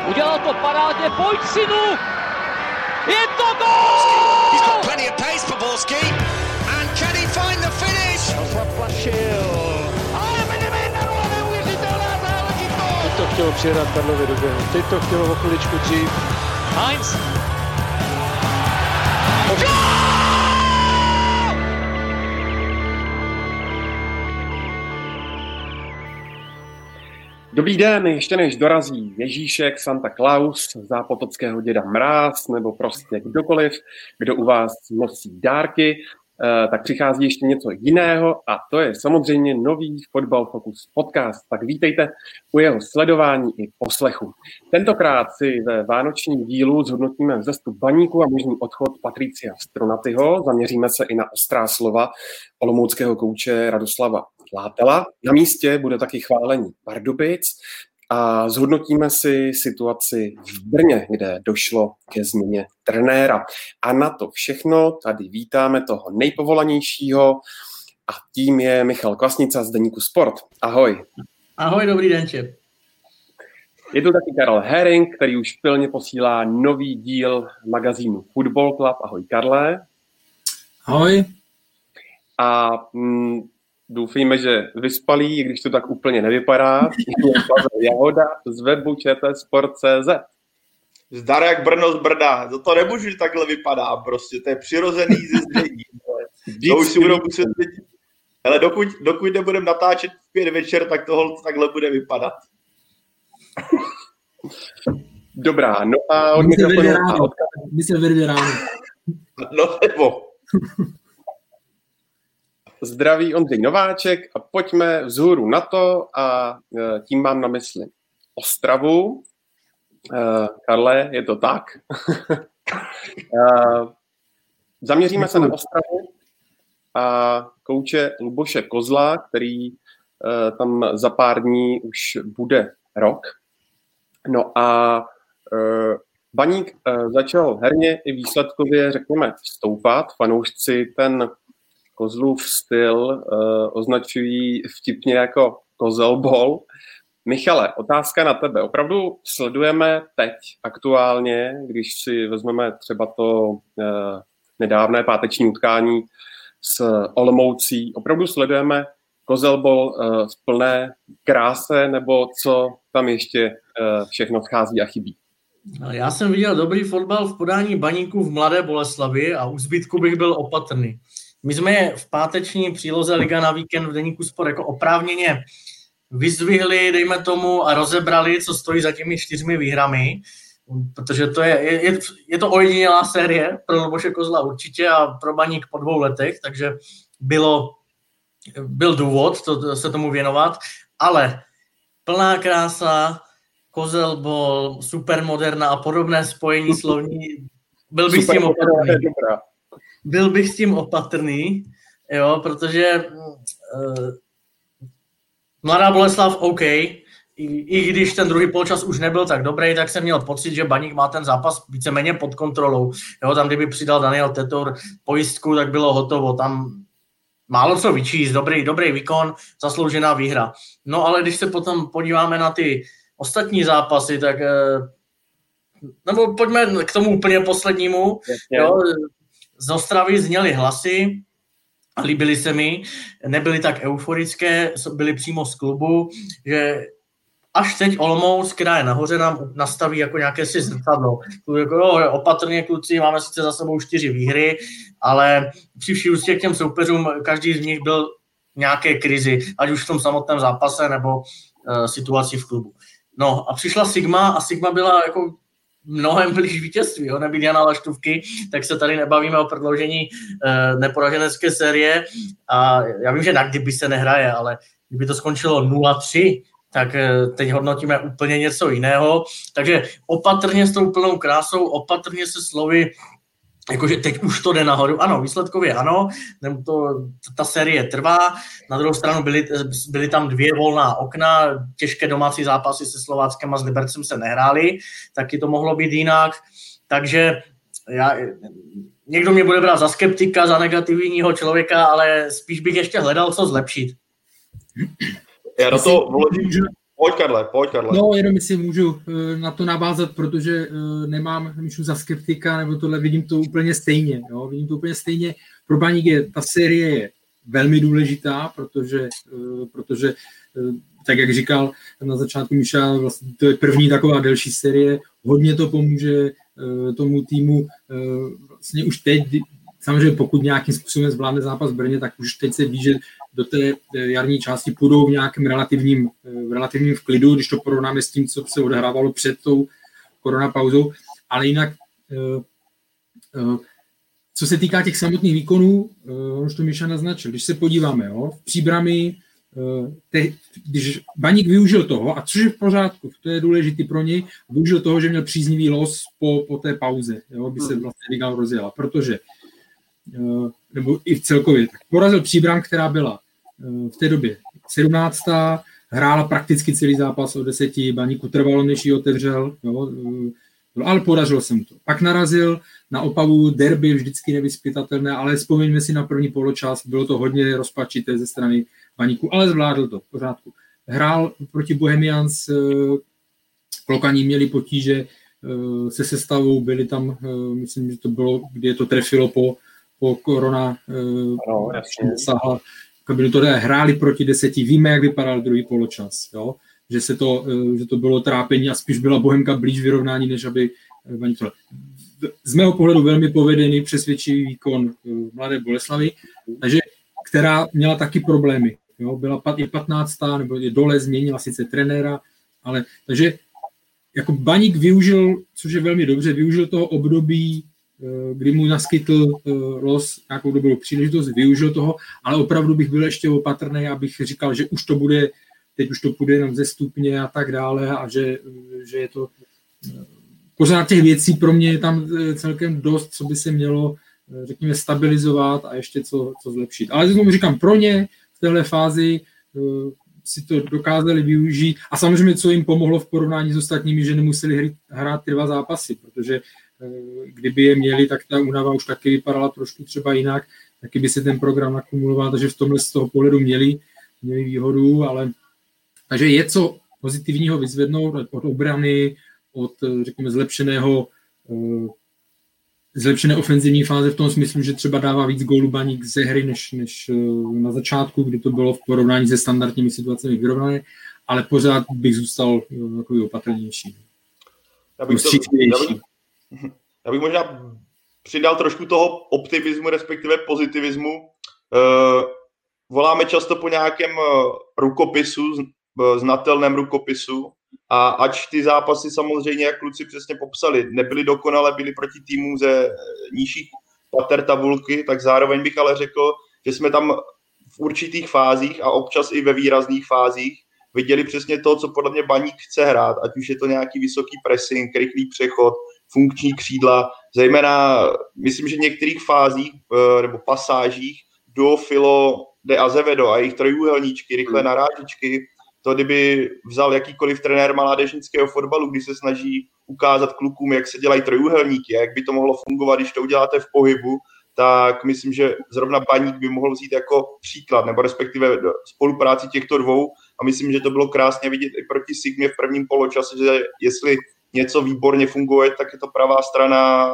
Udělal to parádně, pojď synu! Je to gól! He's got plenty of pace for Borski. And can he find the finish? Zaplašil. Ale vedeme 1-0, neuvěřitelná záležitost! Teď to chtělo přijedat Karlovi do běhu, teď to chtělo o chviličku dřív. Heinz! Dobrý den, ještě než dorazí Ježíšek, Santa Claus, zápotockého děda Mráz nebo prostě kdokoliv, kdo u vás nosí dárky, tak přichází ještě něco jiného a to je samozřejmě nový Fotbal Focus podcast. Tak vítejte u jeho sledování i poslechu. Tentokrát si ve vánočním dílu zhodnotíme vzestup Baníku a možný odchod Patricia Stronatyho. Zaměříme se i na ostrá slova olomouckého kouče Radoslava Látela. Na místě bude taky chválení Pardubic a zhodnotíme si situaci v Brně, kde došlo ke změně trenéra. A na to všechno tady vítáme toho nejpovolanějšího a tím je Michal Kvasnica z deníku Sport. Ahoj. Ahoj, dobrý den, Čep. Je tu taky Karel Herring, který už pilně posílá nový díl magazínu Football Club. Ahoj, Karle. Ahoj. A doufejme, že vyspalý, i když to tak úplně nevypadá. Jahoda z webu čtsport.cz. Zdar jak Brno z Brda. To nemůžu, že takhle vypadá prostě. To je přirozený zezdění. To už si budou muset vědět. Ale dokud nebudeme natáčet v 5 večer, tak to takhle bude vypadat. Dobrá, no a od My se vyrvě ráno. No nebo. Zdraví Ondřej Nováček a pojďme vzhůru na to a tím mám na mysli Ostravu. Karle, je to tak? Zaměříme se na Ostravu a kouče Luboše Kozla, který tam za pár dní už bude rok. No a Baník začal herně i výsledkově, řekněme, stoupat. Fanoušci ten Kozlův styl označují vtipně jako kozelbol. Michale, otázka na tebe. Opravdu sledujeme teď aktuálně, když si vezmeme třeba to nedávné páteční utkání s Olomoucí, opravdu sledujeme kozelbol v plné kráse, nebo co tam ještě všechno schází a chybí? Já jsem viděl dobrý fotbal v podání Baníku v Mladé Boleslavi a u zbytku bych byl opatrný. My jsme je v páteční příloze Liga na víkend v deníku Sport jako oprávněně vyzdvihli, dejme tomu, a rozebrali, co stojí za těmi 4 výhrami, protože to je to ojedinělá série pro Luboše Kozla určitě a pro Baník po 2 letech, takže byl důvod se tomu věnovat, ale plná krása, kozelbol, supermoderna a podobné spojení slovní, byl bych s tím opatrný, jo, protože Mladá Boleslav OK, i když ten druhý poločas už nebyl tak dobrý, tak jsem měl pocit, že Baník má ten zápas víceméně pod kontrolou. Jo, tam kdyby přidal Daniel Tetor pojistku, tak bylo hotovo. Tam málo co vyčíst, dobrý výkon, zasloužená výhra. No ale když se potom podíváme na ty ostatní zápasy, tak nebo pojďme k tomu úplně poslednímu. Jo, z Ostravy zněly hlasy, líbily se mi, nebyly tak euforické, byly přímo z klubu, že až teď Olomouc, která je nahoře, nám nastaví jako nějaké si zrcadlo. Opatrně, kluci, máme sice za sebou 4 výhry, ale při vší úctě k těm soupeřům každý z nich byl v nějaké krizi, ať už v tom samotném zápase nebo situaci v klubu. No a přišla Sigma a Sigma byla jako mnohem blíž vítězství, jo? Nebýt Jana Laštůvky, tak se tady nebavíme o prodloužení neporaženecké série a já vím, že na kdyby se nehraje, ale kdyby to skončilo 0-3, tak teď hodnotíme úplně něco jiného, takže opatrně s tou plnou krásou, opatrně se slovy, jakože teď už to jde nahoru. Ano, výsledkově ano, ta série trvá, na druhou stranu byly tam 2 volná okna, těžké domácí zápasy se Slováckem a s Libercem se nehrály, taky to mohlo být jinak, takže někdo mě bude brát za skeptika, za negativního člověka, ale spíš bych ještě hledal, co zlepšit. Já na to vložím Pojď, Karle. No, jenom si můžu na to navázat, protože nemám myšlu za skeptika, nebo tohle, vidím to úplně stejně. Jo? Vidím to úplně stejně. Pro Baník ta série je velmi důležitá, protože tak, jak říkal na začátku Míša, vlastně to je první taková delší série. Hodně to pomůže tomu týmu vlastně už teď, samozřejmě pokud nějakým způsobem zvládne zápas v Brně, tak už teď se ví, že do té jarní části půjdou v nějakém relativním klidu, když to porovnáme s tím, co se odehrávalo před tou koronapauzou. Ale jinak, co se týká těch samotných výkonů, už to Míša naznačil, když se podíváme, v Příbrami, když Baník využil toho, a což je v pořádku, to je důležité pro něj, využil toho, že měl příznivý los po té pauze, by se vlastně Liga rozjela, protože nebo i v celkově, tak porazil Příbram, která byla v té době 17. hrála prakticky celý zápas o 10, Baníku trvalo, než ji otevřel, ale podařilo se mu to. Pak narazil na Opavu, derby vždycky nevyzpytatelné, ale vzpomeňme si na první poločas, bylo to hodně rozpačité ze strany Baníku, ale zvládl to v pořádku. Hrál proti Bohemians, Klokaní měli potíže se sestavou, byli tam, myslím, že to bylo, kdy je to trefilo po korona, sáhla kabinu, to hráli proti 10, víme, jak vypadal druhý poločas, jo? Že to bylo trápení a spíš byla Bohemka blíž vyrovnání, než aby Baník to. Z mého pohledu velmi povedený, přesvědčivý výkon Mladé Boleslavi, takže, která měla taky problémy. Jo? Byla je 15. nebo je dole, změnila sice trenéra, ale takže jako Baník využil, což je velmi dobře, využil toho období, kdy mu naskytl los nějakou dobrou příležitost, využil toho, ale opravdu bych byl ještě opatrný, abych říkal, že už to bude, teď už to půjde jenom ze stupně a tak dále a že je to pořád těch věcí pro mě je tam celkem dost, co by se mělo, řekněme, stabilizovat a ještě co zlepšit. Ale znovu říkám, pro ně v téhle fázi si to dokázali využít a samozřejmě, co jim pomohlo v porovnání s ostatními, že nemuseli hrát ty 2 zápasy, protože kdyby je měli, tak ta únava už taky vypadala trošku třeba jinak, taky by se ten program nakumuloval, takže v tomhle z toho pohledu měli výhodu, ale takže je co pozitivního vyzvednout od obrany, od, řekněme, zlepšené ofenzivní fáze v tom smyslu, že třeba dává víc gólů Baník ze hry, než na začátku, kdy to bylo v porovnání se standardními situacemi vyrovnané, ale pořád bych zůstal takový opatrnější. Já bych možná přidal trošku toho optimismu, respektive pozitivismu. Voláme často po nějakém rukopisu, znatelném rukopisu, a ač ty zápasy samozřejmě, jak kluci přesně popsali, nebyly dokonale, byly proti týmům ze nižších pater tabulky, tak zároveň bych ale řekl, že jsme tam v určitých fázích a občas i ve výrazných fázích viděli přesně to, co podle mě Baník chce hrát, ať už je to nějaký vysoký pressing, rychlý přechod, funkční křídla, zejména myslím, že v některých fázích nebo pasážích do Filo de Azevedo a jejich trojúhelníčky, rychlé narážečky, to kdyby vzal jakýkoliv trenér mládežnického fotbalu, kdy se snaží ukázat klukům, jak se dělají trojúhelníky, jak by to mohlo fungovat, když to uděláte v pohybu, tak myslím, že zrovna Baník by mohl vzít jako příklad, nebo respektive spolupráci těchto dvou, a myslím, že to bylo krásně vidět i proti Sigmě v prvním poločase, že jestli něco výborně funguje, tak je to pravá strana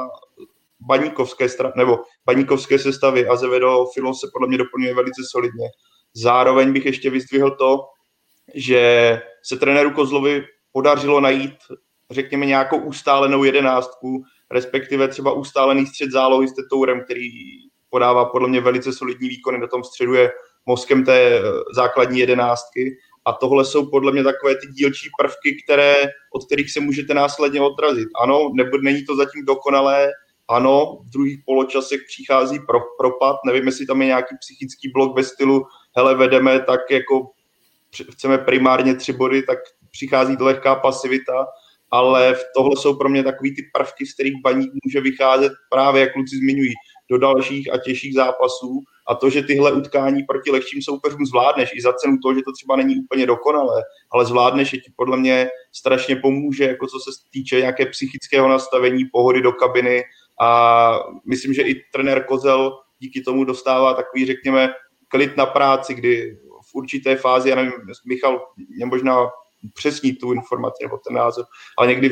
baníkovské sestavy. Azevedo, Filo se podle mě doplňuje velice solidně. Zároveň bych ještě vyzdvihl to, že se trenéru Kozlovi podařilo najít, řekněme, nějakou ustálenou 11, respektive třeba ustálený střed zálohy s Tetourem, který podává podle mě velice solidní výkony, do tom středu je mozkem té základní 11. A tohle jsou podle mě takové ty dílčí prvky, od kterých se můžete následně odrazit. Ano, není to zatím dokonalé, ano, v druhých poločasech přichází propad, nevím, jestli tam je nějaký psychický blok ve stylu, hele, vedeme, tak jako chceme primárně 3 body, tak přichází to lehká pasivita, ale tohle jsou pro mě takový ty prvky, z kterých Baník může vycházet právě, jak kluci zmiňují, do dalších a těžších zápasů, a to, že tyhle utkání proti lehčím soupeřům zvládneš i za cenu toho, že to třeba není úplně dokonalé, ale zvládneš, že ti podle mě strašně pomůže, jako co se týče nějaké psychického nastavení, pohody do kabiny, a myslím, že i trenér Kozel díky tomu dostává takový, řekněme, klid na práci, kdy v určité fázi, já nevím, Michal mě možná přesnit tu informaci nebo ten názor, ale někdy v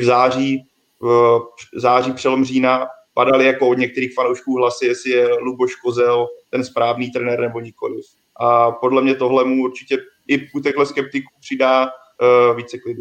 září přelom října padaly jako od některých fanoušků hlasy, jestli je Luboš Kozel ten správný trenér nebo nikoliv. A podle mě tohle mu určitě i u těchto skeptiků přidá více klidu.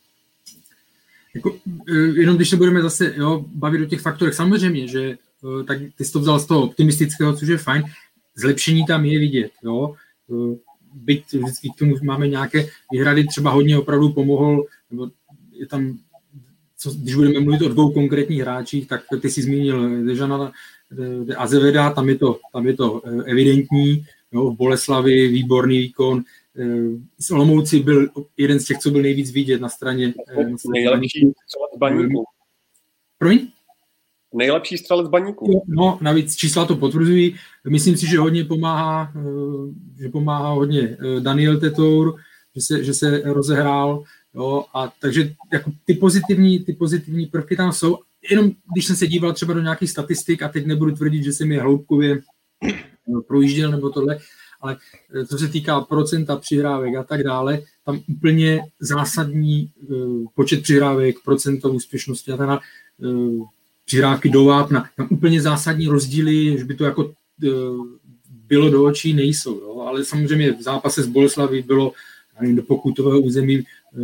Jako, jenom když se budeme zase bavit o těch faktorech, samozřejmě, že tak ty jsi to vzal z toho optimistického, což je fajn, zlepšení tam je vidět, jo. Byť vždycky k tomu máme nějaké výhrady, třeba hodně opravdu pomohl, nebo je tam, když budeme mluvit o 2 konkrétních hráčích, tak ty jsi zmínil Dejana Azeveda, tam je to evidentní, jo, v Boleslavi výborný výkon, z Olomouci byl jeden z těch, co byl nejvíc vidět na straně. Nejlepší střelec Baníku. Promiň? Nejlepší střelec Baníku. No, navíc čísla to potvrzují. Myslím si, že hodně pomáhá hodně Daniel Tetour, že se rozehrál. Jo, a takže jako ty pozitivní prvky tam jsou. Jenom když jsem se díval třeba do nějakých statistik, a teď nebudu tvrdit, že jsem je hloubkově projížděl nebo tohle, ale co se týká procenta přihrávek a tak dále, tam úplně zásadní počet přihrávek, procento úspěšnosti a tak dále, přihrávky do vápna, tam úplně zásadní rozdíly, že by to jako bylo do očí, nejsou. Jo? Ale samozřejmě v zápase s Boleslaví bylo do pokutového území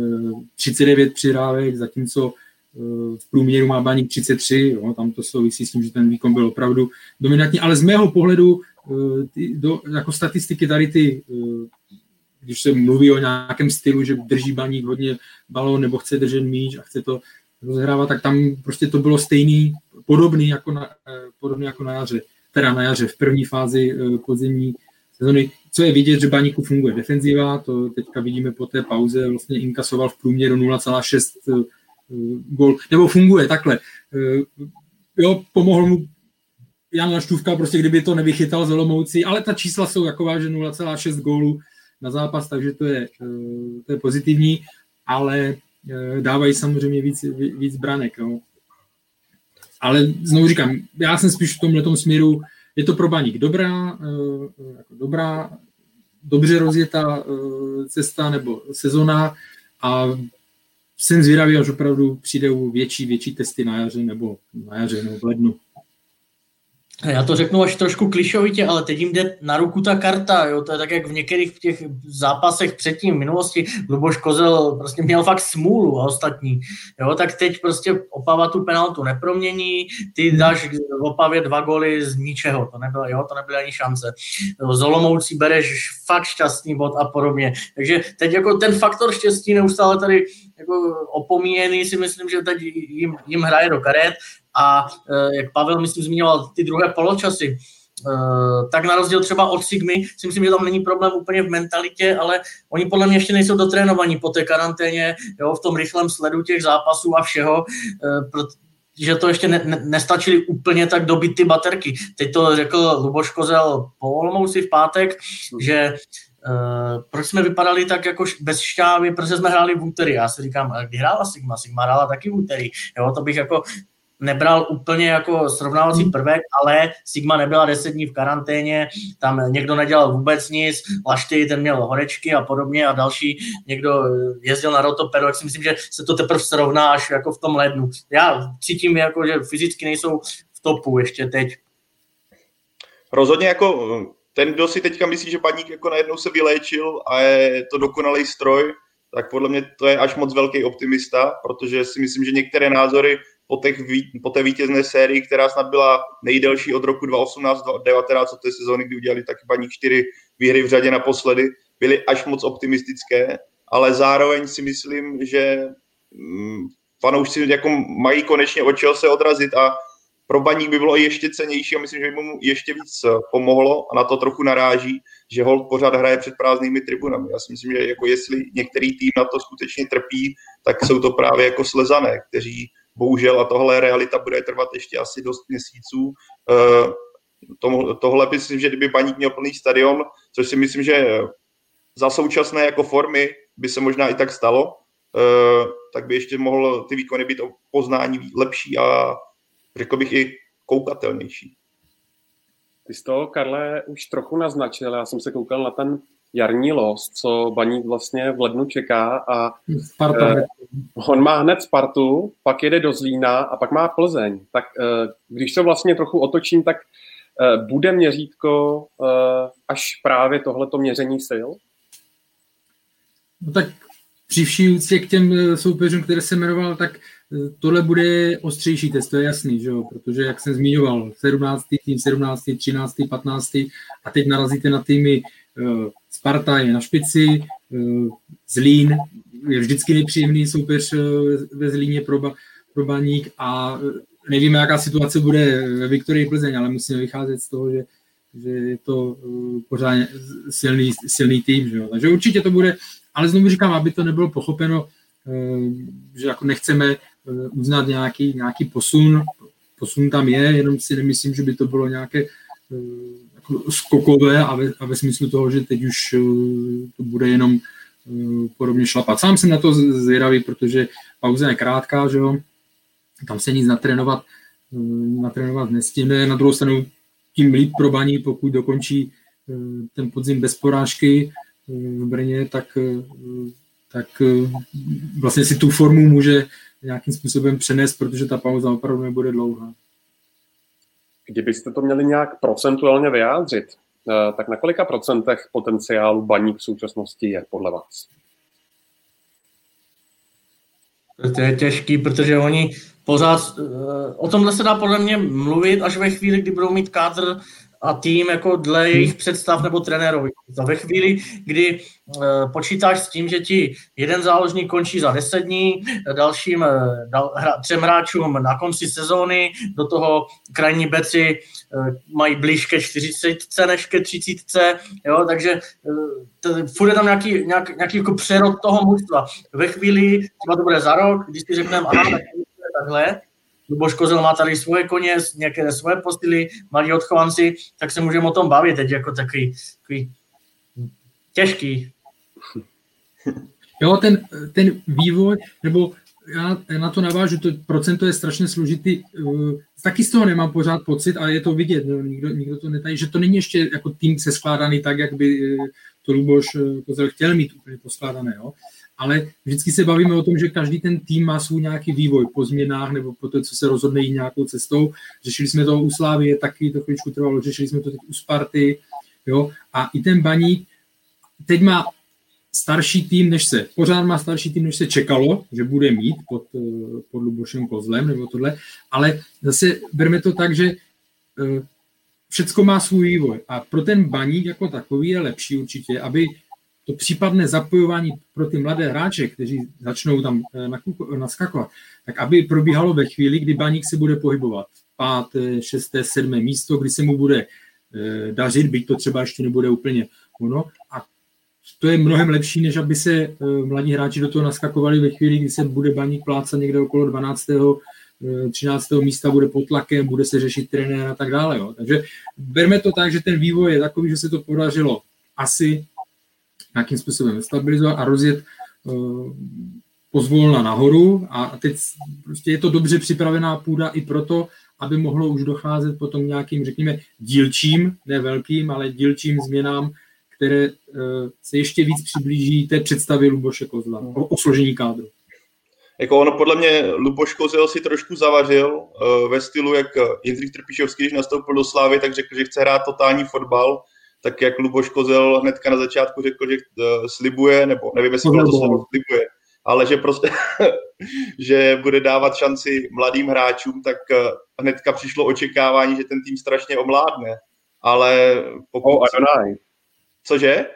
39 přihrávek, zatímco v průměru má Baník 33, jo? Tam to souvisí s tím, že ten výkon byl opravdu dominantní, ale z mého pohledu jako statistiky tady ty, když se mluví o nějakém stylu, že drží Baník hodně balón nebo chce držet míč a chce to rozhrávat, tak tam prostě to bylo podobný jako na jaře, teda na jaře v první fázi podzimní sezony. Co je vidět, že Baníku funguje defenziva, to teďka vidíme po té pauze, vlastně inkasoval v průměru 0,6 gól, nebo funguje takhle. Jo, pomohl mu Jan Laštůvka, prostě kdyby to nevychytal z Olomoucí, ale ta čísla jsou taková, že 0,6 gólů na zápas, takže to je pozitivní, ale dávají samozřejmě víc branek. No. Ale znovu říkám, já jsem spíš v tomhletom směru, je to pro Baník dobrá, dobře rozjetá cesta nebo sezona a jsem zvědavý, až opravdu přijdou větší testy na jaře nebo v lednu. Já to řeknu až trošku klišovitě, ale teď jim jde na ruku ta karta, jo? To je tak, jak v některých těch zápasech předtím v minulosti Luboš Kozel prostě měl fakt smůlu a ostatní, jo? Tak teď prostě Opava tu penaltu nepromění, ty dáš v Opavě 2 góly z ničeho, to nebyly ani šance. Z Olomoucí bereš fakt šťastný bod a podobně, takže teď jako ten faktor štěstí neustále tady jako opomíjený, si myslím, že teď jim hraje do karet. A jak Pavel, myslím, zmiňoval ty druhé poločasy, tak na rozdíl třeba od Sigmy, si myslím, že tam není problém úplně v mentalitě, ale oni podle mě ještě nejsou dotrénovaní po té karanténě, jo, v tom rychlém sledu těch zápasů a všeho, protože to ještě nestačili úplně tak dobit ty baterky. Teď to řekl Luboš Kozel po Olomouci v pátek, že proč jsme vypadali tak jako bez šťávy, protože jsme hráli v úterý. Já si říkám, kdy hrála Sigma? Sigma hrála taky v úterý. Jo, to bych jako nebral úplně jako srovnávací prvek, ale Sigma nebyla 10 dní v karanténě, tam někdo nedělal vůbec nic, Lašty, ten měl horečky a podobně a další, někdo jezdil na rotoperu, tak si myslím, že se to teprve srovná až jako v tom lednu. Já cítím, jako, že fyzicky nejsou v topu ještě teď. Rozhodně jako ten, kdo si teďka myslí, že Baník jako najednou se vyléčil a je to dokonalý stroj, tak podle mě to je až moc velký optimista, protože si myslím, že některé názory po té vítězné sérii, která snad byla nejdelší od roku 2018-2019, od té sezóny, kdy udělali taky Baník 4 výhry v řadě naposledy, byly až moc optimistické, ale zároveň si myslím, že fanoušci jako mají konečně od čeho se odrazit a pro Baník by bylo ještě cennější a myslím, že by mu ještě víc pomohlo a na to trochu naráží, že holt pořád hraje před prázdnými tribunami. Já si myslím, že jako jestli některý tým na to skutečně trpí, tak jsou to právě jako Slezané, kteří bohužel, a tohle realita bude trvat ještě asi dost měsíců. Tohle myslím, že kdyby Baník měl plný stadion, což si myslím, že za současné jako formy by se možná i tak stalo, tak by ještě mohl ty výkony být o poznání lepší a řekl bych i koukatelnější. Ty jsi to, Karle, už trochu naznačil. Já jsem se koukal na ten jarní los, co Baník vlastně v lednu čeká a Sparta. On má hned Spartu, pak jede do Zlína a pak má Plzeň. Tak když to vlastně trochu otočím, tak bude měřítko až právě tohleto měření sil? No tak při vší úctě k těm soupeřům, které jsem jmenoval, tak tohle bude ostřejší test, to je jasný, že jo? Protože jak jsem zmiňoval, 17. tým, 17., 13., 15. a teď narazíte na týmy Sparta je na špici, Zlín je vždycky nepříjemný soupeř ve Zlíně pro Baník a nevíme, jaká situace bude ve Viktorii Plzeň, ale musíme vycházet z toho, že je to pořád silný tým. Že jo? Takže určitě to bude, ale znovu říkám, aby to nebylo pochopeno, že jako nechceme uznat nějaký posun. Posun tam je, jenom si nemyslím, že by to bylo nějaké jako skokové a ve smyslu toho, že teď už to bude jenom podobně šlapat. Sám jsem na to zvědavý, protože pauza je krátká, že jo? Tam se nic natrénovat nestihne. Na druhou stranu tím líp pro Baník, pokud dokončí ten podzim bez porážky v Brně, tak vlastně si tu formu může nějakým způsobem přenést, protože ta pauza opravdu nebude dlouhá. Kdybyste to měli nějak procentuálně vyjádřit, tak na kolika procentech potenciálu Baník v současnosti je podle vás? To je těžký, protože oni pořád, o tomhle se dá podle mě mluvit až ve chvíli, kdy budou mít kádr a tým jako dle jejich představ nebo trenérovi. Ve chvíli, kdy počítáš s tím, že ti jeden záložník končí za 10 dní, dalším 3 hráčům na konci sezóny, do toho krajní beci mají blíž ke 40 než ke 30, jo, takže furt je tam nějaký jako přerod toho mužstva. Ve chvíli, třeba to bude za rok, když si řekneme, aha, tak takhle, Luboš Kozel má tady svoje koně, některé svoje postily, mladí odchovanci, tak se můžeme o tom bavit teď jako takový těžký. Jo, ten vývoj, nebo já na to navážu, to procento je strašně složitý, taky z toho nemám pořád pocit, ale je to vidět, nikdo to netají, že to není ještě jako tým seskládaný tak, jak by to Luboš Kozel chtěl mít úplně poskládané, jo. Ale vždycky se bavíme o tom, že každý ten tým má svůj nějaký vývoj po změnách nebo po to, co se rozhodne jít nějakou cestou. Řešili jsme to u Slávie, taky to chvíličku trvalo, řešili jsme to teď u Sparty, jo, a i ten Baník teď má starší tým, než se čekalo, že bude mít pod Lubošem Kozlem nebo tohle, ale zase berme to tak, že všecko má svůj vývoj a pro ten Baník jako takový je lepší určitě, aby to případné zapojování pro ty mladé hráče, kteří začnou tam naskakovat, tak aby probíhalo ve chvíli, kdy Baník se bude pohybovat 5., 6., 7. místo, kdy se mu bude dařit, byť to třeba ještě nebude úplně ono. A to je mnohem lepší, než aby se mladí hráči do toho naskakovali ve chvíli, kdy se bude Baník plácat někde okolo 12., 13. místa, bude pod tlakem, bude se řešit trenér a tak dále. Jo. Takže berme to tak, že ten vývoj je takový, že se to podařilo asi nějakým způsobem stabilizovat a rozjet pozvolna nahoru a teď prostě je to dobře připravená půda i proto, aby mohlo už docházet potom nějakým, řekněme, dílčím, ne velkým, ale dílčím změnám, které se ještě víc přiblíží té představě Luboše Kozla o složení kádru. Jako ono podle mě Luboš Kozel si trošku zavařil ve stylu, jak Jindřich Trpišovský, když nastoupil do Slávy, tak řekl, že chce hrát totální fotbal, tak jak Luboš Kozel hnedka na začátku řekl, že slibuje, nebo nevím, jestli bylo to slovo slibuje, ale že prostě, že bude dávat šanci mladým hráčům, tak hnedka přišlo očekávání, že ten tým strašně omládne. Ale pokud... Cože?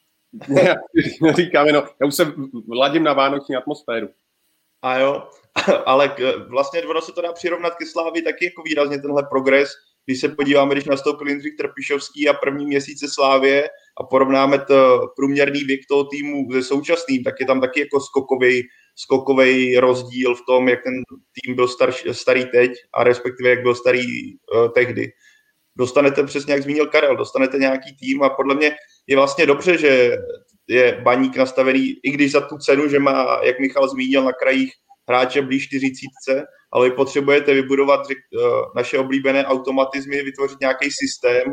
Říkám jenom, já už se ladím na vánoční atmosféru. A jo, ale vlastně ono se to dá přirovnat ke Slávii taky jako výrazně tenhle progres. Když se podíváme, když nastoupil Jindřich Trpišovský a první měsíce Slávie a porovnáme průměrný věk toho týmu se současným, tak je tam taky jako skokovej rozdíl v tom, jak ten tým byl starý teď a respektive jak byl starý tehdy. Dostanete, přesně jak zmínil Karel, dostanete nějaký tým a podle mě je vlastně dobře, že je Baník nastavený, i když za tu cenu, že má, jak Michal zmínil, na krajích hráče blíž 40, ale vy potřebujete vybudovat naše oblíbené automatizmy, vytvořit nějaký systém,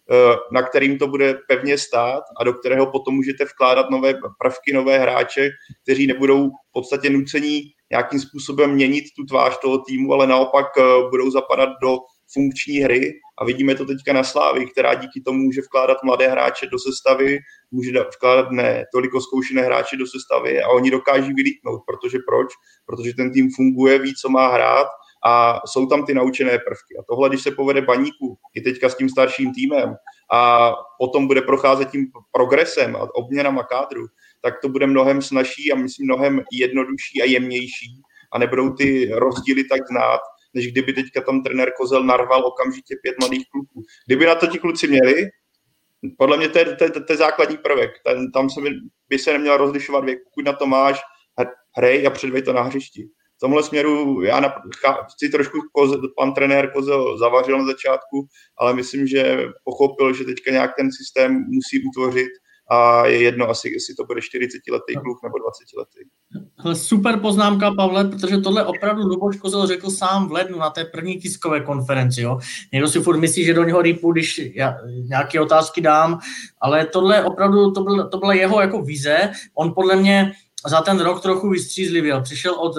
na kterým to bude pevně stát a do kterého potom můžete vkládat nové prvky, nové hráče, kteří nebudou v podstatě nucení nějakým způsobem měnit tu tvář toho týmu, ale naopak budou zapadat do funkční hry a vidíme to teďka na Slávii, která díky tomu může vkládat mladé hráče do sestavy, může vkládat ne toliko zkoušené hráče do sestavy a oni dokáží vylítnout, protože proč? Protože ten tým funguje, ví, co má hrát a jsou tam ty naučené prvky. A tohle, když se povede Baníku i teďka s tím starším týmem a potom bude procházet tím progresem a obměnama kádru, tak to bude mnohem snazší a myslím mnohem jednodušší a jemnější a nebudou ty rozdíly tak znát, než kdyby teďka tam trenér Kozel narval okamžitě 5 mladých kluků. Kdyby na to ti kluci měli, podle mě to je základní prvek. Tam by se neměla rozlišovat věk. Pokud na to máš, hrej a předvej to na hřišti. V tomhle směru já chci trošku pan trenér Kozel zavařil na začátku, ale myslím, že pochopil, že teďka nějak ten systém musí utvořit a je jedno asi, jestli to bude 40letý kluk nebo 20letý. Super poznámka, Pavle, protože tohle opravdu Luboš Kozel řekl sám v lednu na té první tiskové konferenci. Jo. Někdo si furt myslí, že do něho rýpu, když já nějaké otázky dám, ale tohle opravdu, to byla jeho jako vize. On podle mě za ten rok trochu vystřízlivěl. Přišel od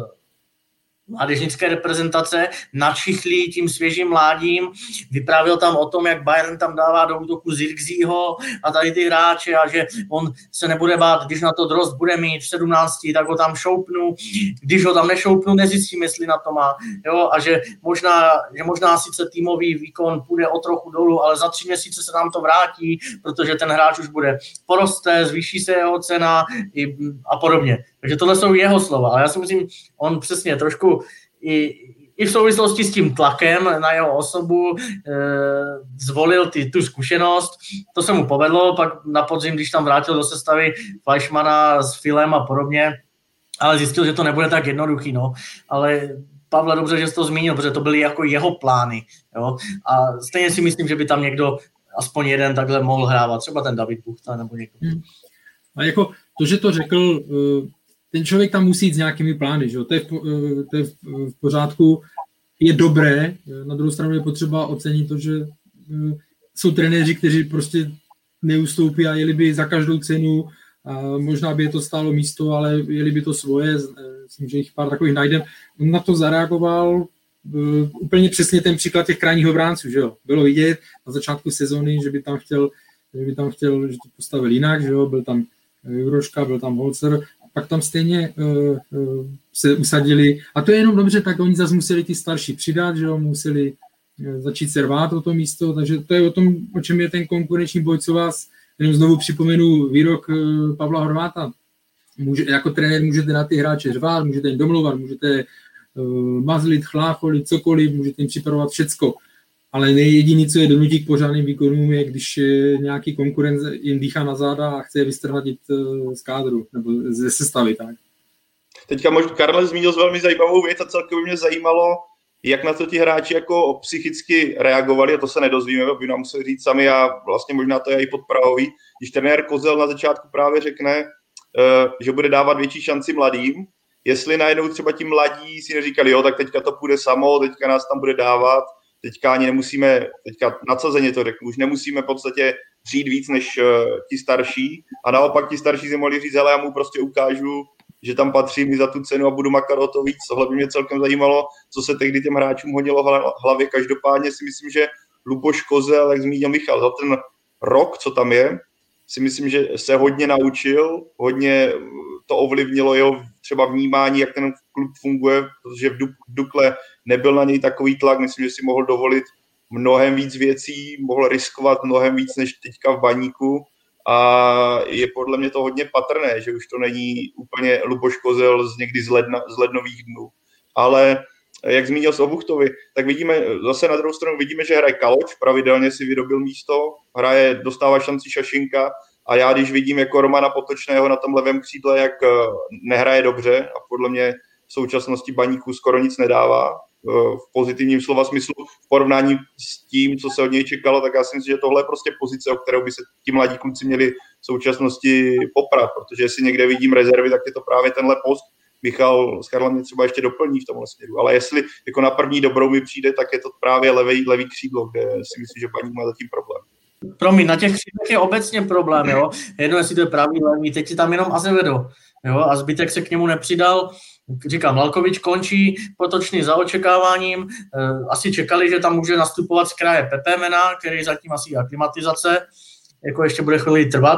mládežnické reprezentace, nadšichlý tím svěžím mládím, vyprávěl tam o tom, jak Bayern tam dává do útoku Zirkzího a tady ty hráče a že on se nebude bát, když na to Drozd bude mít v 17, tak ho tam šoupnu, když ho tam nešoupnu, nezjistím, jestli na to má, jo, a že možná sice týmový výkon půjde o trochu dolů, ale za 3 měsíce se nám to vrátí, protože ten hráč už bude poroste, zvýší se jeho cena a podobně. Takže tohle jsou jeho slova, ale já si myslím, on přesně trošku i v souvislosti s tím tlakem na jeho osobu zvolil tu zkušenost. To se mu povedlo, pak na podzim, když tam vrátil do sestavy Fleischmana s Filem a podobně, ale zjistil, že to nebude tak jednoduchý. No. Ale Pavle, dobře, že jsi to zmínil, protože to byly jako jeho plány. Jo? A stejně si myslím, že by tam někdo, aspoň jeden, takhle mohl hrávat. Třeba ten David Buchta nebo někdo. A jako to, že to řekl, ten člověk tam musí jít s nějakými plány, že? To je v pořádku, je dobré, na druhou stranu je potřeba ocenit to, že jsou trenéři, kteří prostě neustoupí a jeli by za každou cenu, a možná by je to stálo místo, ale jeli by to svoje, myslím, že jich pár takových najdem. On na to zareagoval úplně přesně ten příklad těch krajních obránců, že jo. Bylo vidět na začátku sezóny, že by tam chtěl, že to postavil jinak, že jo, byl tam Juroška, byl tam Holzer, pak tam stejně se usadili. A to je jenom dobře, tak oni zase museli ty starší přidat, že jo, museli začít se rvát o to místo, takže to je o tom, o čem je ten konkurenční boj, co vás, jenom znovu připomenu výrok Pavla Horváta. Jako trenér můžete na ty hráče řvát, můžete jim domlouvat, můžete mazlit, chlácholit, cokoliv, můžete jim připravovat všecko. Ale nejjediný, co je donutí k pořádným výkonům, je, když nějaký konkurent jim dýchá na záda a chce je vystrhladit z kádru nebo ze sestavy. Tak. Teďka možná Karel zmínil velmi zajímavou věc a celkově mě zajímalo, jak na to ti hráči jako psychicky reagovali, a to se nedozvíme, by nám museli říct sami a vlastně možná to je i podprahový. Když trenér Kozel na začátku právě řekne, že bude dávat větší šanci mladým, jestli najednou třeba ti mladí si neříkali, jo, tak teďka to půjde samo, teďka nás tam bude dávat, teďka ani nemusíme, teďka nadsazeně to řeknu, už nemusíme v podstatě přijít víc než ti starší a naopak ti starší si mohli říct, hele, já mu prostě ukážu, že tam patří mi za tu cenu a budu makat o to víc. Tohle by mě celkem zajímalo, co se tehdy těm hráčům hodilo v hlavě. Každopádně si myslím, že Luboš Kozel, jak zmínil Michal, za ten rok, co tam je, si myslím, že se hodně naučil, hodně to ovlivnilo jeho třeba vnímání, jak ten klub funguje, protože v Dukle nebyl na něj takový tlak, myslím, že si mohl dovolit mnohem víc věcí, mohl riskovat mnohem víc než teďka v Baníku a je podle mě to hodně patrné, že už to není úplně Luboš Kozel někdy z lednových dnů. Ale jak zmínil se o Buchtovi, tak vidíme, zase na druhou stranu vidíme, že hraje Kaloč, pravidelně si vydobil místo, dostává šanci Šašinka a já když vidím jako Romana Potočného na tom levém křídle, jak nehraje dobře a podle mě v současnosti Baníku skoro nic nedává, v pozitivním slova smyslu v porovnání s tím, co se od něj čekalo, tak já si myslím, že tohle je prostě pozice, o kterou by se ti mladí kluci měli v současnosti poprat, protože jestli někde vidím rezervy, tak je to právě tenhle post. Michal s Karlem mě třeba ještě doplní v tomhle směru, ale jestli jako na první dobrou mi přijde, tak je to právě levý křídlo, kde si myslím, že Baník má zatím problém. Promiň, na těch křídlech je obecně problém, jo. Jedno, jestli to je pravý, levý, teď je tam jenom Azevedo, jo, a zbytek se k němu nepřidal. Říkám, Lalkovič končí, Potočný za očekáváním, asi čekali, že tam může nastupovat z kraje Pepe Mena, který zatím asi aklimatizace, jako ještě bude chvíli trvat.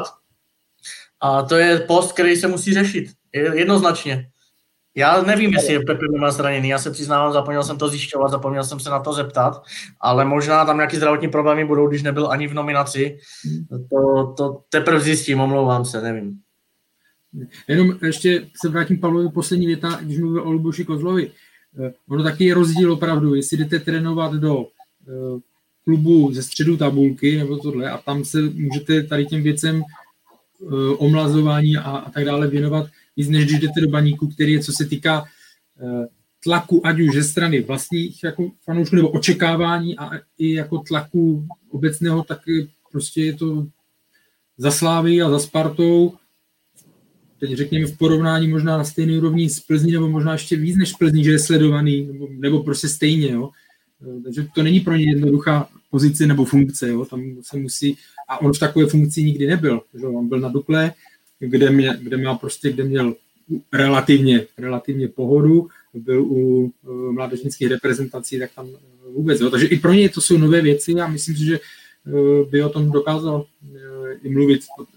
A to je post, který se musí řešit, jednoznačně. Já nevím, jestli je Pepe Mena zraněný, já se přiznávám, zapomněl jsem to zjišťovat, zapomněl jsem se na to zeptat, ale možná tam nějaké zdravotní problémy budou, když nebyl ani v nominaci. To teprve zjistím, omlouvám se, nevím. Jenom ještě se vrátím Pavlovi poslední věta, když mluvil o Luboši Kozlovi. Ono taky je rozdíl opravdu, jestli jdete trénovat do klubu ze středu tabulky nebo tohle a tam se můžete tady těm věcem omlazování a tak dále věnovat víc, než když jdete do Baníku, který je, co se týká tlaku, ať už ze strany vlastních jako fanoušků nebo očekávání a i jako tlaku obecného, tak prostě je to za Slávy a za Spartou. Teď řekněme v porovnání možná na stejné úrovni s Plzní, nebo možná ještě víc než Plzní, že je sledovaný, nebo prostě stejně. Jo. Takže to není pro ně jednoduchá pozice nebo funkce. Jo. Tam se musí, a on v takové funkci nikdy nebyl. Že? On byl na Dukle, kde měl relativně pohodu, byl u mládežnických reprezentací, tak tam vůbec. Jo. Takže i pro ně to jsou nové věci a myslím si, že by o tom dokázal i mluvit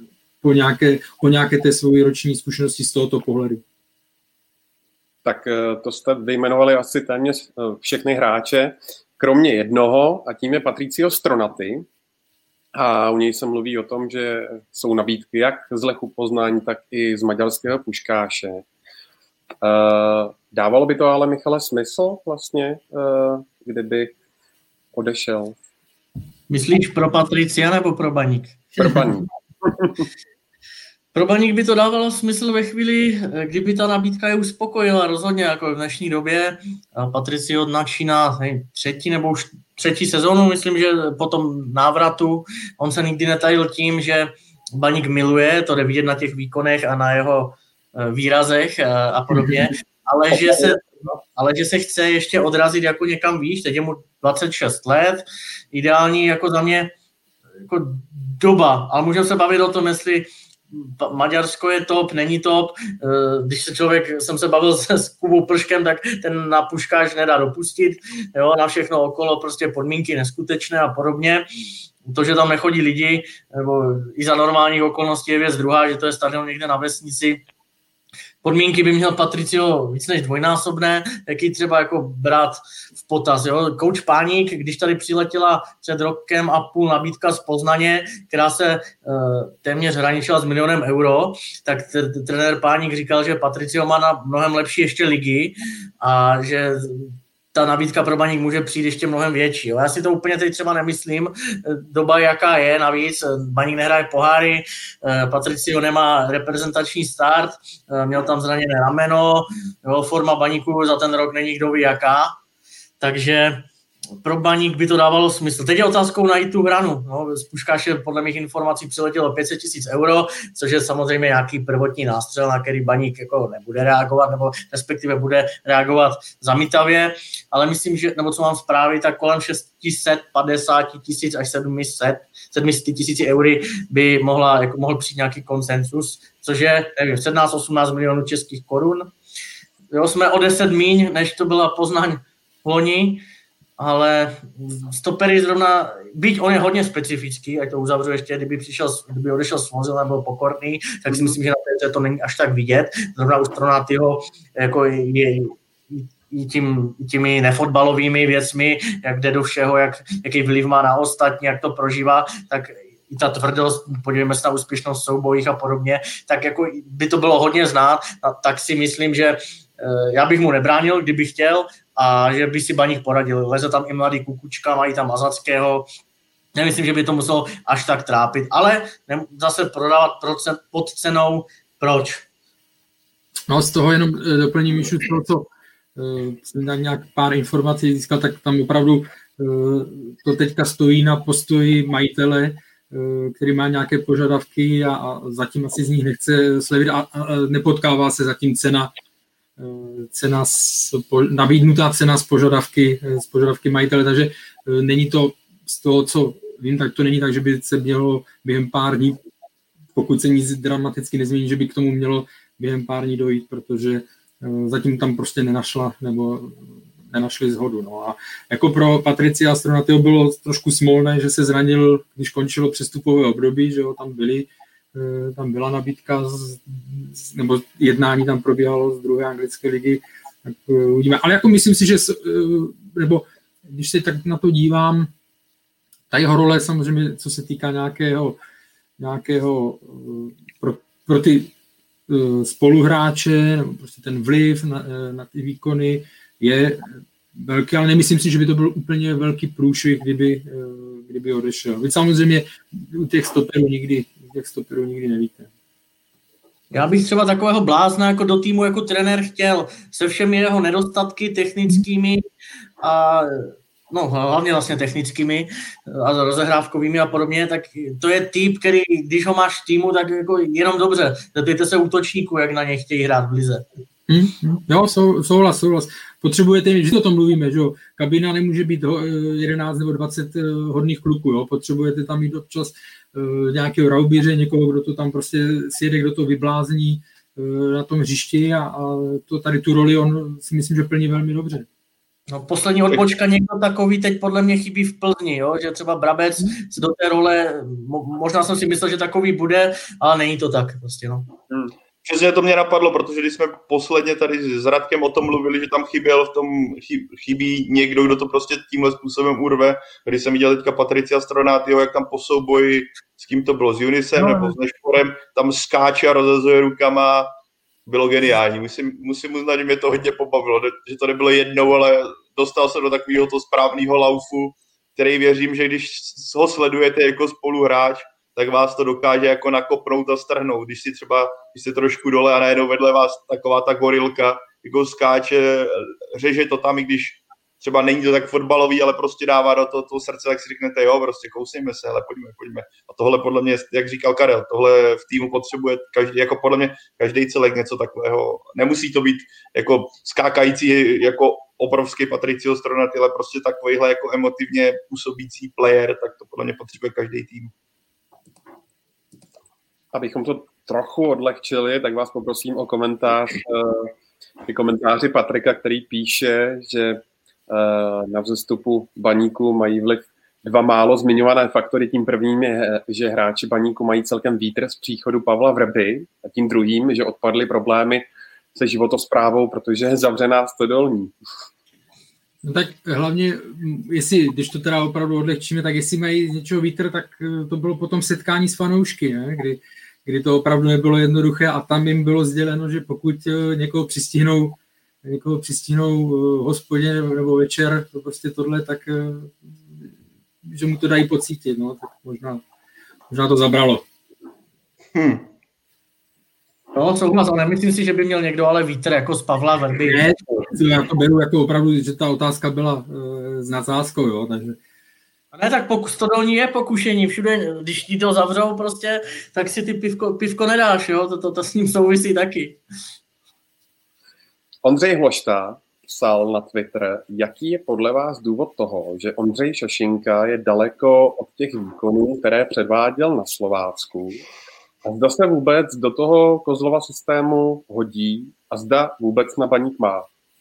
po nějaké té svojí roční zkušenosti z tohoto pohledu. Tak to jste vyjmenovali asi téměř všechny hráče, kromě jednoho, a tím je Patricio Stronati. A u něj se mluví o tom, že jsou nabídky jak z Lechu Poznaň, tak i z maďarského Puškáše. Dávalo by to ale, Michale, smysl vlastně, kdyby odešel? Myslíš pro Patricia nebo pro Baník? Pro Baník. Pro Baník by to dávalo smysl ve chvíli, kdyby ta nabídka je uspokojila rozhodně, jako v dnešní době. Patricio načíná třetí sezónu, myslím, že po tom návratu on se nikdy netajil tím, že Baník miluje, to jde vidět na těch výkonech a na jeho výrazech a podobně, ale že se chce ještě odrazit jako někam výš, teď je mu 26 let, ideální jako za mě jako doba, ale můžeme se bavit o tom, jestli Maďarsko je top, není top. Když jsem se bavil s Kubou Prškem, tak ten na Puškáš nedá dopustit. Jo, na všechno okolo prostě podmínky neskutečné a podobně. To, že tam nechodí lidi, nebo i za normálních okolností je věc druhá, že to je stadion někde na vesnici. Podmínky by měl Patricio víc než dvojnásobné, jaký třeba jako brát v potaz. Jo? Kouč Páník, když tady přiletěla před rokem a půl nabídka z Poznaně, která se téměř hraničila s 1 000 000 euro, tak trenér Páník říkal, že Patricio má na mnohem lepší ještě ligy a že ta nabídka pro Baník může přijít ještě mnohem větší. Jo. Já si to úplně teď třeba nemyslím. Doba, jaká je, navíc Baník nehraje poháry, Patricio nemá reprezentační start, měl tam zraněné rameno, jo, forma Baníku za ten rok není kdo ví jaká, takže pro Baník by to dávalo smysl. Teď je otázkou najít tu hranu. No, z Puškáše podle mých informací přiletělo 500 000 euro, což je samozřejmě nějaký prvotní nástřel, na který Baník jako nebude reagovat, nebo respektive bude reagovat zamítavě, ale myslím, že, nebo co mám zprávy, tak kolem 650 000 až 700 000 eury by mohl přijít nějaký konsensus, což je, nevím, 17-18 milionů českých korun. Jo, jsme o 10 míň, než to byla Poznaň loni, ale stopery zrovna, byť on je hodně specifický, ať to uzavřu ještě, kdyby odešel Svozil nebo Pokorný, tak si myslím, že na té to není až tak vidět. Zrovna u Stronatiho jako je těmi nefotbalovými věcmi, jak jde do všeho, jaký vliv má na ostatní, jak to prožívá, tak i ta tvrdost, podívejme se na úspěšnost v soubojích a podobně, tak jako by to bylo hodně znát, tak si myslím, že já bych mu nebránil, kdyby chtěl, a že by si Baník poradil. Leze tam i mladý Kukučka, mají tam Mazackého. Nemyslím, že by to muselo až tak trápit, ale zase prodávat pod cenou. Proč? No z toho jenom doplním Míšu, co jsem nějak pár informací získal, tak tam opravdu to teďka stojí na postoji majitele, který má nějaké požadavky a zatím asi z nich nechce slevit a nepotkává se zatím nabídnutá cena z požadavky majitele, takže není to z toho, co vím, tak to není tak, že by se mělo během pár dní, pokud se nic dramaticky nezmění, že by k tomu mělo během pár dní dojít, protože zatím tam prostě nenašli shodu. No. A jako pro Patricia Stronatyho bylo trošku smolné, že se zranil, když končilo přestupové období, že jo, tam byla nabídka, nebo jednání tam probíhalo z druhé anglické ligy, tak uvidíme. Ale jako myslím si, že nebo když se tak na to dívám, ta jeho role samozřejmě, co se týká nějakého pro ty spoluhráče, nebo prostě ten vliv na ty výkony je velký, ale nemyslím si, že by to byl úplně velký průšvih, kdyby odešel. Vy samozřejmě u těch stoperů nikdy nevíte. Já bych třeba takového blázna jako do týmu jako trenér chtěl se všemi jeho nedostatky technickými a hlavně vlastně technickými a rozehrávkovými a podobně, tak to je typ, který, když ho máš v týmu, tak jako jenom dobře. Zeptejte se útočníků, jak na něj chtějí hrát v lize. Jo, souhlas. Potřebujete, že o tom mluvíme, že jo, kabina nemůže být 11 nebo 20 hodných kluků, jo, potřebujete tam mít občas nějakého raubíře, někoho, kdo to tam prostě sjede, kdo to vyblázní na tom hřišti a to tady tu roli on si myslím, že plní velmi dobře. No, poslední odbočka někdo takový teď podle mě chybí v Plzni, jo? Že třeba Brabec do té role, možná jsem si myslel, že takový bude, ale není to tak prostě, no. Přesně to mě napadlo, protože když jsme posledně tady s Radkem o tom mluvili, že tam chybí někdo, kdo to prostě tímhle způsobem urve, když jsem viděl teďka Patricia Stronatyho, jak tam po souboji, s kým to bylo, s Unisem nebo s Nešporem, tam skáče a rozhazuje rukama, bylo geniální. Musím uznat, že mě to hodně pobavilo, že to nebylo jednou, ale dostal se do takového to správného laufu, který věřím, že když ho sledujete jako spoluhráč, tak vás to dokáže jako nakopnout a strhnout. Když jste trošku dole a najednou vedle vás taková ta gorilka, jako skáče, řeže to tam, i když třeba není to tak fotbalový, ale prostě dává do toho srdce, tak si řeknete, jo, prostě kousněme se, ale pojďme. A tohle podle mě, jak říkal Karel, tohle v týmu potřebuje jako podle mě každý celek něco takového. Nemusí to být jako skákající, jako obrovský Patricio Stronatý, ale prostě takovýhle jako emotivně působící player, tak to podle mě potřebuje každý tým. Abychom to trochu odlehčili, tak vás poprosím o komentáři Patrika, který píše, že na vzestupu Baníku mají vliv dva málo zmiňované faktory. Tím prvním je, že hráči Baníku mají celkem vítr z příchodu Pavla Vrby a tím druhým, že odpadly problémy se životosprávou, protože je zavřená Stodolní. No tak hlavně, když to teda opravdu odlehčíme, tak jestli mají z něčeho vítr, tak to bylo potom setkání s fanoušky, ne? Kdy to opravdu nebylo jednoduché a tam jim bylo sděleno, že pokud někoho přistihnou v hospodě nebo večer, to prostě tohle, tak že mu to dají pocítit, no, tak možná to zabralo. No, souhlas, ale nemyslím si, že by měl někdo ale vítr jako z Pavla Vrby. Ne, já to beru jako opravdu, že ta otázka byla s nadsázkou, jo, takže... A ne, tak Stodolní je pokušení, všude, když ti to zavřou prostě, tak si ty pivko nedáš, jo, to s ním souvisí taky. Ondřej Hlošta psal na Twitter, jaký je podle vás důvod toho, že Ondřej Šašinka je daleko od těch výkonů, které předváděl na Slovácku, a zda se vůbec do toho Kozlova systému hodí a zda vůbec na Baník má?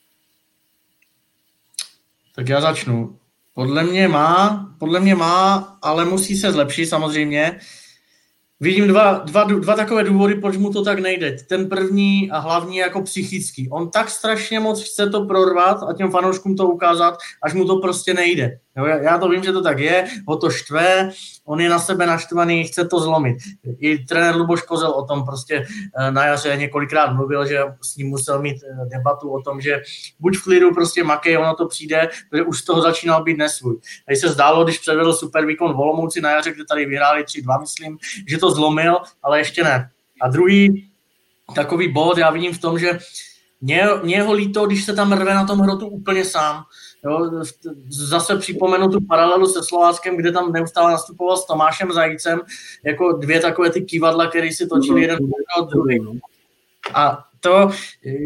Tak já začnu. Podle mě má, ale musí se zlepšit samozřejmě. Vidím dva takové důvody, proč mu to tak nejde. Ten první a hlavní jako psychický. On tak strašně moc chce to prorvat a těm fanouškům to ukázat, až mu to prostě nejde. Jo, já to vím, že to tak je, ho to štve, on je na sebe naštvaný, chce to zlomit. I trenér Luboš Kozel o tom prostě na jaře několikrát mluvil, že s ním musel mít debatu o tom, že buď v klidu prostě makej, ono to přijde, protože už z toho začínal být nesvůj. Tady se zdálo, když předvedl super výkon v Olomouci na jaře, kde tady vyhráli 3-2, myslím, že to zlomil, ale ještě ne. A druhý takový bod já vidím v tom, že mě ho líto, když se tam rve na tom hrotu úplně sám. Jo, zase připomenu tu paralelu se Slováckem, kde tam neustále nastupoval s Tomášem Zajícem, jako dvě takové ty kývadla, které si točili jeden od druhý. A to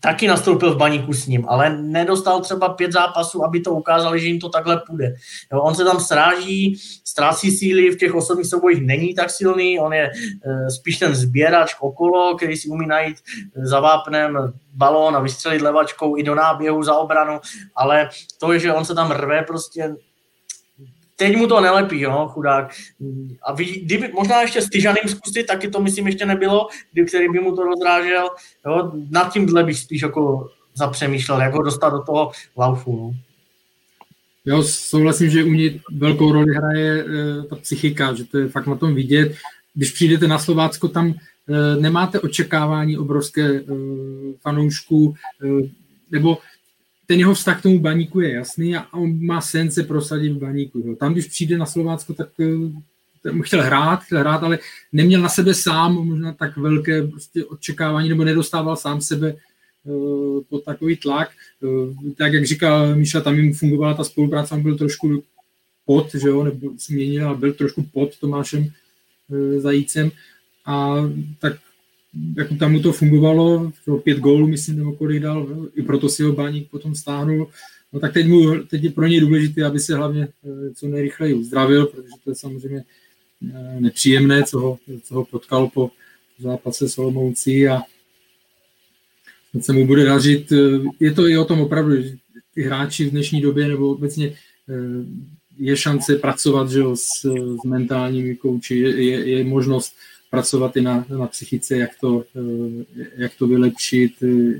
taky nastoupil v Baníku s ním, ale nedostal třeba 5 zápasů, aby to ukázali, že jim to takhle půjde. Jo, on se tam sráží, ztrácí síly, v těch osobních soubojích není tak silný, on je spíš ten sběrač okolo, který si umí najít za vápnem balón a vystřelit levačkou i do náběhu za obranu, ale to je, že on se tam rve prostě. Teď mu to nelepí, jo, chudák. A kdyby možná ještě s Tyžaným zkusit, taky to myslím ještě nebylo, který by mu to rozrážel. Jo, nad tímhle bych spíš jako zapřemýšlel, jak ho dostat do toho laufu. No. Jo, souhlasím, že u něj velkou roli hraje ta psychika, že to je fakt na tom vidět. Když přijdete na Slovácko, tam nemáte očekávání obrovské fanoušků, nebo ten jeho vztah k tomu Baníku je jasný a on má sen se prosadit v Baníku. Jo. Tam, když přijde na Slovácko, tak chtěl hrát, ale neměl na sebe sám možná tak velké prostě očekávání, nebo nedostával sám sebe pod takový tlak. Tak, jak říkal Míša, tam jim fungovala ta spolupráce, on byl trošku pod, že jo, nebo změnil, ale byl trošku pod Tomášem Zajícem a tak jako tam mu to fungovalo, 5 gólů, myslím, nebo kolik dal, i proto si ho Baník potom stáhnul. No tak teď je pro něj důležité, aby se hlavně co nejrychleji uzdravil, protože to je samozřejmě nepříjemné, co ho potkalo po zápase s Olomoucí a se mu bude dařit. Je to i o tom opravdu, že ty hráči v dnešní době, nebo obecně je šance pracovat, že jo, s mentálními kouči, je možnost pracovat i na psychice, jak to vylepšit.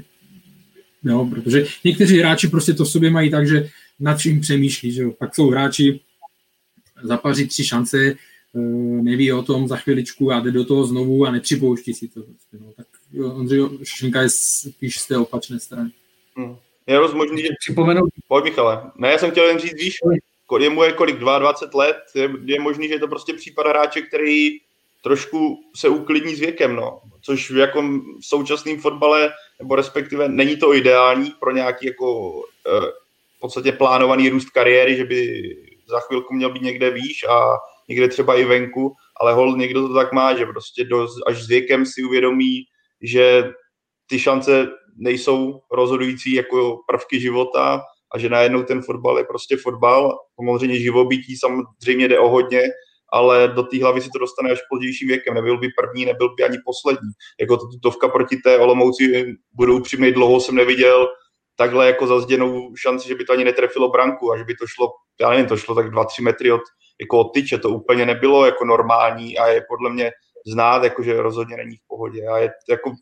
Jo, protože někteří hráči prostě to v sobě mají tak, že nad čím přemýšlí. Že jo. Pak jsou hráči, zapaří 3 šance, neví o tom za chviličku a jde do toho znovu a nepřipouští si to. Prostě, no. Tak Ondřej Šašenka je spíš z té opačné strany. Je možný, že připomenu. Pojď, Michale. Ne, já jsem chtěl jen říct, víš, je mu je kolik, 22 let, je možný, že je to prostě případ hráče, který trošku se uklidní s věkem, no. Což jako v současném fotbale, nebo respektive není to ideální pro nějaký jako v podstatě plánovaný růst kariéry, že by za chvilku měl být někde výš a někde třeba i venku, ale hol někdo to tak má, že prostě až s věkem si uvědomí, že ty šance nejsou rozhodující jako prvky života a že najednou ten fotbal je prostě fotbal. Samozřejmě živobytí samozřejmě jde o hodně, ale do té hlavy si to dostane až pozdějším věkem. Nebyl by první, nebyl by ani poslední. Jako to tutovka proti té Olomouci, budu upřímnej, dlouho jsem neviděl takhle jako zazděnou šanci, že by to ani netrefilo branku a že by to šlo, já nevím, to šlo tak 2-3 metry od tyče. To úplně nebylo jako normální a je podle mě znát, jako, že rozhodně není v pohodě. A je jako,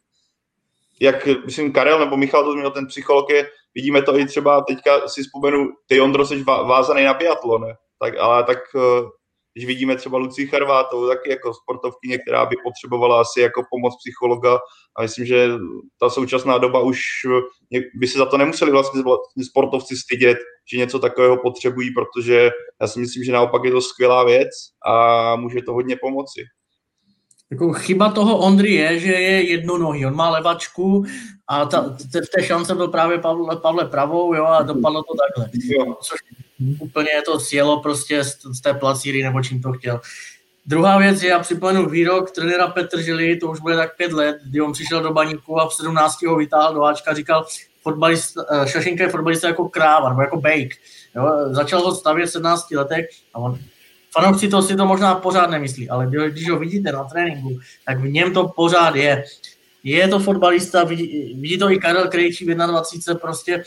jak myslím Karel nebo Michal to zmínil, ten psycholog je, vidíme to i třeba, teďka si vzpomenu, ty Ondro, jsi vázaný na biatlon, ne? Ale tak když vidíme třeba Lucii Charvátovou, taky jako sportovkyně, která by potřebovala asi jako pomoc psychologa a myslím, že ta současná doba už by se za to nemuseli vlastně sportovci stydět, že něco takového potřebují, protože já si myslím, že naopak je to skvělá věc a může to hodně pomoci. Jako chyba toho Ondry je, že je jednonohý, on má levačku a v té šance byl právě Pavle pravou, jo, a dopadlo to takhle. Jo. Což úplně to sjelo prostě z té placíry, nebo čím to chtěl. Druhá věc je, já připomenu výrok trenéra Petržely, to už bude tak 5 let, kdy on přišel do Baníku a v 17. ho vytáhl do Ačka, říkal, Šašenka je fotbalista jako kráva, nebo jako bejk. Jo, začal ho stavět v 17 letech a on fanoušci to si to možná pořád nemyslí, ale když ho vidíte na tréninku, tak v něm to pořád je. Je to fotbalista, vidí to i Karel Krejčí v 21, prostě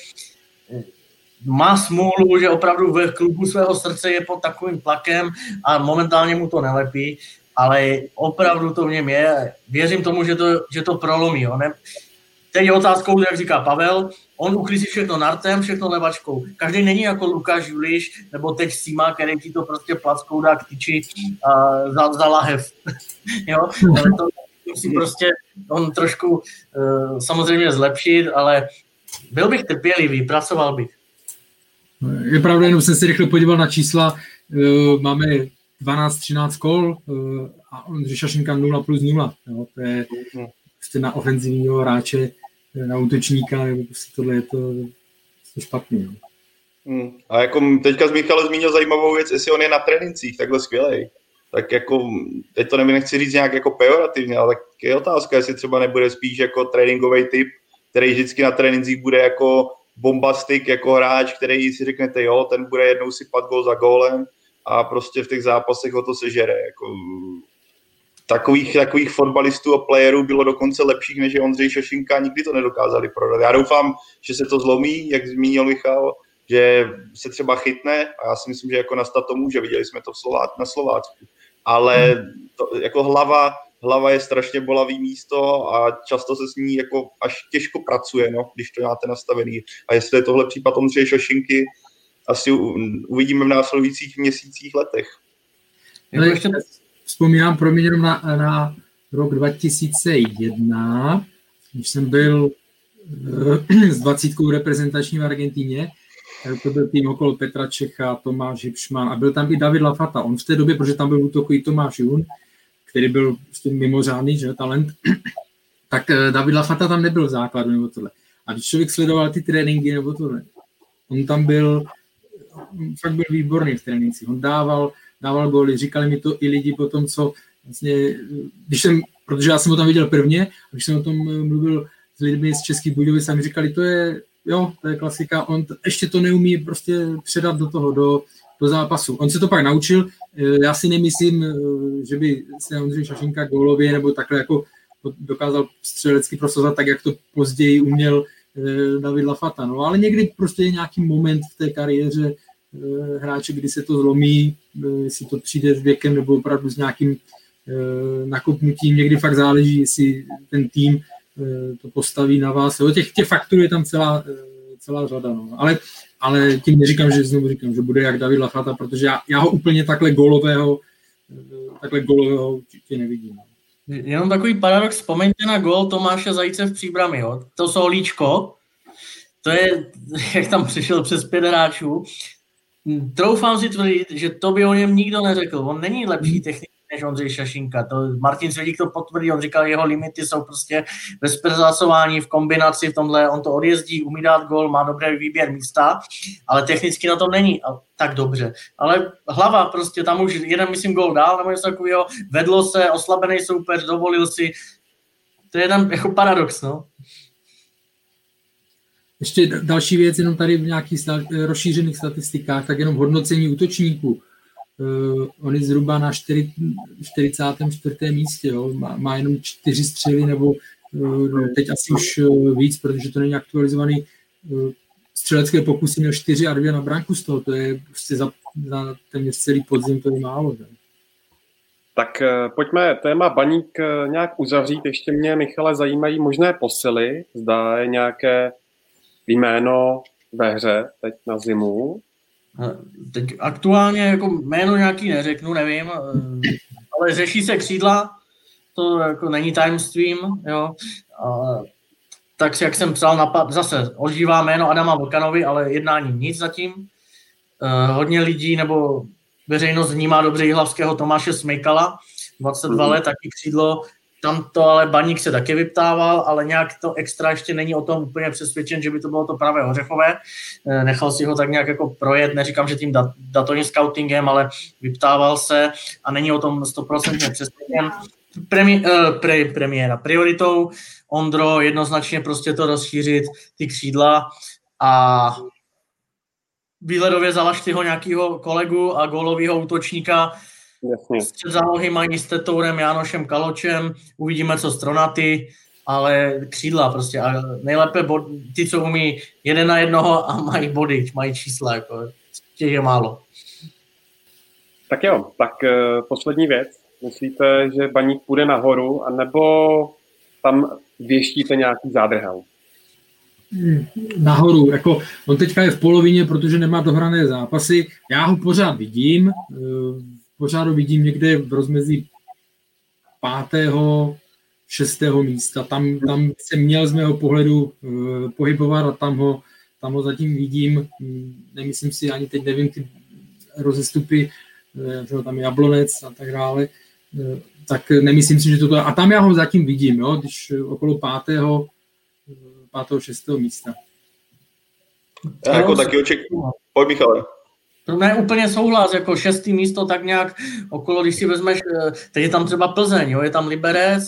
má smůlu, že opravdu v klubu svého srdce je pod takovým tlakem a momentálně mu to nelepí, ale opravdu to v něm je. Věřím tomu, že to prolomí. Jo? Teď je otázkou, jak říká Pavel, on uklízí všechno nartem, všechno levačkou. Každý není jako Lukáš Juliš, nebo teď Sima, který ti to prostě plackou dá k tyči za lahev. Jo? Ale to musí prostě on trošku samozřejmě zlepšit, ale byl bych trpělivý, pracoval bych. Je pravda, jenom jsem si rychle podíval na čísla. Máme 12-13 kol a Ondřej Šašenka 0+0. Jo? To je na ofenzivního hráče, na útočníka, nebo prostě tohle je to špatný. Jo? A jako teďka Michal zmínil zajímavou věc, jestli on je na trénincích takhle skvělej. Tak jako, teď to nechci říct nějak jako pejorativně, ale tak je otázka, jestli třeba nebude spíš jako tréninkový typ, který vždycky na trénincích bude jako bombastik, jako hráč, který si řeknete, jo, ten bude jednou sypat gól za gólem a prostě v těch zápasech ho to sežere. Jako, takových fotbalistů a playerů bylo dokonce lepších, než je Ondřej Šašinka, nikdy to nedokázali prodat. Já doufám, že se to zlomí, jak zmínil Michal, že se třeba chytne a já si myslím, že jako nastat to může, viděli jsme to na Slovácku. Ale to, jako hlava je strašně bolavý místo a často se s ní jako až těžko pracuje, no, když to máte nastavený. A jestli je tohle případ Ondřeje Šašinky, asi uvidíme v následujících měsících, letech. No, ještě vzpomínám jenom na rok 2001, když jsem byl s 20 reprezentační v Argentíně, to byl tým okolo Petra Čecha, Tomáš Hipšman a byl tam i David Lafata. On v té době, protože tam byl útokový Tomáš Jun, který byl prostě mimořádný, že, talent, tak David Lafata tam nebyl v základu nebo tohle. A když člověk sledoval ty tréninky nebo tohle, on tam byl, fakt byl výborný v trénincích. On dával góly, říkali mi to i lidi potom, co vlastně, protože já jsem ho tam viděl prvně, a když jsem o tom mluvil s lidmi z Českých Budějovic, mi říkali, to je klasika, on ještě to neumí prostě předat do zápasu. On se to pak naučil, já si nemyslím, že by se Ondřej Šašinka gólově nebo takhle jako dokázal střelecky prosazovat tak, jak to později uměl David Lafata. No, ale někdy prostě je nějaký moment v té kariéře hráče, kdy se to zlomí, jestli to přijde s věkem nebo opravdu s nějakým nakopnutím. Někdy fakt záleží, jestli ten tým to postaví na vás. Těch faktorů je tam celá řada. No. Ale tím neříkám, že bude jak David Lafata, protože já ho úplně takhle gólového určitě nevidím. Jenom takový paradox, vzpomeňte na gól Tomáše Zajíce v Příbrami, jo? To solíčko, to je, jak tam přišel přes 5 hráčů. Troufám si tvrdit, že to by o něm nikdo neřekl. On není lepší technik než Ondřej Šašinka. To Martin Svědík to potvrdí, on říkal, jeho limity jsou prostě ve zpracování, v kombinaci, v tomhle, on to odjezdí, umí dát gól, má dobrý výběr místa, ale technicky na tom není tak dobře. Ale hlava prostě, tam už jeden, myslím, gól dál, nebo něco takového, vedlo se, oslabený soupeř, dovolil si. To je tam jako paradox, no. Ještě další věc, jenom tady v nějakých rozšířených statistikách, tak jenom hodnocení útočníků. On je zhruba na 44. místě, jo. Má jenom 4 střely, nebo teď asi už víc, protože to není aktualizovaný. Střelecké pokusy měl 4 a 2 na branku z toho, to je prostě za téměř celý podzim, to je málo. Ne? Tak pojďme téma Baník nějak uzavřít. Ještě mě, Michale, zajímají možné posily. Zda je nějaké jméno ve hře teď na zimu. Teď aktuálně jako jméno nějaký neřeknu, nevím, ale řeší se křídla, to jako není tajemstvím, jo. Tak jak jsem psal, zase ožívá jméno Adama Vlkanovi, ale jednání nic zatím. Hodně lidí nebo veřejnost vnímá dobře jihlavského Tomáše Smejkala, 22 let, taky křídlo. Tam to ale Baník se taky vyptával, ale nějak to extra ještě není o tom úplně přesvědčen, že by to bylo to pravé ořechové. Nechal si ho tak nějak jako projet, neříkám, že tím datovým scoutingem, ale vyptával se a není o tom 100% přesvědčen. Prioritou Ondro jednoznačně prostě to rozšířit ty křídla a výhledově zalažte nějakého kolegu a gólového útočníka. Střed zálohy mají s Tetourem, Jánošem Kaločem, uvidíme, co Stronaty, ale křídla prostě a nejlépe ty, co umí 1 na 1 a mají body, mají čísla, jako, těch je málo. Tak jo, tak poslední věc. Myslíte, že Baník půjde nahoru, anebo tam věštíte nějaký zádrhel? Nahoru, jako on teďka je v polovině, protože nemá dohrané zápasy. Já ho pořád vidím, někde v rozmezí 5., 6. místa. Tam se měl z mého pohledu pohybovat a tam ho zatím vidím. Nemyslím si, ani teď nevím ty rozestupy, že tam je Jablonec a tak dále. Tak nemyslím si, že to... A tam já ho zatím vidím, jo, když okolo 5., 6. místa. Já jako taky očekávám. Pojď, Michale. To ne úplně souhlas, jako 6. místo tak nějak okolo, když si vezmeš, teď je tam třeba Plzeň, jo, je tam Liberec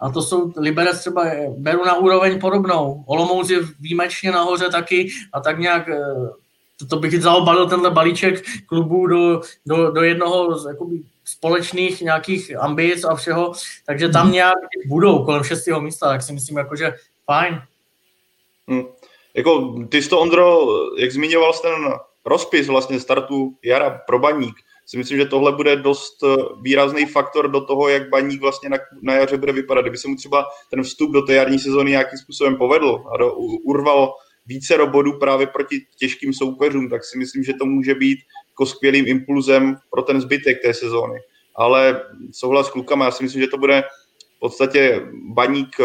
A to jsou, Liberec třeba beru na úroveň podobnou. Olomouc je výjimečně nahoře taky a tak nějak, to bych zaobalil tenhle balíček klubů do jednoho z jakoby společných nějakých ambic a všeho, takže tam nějak budou kolem 6. místa, tak si myslím, jakože fajn. Jako, ty jsi to, Ondro, jak zmiňoval jsi ten rozpis vlastně startu jara pro Baník, si myslím, že tohle bude dost výrazný faktor do toho, jak Baník vlastně na jaře bude vypadat. Kdyby se mu třeba ten vstup do té jarní sezóny nějakým způsobem povedl a urval více bodů právě proti těžkým soupeřům, tak si myslím, že to může být jako skvělým impulzem pro ten zbytek té sezóny. Ale souhlas s klukama, já si myslím, že to bude v podstatě Baník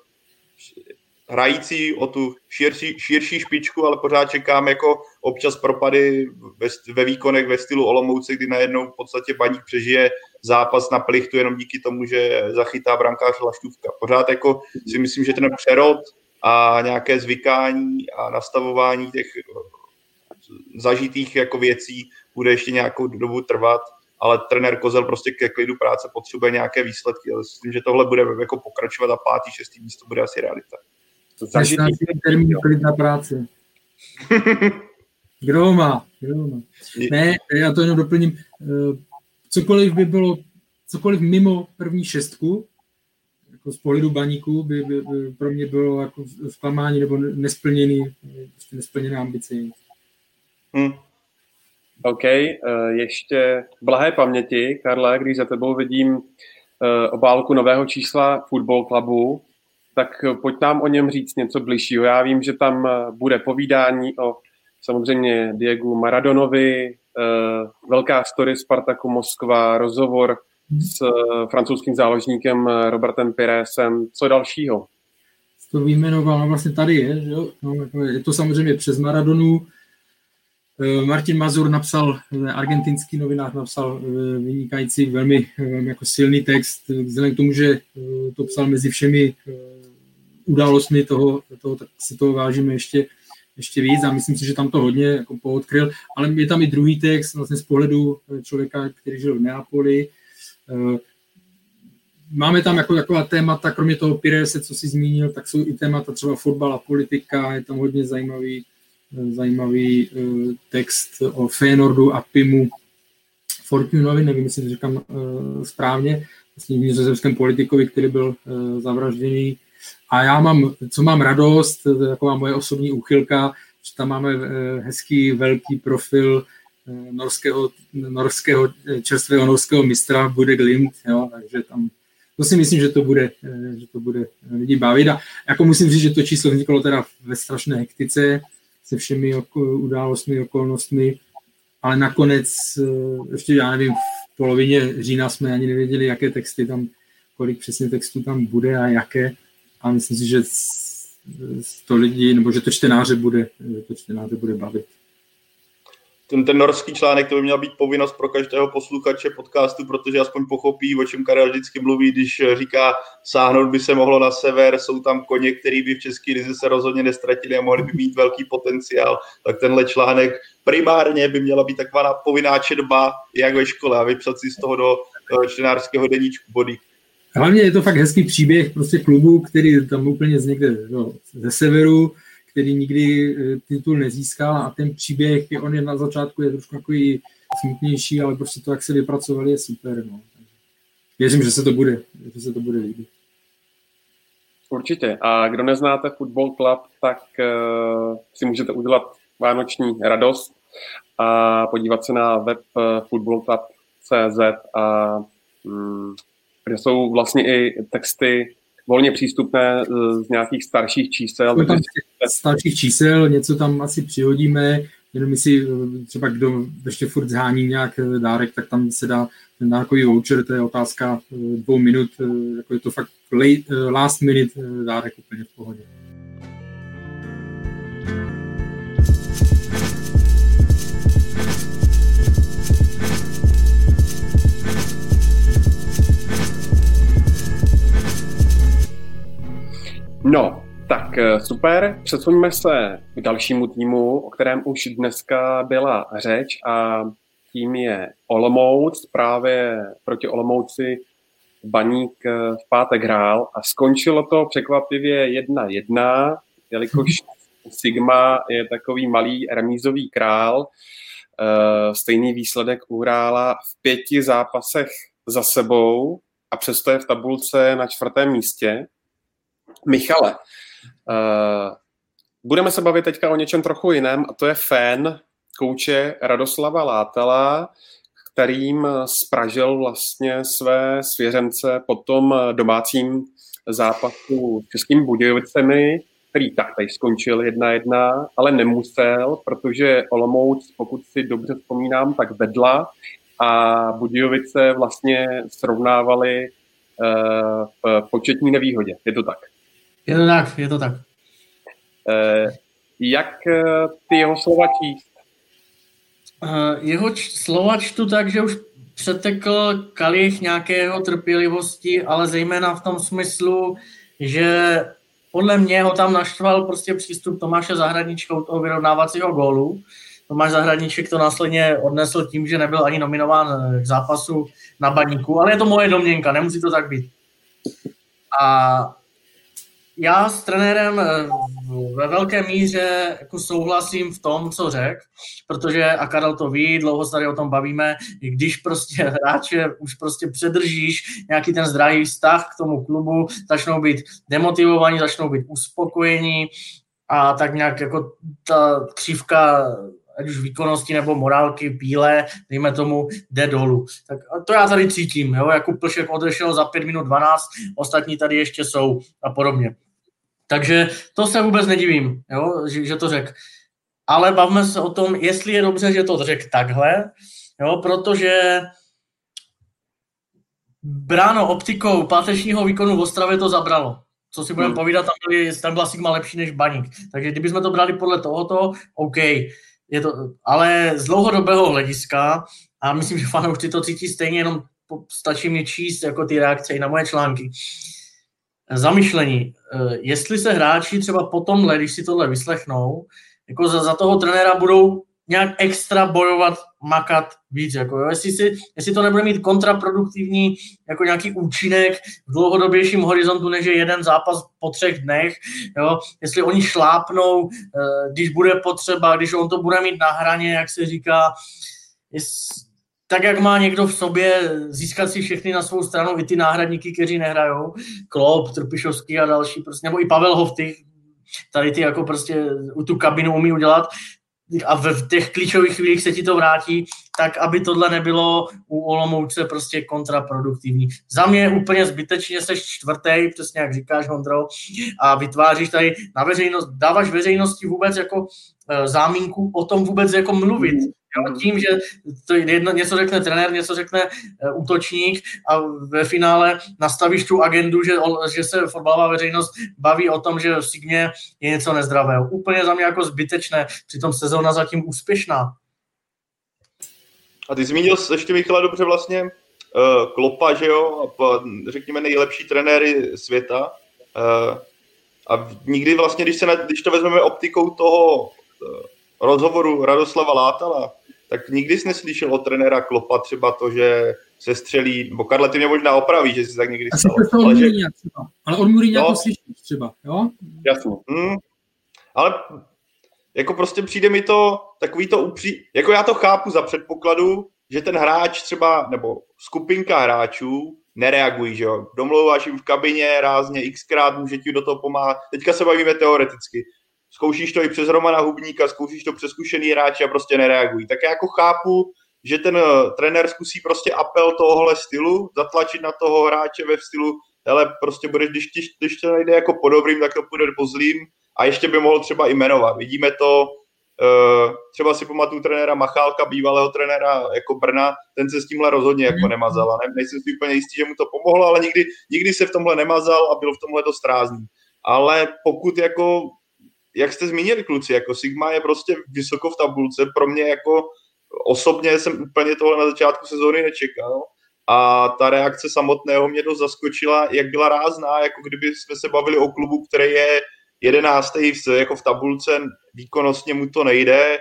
hrající o tu širší špičku, ale pořád čekám jako občas propady ve výkonech ve stylu Olomouce, kdy najednou v podstatě Baník přežije zápas na plichtu jenom díky tomu, že zachytá brankář Laštůvka. Pořád jako si myslím, že ten přerod a nějaké zvykání a nastavování těch zažitých jako věcí bude ještě nějakou dobu trvat, ale trenér Kozel prostě ke klidu práce potřebuje nějaké výsledky. Ale myslím, že tohle bude jako pokračovat a 5., 6. místo bude asi realita. Zažitý termín klid na práci. Kdo ho má? Ne, já to jenom doplním. Cokoliv by bylo, cokoliv mimo první 6, jako z pohledu Baníku, by pro mě bylo jako zklamání nebo nesplněné ambice. OK, ještě blahé paměti, Karle, když za tebou vidím obálku nového čísla Football Clubu, tak pojď nám o něm říct něco bližšího. Já vím, že tam bude povídání o samozřejmě Diegu Maradonovi, velká story Spartaku Moskva, rozhovor s francouzským záložníkem Robertem Piresem. Co dalšího? To vyjmenoval, no vlastně tady je, že jo? No, je to samozřejmě přes Maradonu. Martin Mazur napsal, argentinský novinář napsal vynikající, velmi jako silný text, vzhledem k tomu, že to psal mezi všemi událostmi toho tak si toho vážíme ještě víc a myslím si, že tam to hodně jako poodkryl, ale je tam i druhý text vlastně z pohledu člověka, který žil v Neapoli. Máme tam jako taková témata, kromě toho Pirese, co si zmínil, tak jsou i témata třeba fotbal a politika, je tam hodně zajímavý text o Feyenoordu a Pimu Fortunovi, nevím, jestli to říkám správně, vlastně nizozemském politikovi, který byl zavražděný. A já mám radost, to je taková moje osobní úchylka, že tam máme hezký velký profil čerstvého norského mistra Bude Glimt, jo, takže tam to si myslím, že to bude lidi bavit. A jako musím říct, že to číslo vzniklo teda ve strašné hektice se všemi událostmi, okolnostmi, ale nakonec, ještě já nevím, v polovině října jsme ani nevěděli, jaké texty tam, kolik přesně textů tam bude a jaké. A myslím si, že to lidi, nebo že to čtenáře bude bavit. Ten norský článek, to by měla být povinnost pro každého posluchače podcastu, protože aspoň pochopí, o čem Karel vždycky mluví, když říká, sáhnout by se mohlo na sever, jsou tam koně, který by v české lize se rozhodně nestratili a mohli by mít velký potenciál, tak tenhle článek primárně by měla být taková povinná četba, jak ve škole, a vypsat si z toho do čtenářského deníčku body. Hlavně je to fakt hezký příběh prostě klubu, který tam úplně z někde ze severu, který nikdy titul nezískal a ten příběh, on je na začátku je trošku takový smutnější, ale prostě to, jak se vypracovali, je super. No. Věřím, že se to bude líbit. Určitě. A kdo neznáte Football Club, tak si můžete udělat vánoční radost a podívat se na web footballclub.cz a kde jsou vlastně i texty volně přístupné z nějakých starších čísel. Starších čísel, něco tam asi přihodíme, jenom jestli třeba kdo ještě furt zhání nějak dárek, tak tam se dá ten dárkový voucher, to je otázka 2 minut, jako je to fakt last minute dárek úplně v pohodě. No, tak super. Přesuňme se k dalšímu týmu, o kterém už dneska byla řeč a tím je Olomouc. Právě proti Olomouci Baník v pátek hrál a skončilo to překvapivě 1-1, jelikož Sigma je takový malý remízový král. Stejný výsledek uhrála v 5 zápasech za sebou a přesto je v tabulce na 4. místě. Michale, budeme se bavit teďka o něčem trochu jiném a to je fén kouče Radoslava Látala, kterým spražil vlastně své svěřence po tom domácím zápasu s Českými Budějovicemi, který taktéž skončil 1-1, ale nemusel, protože Olomouc, pokud si dobře vzpomínám, tak vedla a Budějovice vlastně srovnávali v početní nevýhodě. Je to tak? Je to tak. Jak ty jeho slova číst? Jeho slova čtu tak, že už přetekl kalich nějakého trpělivosti, ale zejména v tom smyslu, že podle mě ho tam naštval prostě přístup Tomáše Zahradníčka u toho vyrovnávacího gólu. Tomáš Zahradníček to následně odnesl tím, že nebyl ani nominován k zápasu na Baníku, ale je to moje domněnka, nemusí to tak být. A já s trenérem ve velké míře jako souhlasím v tom, co řekl, protože a Karel to ví, dlouho se tady o tom bavíme, i když prostě hráče už prostě předržíš nějaký ten zdravý vztah k tomu klubu, začnou být demotivovaní, začnou být uspokojení a tak nějak jako ta křívka ať už výkonnosti nebo morálky, píle, dejme tomu, jde dolů. Tak to já tady cítím, jo? Jakub Plšek odešel za 5 minut 12, ostatní tady ještě jsou a podobně. Takže to se vůbec nedivím, jo? Že to řekl. Ale bavme se o tom, jestli je dobře, že to řekl takhle, jo? Protože bráno optikou pátečního výkonu v Ostravě to zabralo. Co si budeme povídat, tam byla Sigma lepší než Baník. Takže kdybychom to brali podle tohoto, OK. Je to, ale z dlouhodobého hlediska, a myslím, že fanoušci to cítí stejně, jenom stačí mi číst jako ty reakce i na moje články. Zamyšlení. Jestli se hráči třeba po tomhle, když si tohle vyslechnou, jako za toho trenéra budou nějak extra bojovat, makat víc. Jako, jo. Jestli to nebude mít kontraproduktivní jako nějaký účinek v dlouhodobějším horizontu, než je jeden zápas po 3 dnech, jo. Jestli oni šlápnou, když bude potřeba, když on to bude mít na hraně, jak se říká, tak jak má někdo v sobě získat si všechny na svou stranu, i ty náhradníky, kteří nehrajou, Klopp, Trpišovský a další, prostě, nebo i Pavel Hovty, tady ty jako prostě tu kabinu umí udělat, a v těch klíčových chvílích se ti to vrátí, tak aby tohle nebylo u Olomouce prostě kontraproduktivní. Za mě úplně zbytečně seš 4., přesně jak říkáš, Ondro, a vytváříš tady na veřejnost, dáváš veřejnosti vůbec jako záminku o tom vůbec jako mluvit. Jo, tím, že to něco řekne trenér, něco řekne útočník a ve finále nastavíš tu agendu, že se fotbalová veřejnost baví o tom, že v Sigmě je něco nezdravého. Úplně za mě jako zbytečné, přitom sezóna zatím úspěšná. A ty zmínil ještě, Michale, dobře vlastně Kloppa, že jo, a řekněme nejlepší trenéry světa. A nikdy vlastně, když to vezmeme optikou toho rozhovoru Radoslava Látala, tak nikdy jsi neslyšel od trenéra Kloppa třeba to, že se střelí, nebo Karle, ty mě možná opraví, že si tak někdy stalo. Ale od Mourinha to slyšíš třeba, jo? Jasně. Ale jako prostě přijde mi to takový to jako já to chápu za předpokladu, že ten hráč třeba, nebo skupinka hráčů nereagují, že jo. Domlouváš jim v kabině rázně xkrát, může ti do toho pomáhat. Teďka se bavíme teoreticky. Zkoušíš to i přes Romana Hubníka, zkoušíš to přes zkušený hráči a prostě nereagují. Tak já jako chápu, že ten trenér zkusí prostě apel tohohle stylu, zatlačit na toho hráče ve stylu, hele, prostě budeš, když to nejde jako po dobrým, tak to půjde po zlým a ještě by mohl třeba i jmenovat. Vidíme to, třeba si pamatuju trenéra Machálka, bývalého trenéra jako Brna, ten se s tímhle rozhodně jako nemazal. Nejsem si úplně jistý, že mu to pomohlo, ale nikdy se v tomhle nemazal a byl v tomhle dost rázný. Ale pokud jako jak jste zmínili, kluci, jako Sigma je prostě vysoko v tabulce, pro mě jako osobně jsem úplně tohle na začátku sezóny nečekal a ta reakce samotného mě dost zaskočila, jak byla rázná, jako kdyby jsme se bavili o klubu, který je 11. jako v tabulce, výkonnostně mu to nejde,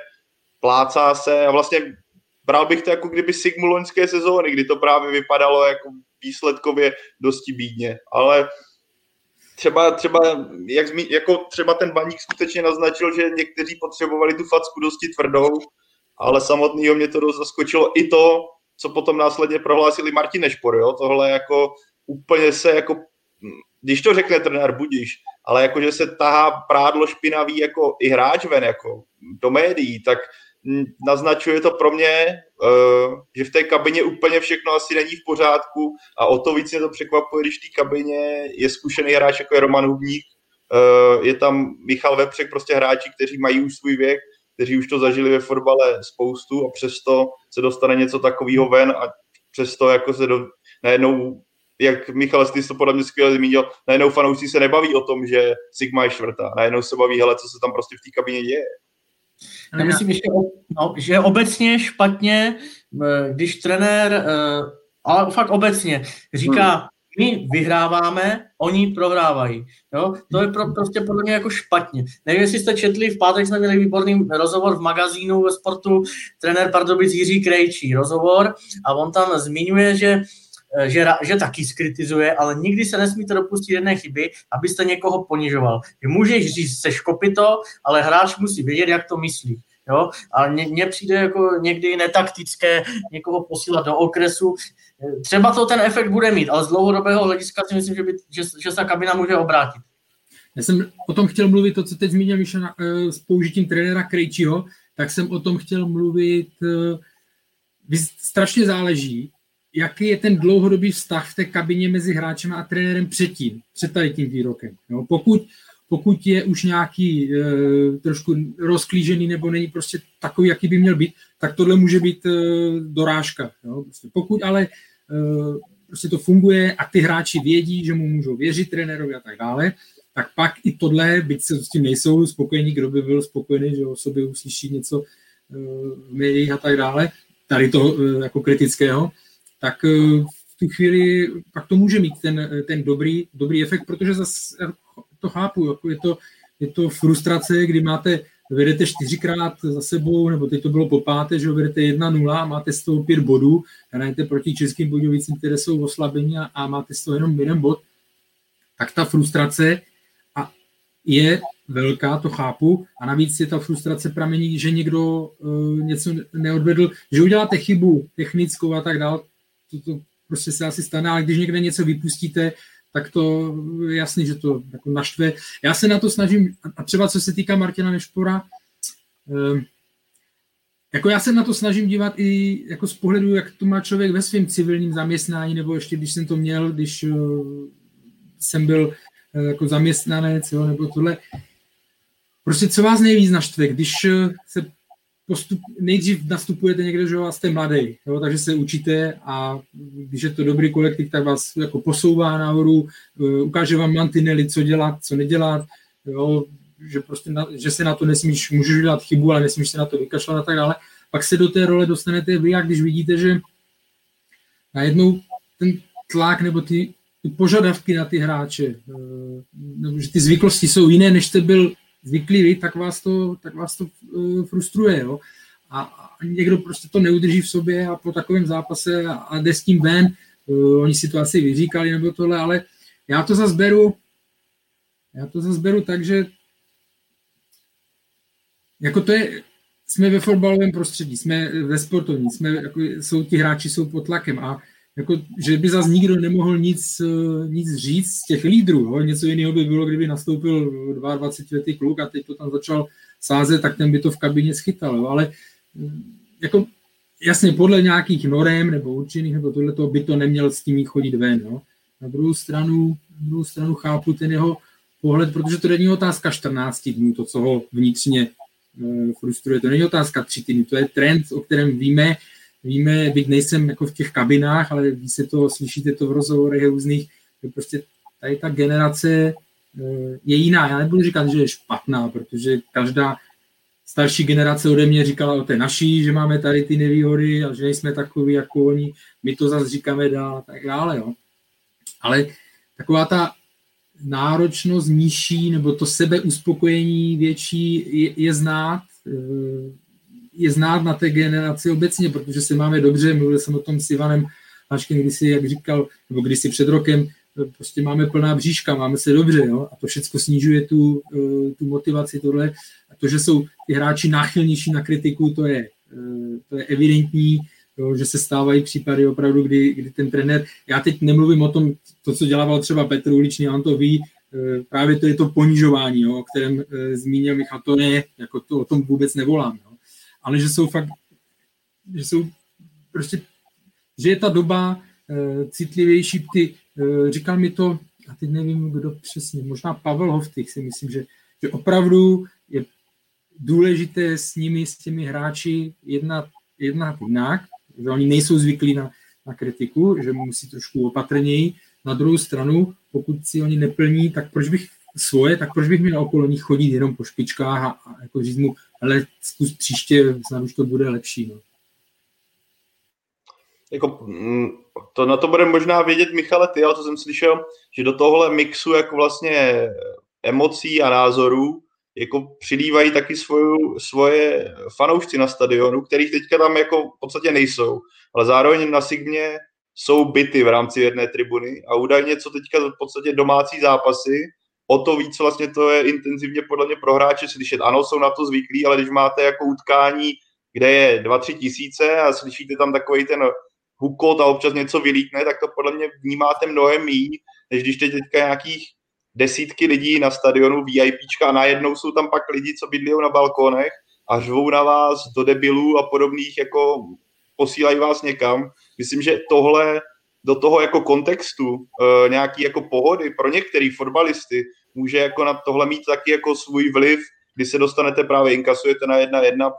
plácá se a vlastně bral bych to jako kdyby Sigmu loňské sezóny, kdy to právě vypadalo jako výsledkově dosti bídně, ale třeba jako třeba ten Baník skutečně naznačil, že někteří potřebovali tu facku dosti tvrdou, ale samotného mě to dost zaskočilo i to, co potom následně prohlásili Martin Nešpor, jo, tohle jako úplně se jako, když to řekne trenér, budíš, ale jako, že se tahá prádlo špinavý jako i hráč ven, jako do médií, tak naznačuje to pro mě, že v té kabině úplně všechno asi není v pořádku a o to víc mě to překvapuje, když v té kabině je zkušený hráč, jako je Roman Hubník, je tam Michal Vepřek, prostě hráči, kteří mají už svůj věk, kteří už to zažili ve fotbale spoustu a přesto se dostane něco takového ven a přesto jako se najednou, jak Michal, ty to podle mě skvěle zmínil, najednou fanoušci se nebaví o tom, že Sigma je čtvrtá, najednou se baví, hele, co se tam prostě v té kabině děje. Já myslím, že obecně špatně, když trenér, ale fakt obecně, říká, my vyhráváme, oni prohrávají. Jo? To je prostě podle mě jako špatně. Nevím, jestli jste četli, v pátek jsme měli výborný rozhovor v magazínu ve Sportu, trenér Pardubic Jiří Krejčí rozhovor a on tam zmiňuje, že taky skritizuje, ale nikdy se nesmíte dopustit jedné chyby, abyste někoho ponižoval. Že můžeš říct, seš kopyto, ale hráč musí vědět, jak to myslí. Jo? A mně přijde jako někdy netaktické někoho posílat do okresu. Třeba to ten efekt bude mít, ale z dlouhodobého hlediska si myslím, že se kabina může obrátit. Já jsem o tom chtěl mluvit, to, co teď zmínil Míša s použitím trenéra Krejčího, tak jsem o tom chtěl mluvit, strašně záleží, jaký je ten dlouhodobý vztah v té kabině mezi hráčem a trenérem před tady tím výrokem. Jo? Pokud je už nějaký trošku rozklížený nebo není prostě takový, jaký by měl být, tak tohle může být dorážka. Jo? Prostě pokud ale prostě to funguje a ty hráči vědí, že mu můžou věřit trenérovi a tak dále, tak pak i tohle, byť se s tím nejsou spokojení, kdo by byl spokojený, že o sobě uslyší něco v médiích a tak dále, tady to jako kritického, tak v tu chvíli pak to může mít ten dobrý efekt, protože zase to chápu, jako je to frustrace, kdy vedete 4krát za sebou, nebo teď to bylo po páté, že vedete 1-0 a máte z toho 5 bodů, hrajete proti Českým Budějovicím, které jsou oslabení a máte z toho jenom 1 bod, tak ta frustrace je velká, to chápu, a navíc je ta frustrace pramení, že někdo něco neodvedl, že uděláte chybu technickou a tak dále, to prostě se asi stane, ale když někde něco vypustíte, tak to je jasný, že to jako naštve. Já se na to snažím, a třeba co se týká Martina Nešpora, jako já se na to snažím dívat i jako z pohledu, jak to má člověk ve svém civilním zaměstnání, nebo ještě když jsem to měl, když jsem byl jako zaměstnanec, jo, nebo tohle. Prostě co vás nejvíc naštve, když se nejdřív nastupujete někde, že vás jste mladý, jo, takže se učíte a když je to dobrý kolektiv, tak vás jako posouvá nahoru, ukáže vám mantinely, co dělat, co nedělat, jo, že prostě že se na to můžeš dělat chybu, ale nesmíš se na to vykašlat a tak dále. Pak se do té role dostanete vy a když vidíte, že najednou ten tlak nebo ty požadavky na ty hráče, nebo že ty zvyklosti jsou jiné, než jste byl zvyklý vy, tak vás to frustruje. Jo? A někdo prostě to neudrží v sobě a po takovém zápase a jde s tím ven. Oni si to asi vyříkali nebo tohle, ale já to zase beru tak, že jako to je, jsme ve fotbalovém prostředí, jsme ve sportovní, jsou ti hráči jsou pod tlakem a jako, že by zase nikdo nemohl nic říct z těch lídrů. Jo? Něco jiného by bylo, kdyby nastoupil 22letý kluk a teď to tam začal sázet, tak ten by to v kabině schytal. Jo? Ale jako, jasně podle nějakých norem nebo určených, nebo tohleto by to neměl s tím chodit ven. Jo? Na druhou stranu chápu ten jeho pohled, protože to není otázka 14 dnů, to, co ho vnitřně frustruje. To není otázka 3 týdnů, to je trend, o kterém víme, byť nejsem jako v těch kabinách, ale ví se to, slyšíte to v rozhovorech různých, že prostě tady ta generace je jiná. Já nebudu říkat, že je špatná, protože každá starší generace ode mě říkala o té naší, že máme tady ty nevýhody a že nejsme takový jako oni, my to zase říkáme dál a tak dále. Jo. Ale taková ta náročnost nižší nebo to sebeuspokojení větší je znát na té generaci obecně, protože se máme dobře, mluvil jsem o tom s Ivanem Haškin kdysi, jak říkal, nebo kdysi před rokem, prostě máme plná bříška, máme se dobře, jo? A to všechno snižuje tu motivaci, tohle. A to, že jsou ty hráči náchylnější na kritiku, to je evidentní, jo? Že se stávají případy opravdu, kdy ten trenér, já teď nemluvím o tom, to, co dělával třeba Petr Uličný, on to ví, právě to je to ponižování, jo? O kterém zmínil Michal, to ne, jako to o tom vůbec nevolám, jo? Ale že jsou fakt, že jsou prostě, že je ta doba citlivější, říkal mi to, a teď nevím, kdo přesně, možná Pavel Hoftych si myslím, že opravdu je důležité s těmi hráči jednat jinak, že oni nejsou zvyklí na kritiku, že musí trošku opatrněji. Na druhou stranu, pokud si oni neplní, tak proč bych měl okolo nich chodit jenom po špičkách a jako říct mu, ale zkus příště, snad už to bude lepší. No. Jako, to na to bude možná vědět Michale ty, ale to jsem slyšel, že do tohle mixu jako vlastně emocí a názorů jako přilívají taky svoje fanoušci na stadionu, kterých teďka tam jako v podstatě nejsou, ale zároveň na Sigmě jsou byty v rámci jedné tribuny a údajně, co teďka v podstatě domácí zápasy, o to víc vlastně to je intenzivně podle mě pro hráče slyšet. Ano, jsou na to zvyklí, ale když máte jako utkání, kde je 2-3 tisíce a slyšíte tam takovej ten hukot a občas něco vylítne, tak to podle mě vnímáte mnohem míň, než když teďka nějakých desítky lidí na stadionu VIPčka a najednou jsou tam pak lidi, co bydlí na balkónech a řvou na vás do debilů a podobných, jako posílají vás někam. Myslím, že tohle do toho jako kontextu nějaký jako pohody pro některý fotbalisty může jako na tohle mít taky jako svůj vliv, kdy se dostanete právě, inkasujete na 1-1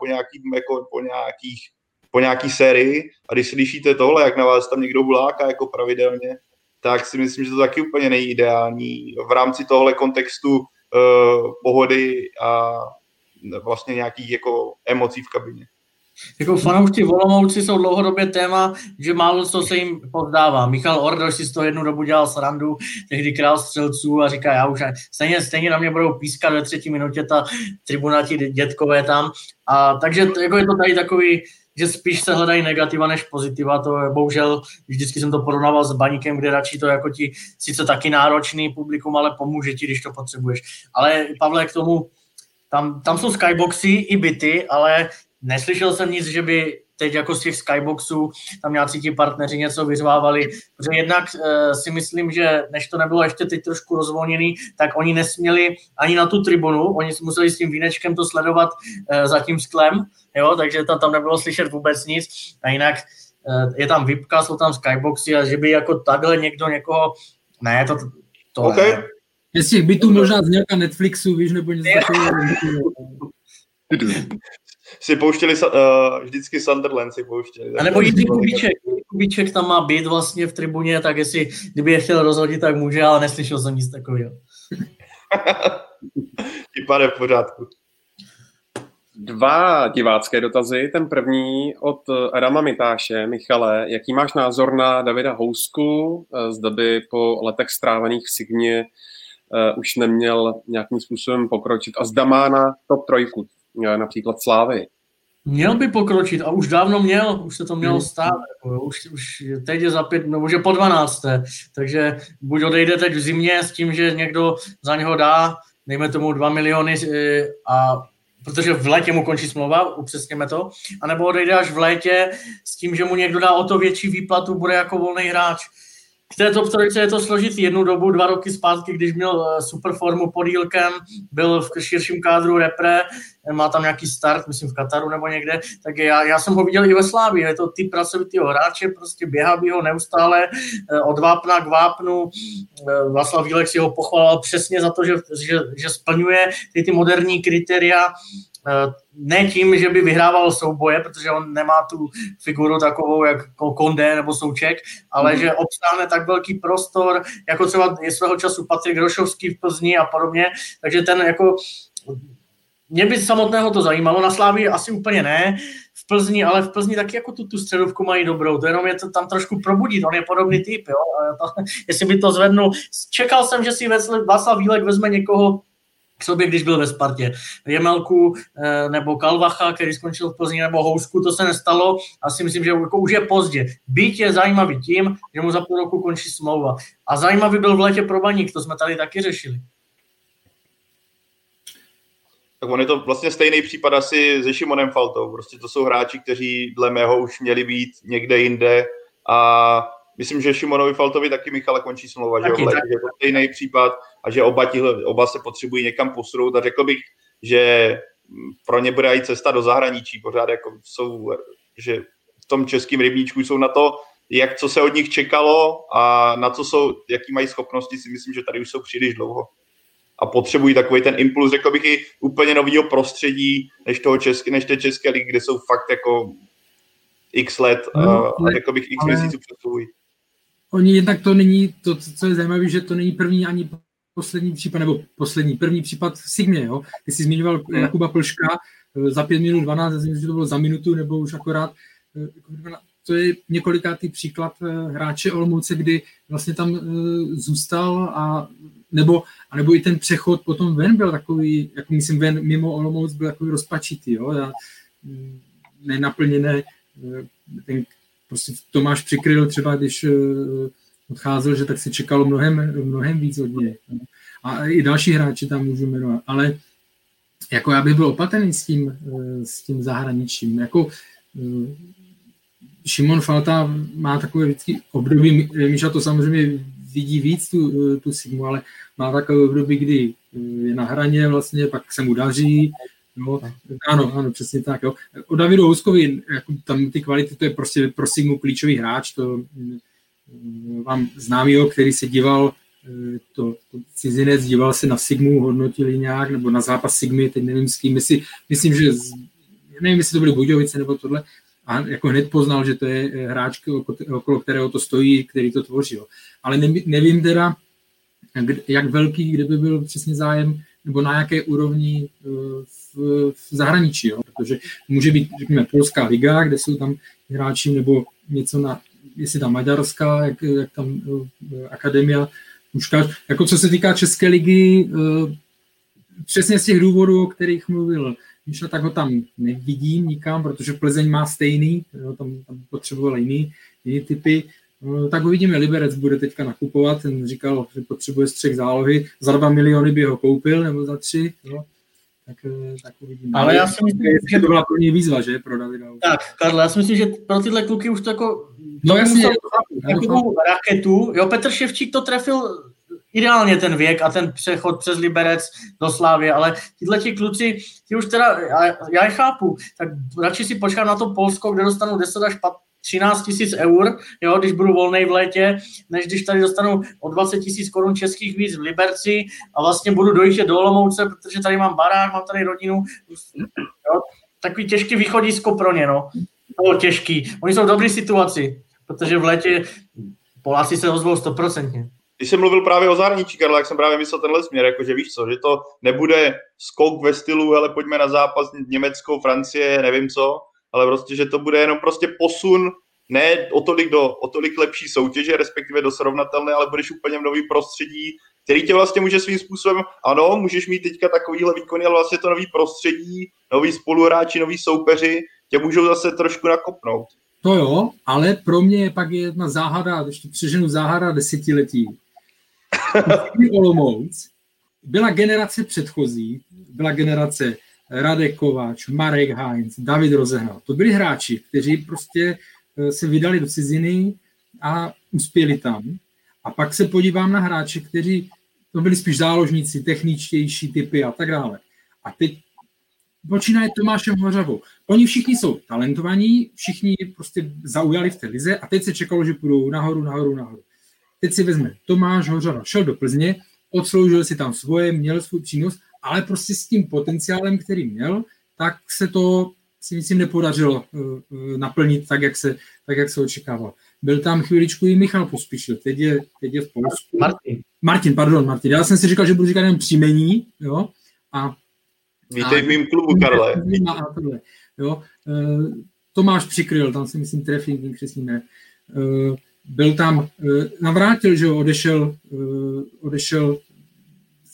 po nějaký sérii a když slyšíte tohle, jak na vás tam někdo huláká jako pravidelně, tak si myslím, že to taky úplně není ideální v rámci tohle kontextu pohody a vlastně nějakých jako emocí v kabině. Jako fanoušci v Olomouci jsou dlouhodobě téma, že málo co se jim pozdává. Michal Ordoš si z toho jednu dobu dělal srandu, tehdy král střelců a říká, já už stejně na mě budou pískat ve 3. minutě ta tribuna, ti dětkové tam. A takže jako je to tady takový, že spíš se hledají negativa než pozitiva, to je bohužel, vždycky jsem to porovnával s Baníkem, kde radši to jako ti sice taky náročný publikum, ale pomůže ti, když to potřebuješ. Ale Pavle, k tomu, tam jsou skyboxy i byty, ale neslyšel jsem nic, že by teď jako z těch skyboxů tam nějací ti partneři něco vyřvávali, protože jednak si myslím, že než to nebylo ještě teď trošku rozvolněný, tak oni nesměli ani na tu tribunu, oni museli s tím vínečkem to sledovat za tím sklem, jo, takže tam nebylo slyšet vůbec nic a jinak je tam VIPka, jsou tam skyboxy a že by jako takhle někdo někoho, ne, to okay. Ne. Z těch bytů možná z nějaká Netflixu, víš, nebo něco takového. Si pouštěli, vždycky Sunderland si pouštěli. A nebo Jiří Kubíček tam má byt vlastně v tribuně, tak kdyby je chtěl rozhodit, tak může, ale neslyšel jsem nic takového. Tím pádem v pořádku. 2 divácké dotazy. Ten první od Adama Mitáše. Michale, jaký máš názor na Davida Housku? Zda by po letech strávených v Sigmě už neměl nějakým způsobem pokročit a zda má na top 3 například Slávy. Měl by pokročit a už dávno měl, už se to mělo stát, už teď je za 5, nebo už je po 12. Takže buď odejde teď v zimě s tím, že někdo za něho dá, dejme tomu 2 miliony, a protože v létě mu končí smlouva, upřesněme to, anebo odejde až v létě s tím, že mu někdo dá o to větší výplatu, bude jako volný hráč. K té top 3 je to složitý. Jednu dobu, 2 roky zpátky, když měl super formu pod Jílkem, byl v širším kádru repre, má tam nějaký start, myslím v Kataru nebo někde, tak já jsem ho viděl i ve Slávii. Je to typ pracovitýho hráče, prostě běhá by ho neustále od vápna k vápnu. Václav Vílek si ho pochválil přesně za to, že splňuje ty moderní kritéria, ne tím, že by vyhrával souboje, protože on nemá tu figuru takovou jako Kondé nebo Souček, ale že obsáhne tak velký prostor, jako třeba je svého času Patrik Hrošovský v Plzni a podobně, takže ten jako mě by samotného to zajímalo, na Slávii asi úplně ne, v Plzni, ale v Plzni taky jako tu středovku mají dobrou, to jenom je to tam trošku probudit, on je podobný typ, jo, jestli by to zvednul, čekal jsem, že si Václav Vílek vezme někoho, k sobě, když byl ve Spartě. Jemelku nebo Kalvacha, který skončil v Plzni, nebo Housku, to se nestalo. Asi myslím, že jako už je pozdě. Byť je zajímavý tím, že mu za půl roku končí smlouva. A zajímavý byl v létě pro Baník, to jsme tady taky řešili. Tak on je to vlastně stejný případ asi se Šimonem Faltou. Prostě to jsou hráči, kteří dle mého už měli být někde jinde a myslím, že Šimonovi Faltovi taky Michala končí smlouva, že je to stejný případ a že oba se potřebují někam posunout a řekl bych, že pro ně bude i cesta do zahraničí. Pořád jako jsou, že v tom českém rybníčku jsou na to, co se od nich čekalo a na co jsou, jaký mají schopnosti, si myslím, že tady už jsou příliš dlouho. A potřebují takový ten impuls, řekl bych, i úplně nového prostředí, než té české ligy, kde jsou fakt jako x let a řekl bych x měsíců přesluhují. Oni jednak to není, to, co je zajímavé, že to není první ani poslední případ, nebo první případ v Sigmě, jo. Ty jsi zmiňoval Jakuba Plška za 5 minut 12, myslím, že to bylo za minutu, nebo už akorát. To je několikátý příklad hráče Olomouce, kdy vlastně tam zůstal a nebo i ten přechod potom ven byl takový, jako myslím ven mimo Olomouc byl takový rozpačitý, jo, nenaplněné, ten prostě Tomáš Přikryl třeba, když odcházel, že tak se čekalo mnohem víc od něj. A i další hráči tam můžu jmenovat, ale jako já bych byl opatrný s tím zahraničím, jako Šimon Falta má takové vždycky období, Míša to samozřejmě vidí víc tu Sigmu, ale má takové období, kdy je na hraně vlastně, pak se mu daří, no, ano, přesně tak, jo. O Davidu Houskovi, jako tam ty kvality, to je prostě pro Sigmu klíčový hráč, to mám známýho, který se díval, to cizinec, díval se na Sigmu, hodnotili nějak, nebo na zápas Sigmy, teď nevím s kým, myslím, že nevím, jestli to byly Budějovice nebo tohle, a jako hned poznal, že to je hráč, okolo kterého to stojí, který to tvoří. Ale nevím teda, jak velký, kde by byl přesně zájem, nebo na jaké úrovni v zahraničí. Jo? Protože může být, řekněme, polská liga, kde jsou tam hráči, nebo něco jestli tam maďarská, jak tam akademia Puškáš. Jako co se týká české ligy, přesně z těch důvodů, o kterých mluvil Míša, tak ho tam nevidím nikam, protože Plzeň má stejný, jo, tam potřeboval jiný typy. Tak uvidíme, Liberec bude teďka nakupovat, ten říkal, že potřebuje střech zálohy, za 2 miliony by ho koupil, nebo za 3, jo. Tak uvidíme. Ale já si myslím, že to byla pro něj výzva, že, pro Davida. Tak, Karle, já si myslím, že pro tyhle kluky už to jako... No jasně. Takovou raketu, jo, Petr Ševčík to trefil ideálně ten věk a ten přechod přes Liberec do Slávy, ale tyhleti kluci, ti už teda, já je chápu, tak radši si počkám na to Polsko, kde dostanu 10 až 13 000 eur, jo, když budu volnej v létě, než když tady dostanu o 20 000 korun českých víc v Liberci a vlastně budu dojíždět do Olomouce, protože tady mám barák, mám tady rodinu, jo, takový těžký východisko pro ně, no. To těžký. Oni jsou v dobré situaci, protože v létě Poláci se ozvou 100%. Když jsem mluvil právě o zahraničí, Karla, jak jsem právě myslel tenhle směr, jakože víš co, že to nebude skok ve stylu, hele, pojďme na zápas Německo, Francie, nevím co, ale prostě, že to bude jenom prostě posun, ne o tolik lepší soutěže, respektive do srovnatelné, ale budeš úplně v nový prostředí, který tě vlastně může svým způsobem, ano, můžeš mít teďka takovýhle výkony, ale vlastně to nový prostředí, noví spoluhráči, noví soupeři, tě můžou zase trošku nakopnout. To jo, ale pro mě pak je jedna záhada, ještě přeženu záhada desetiletí. Olomouc byla generace předchozí, byla generace Radek Kováč, Marek Heinz, David Rozehnal. To byli hráči, kteří prostě se vydali do ciziny a uspěli tam. A pak se podívám na hráče, kteří to byli spíš záložníci, techničtější typy a tak dále. A teď počínaje Tomášem Hořavou. Oni všichni jsou talentovaní, všichni prostě zaujali v té lize a teď se čekalo, že půjdou nahoru. Teď si vezme Tomáš Hořava, šel do Plzně, odsloužil si tam svoje, měl svůj přínos, ale prostě s tím potenciálem, který měl, tak se to, si myslím, nepodařilo naplnit tak, jak se očekával. Byl tam chvíličku i Michal Pospíšil, teď je v Polsku. Martin. Já jsem si říkal, že budu říkat jen příjmení, jo, vítej v mým klubu, Karle. Jo. Tomáš Přikryl, tam si myslím trefím, křesníme. Byl tam, navrátil, že jo, odešel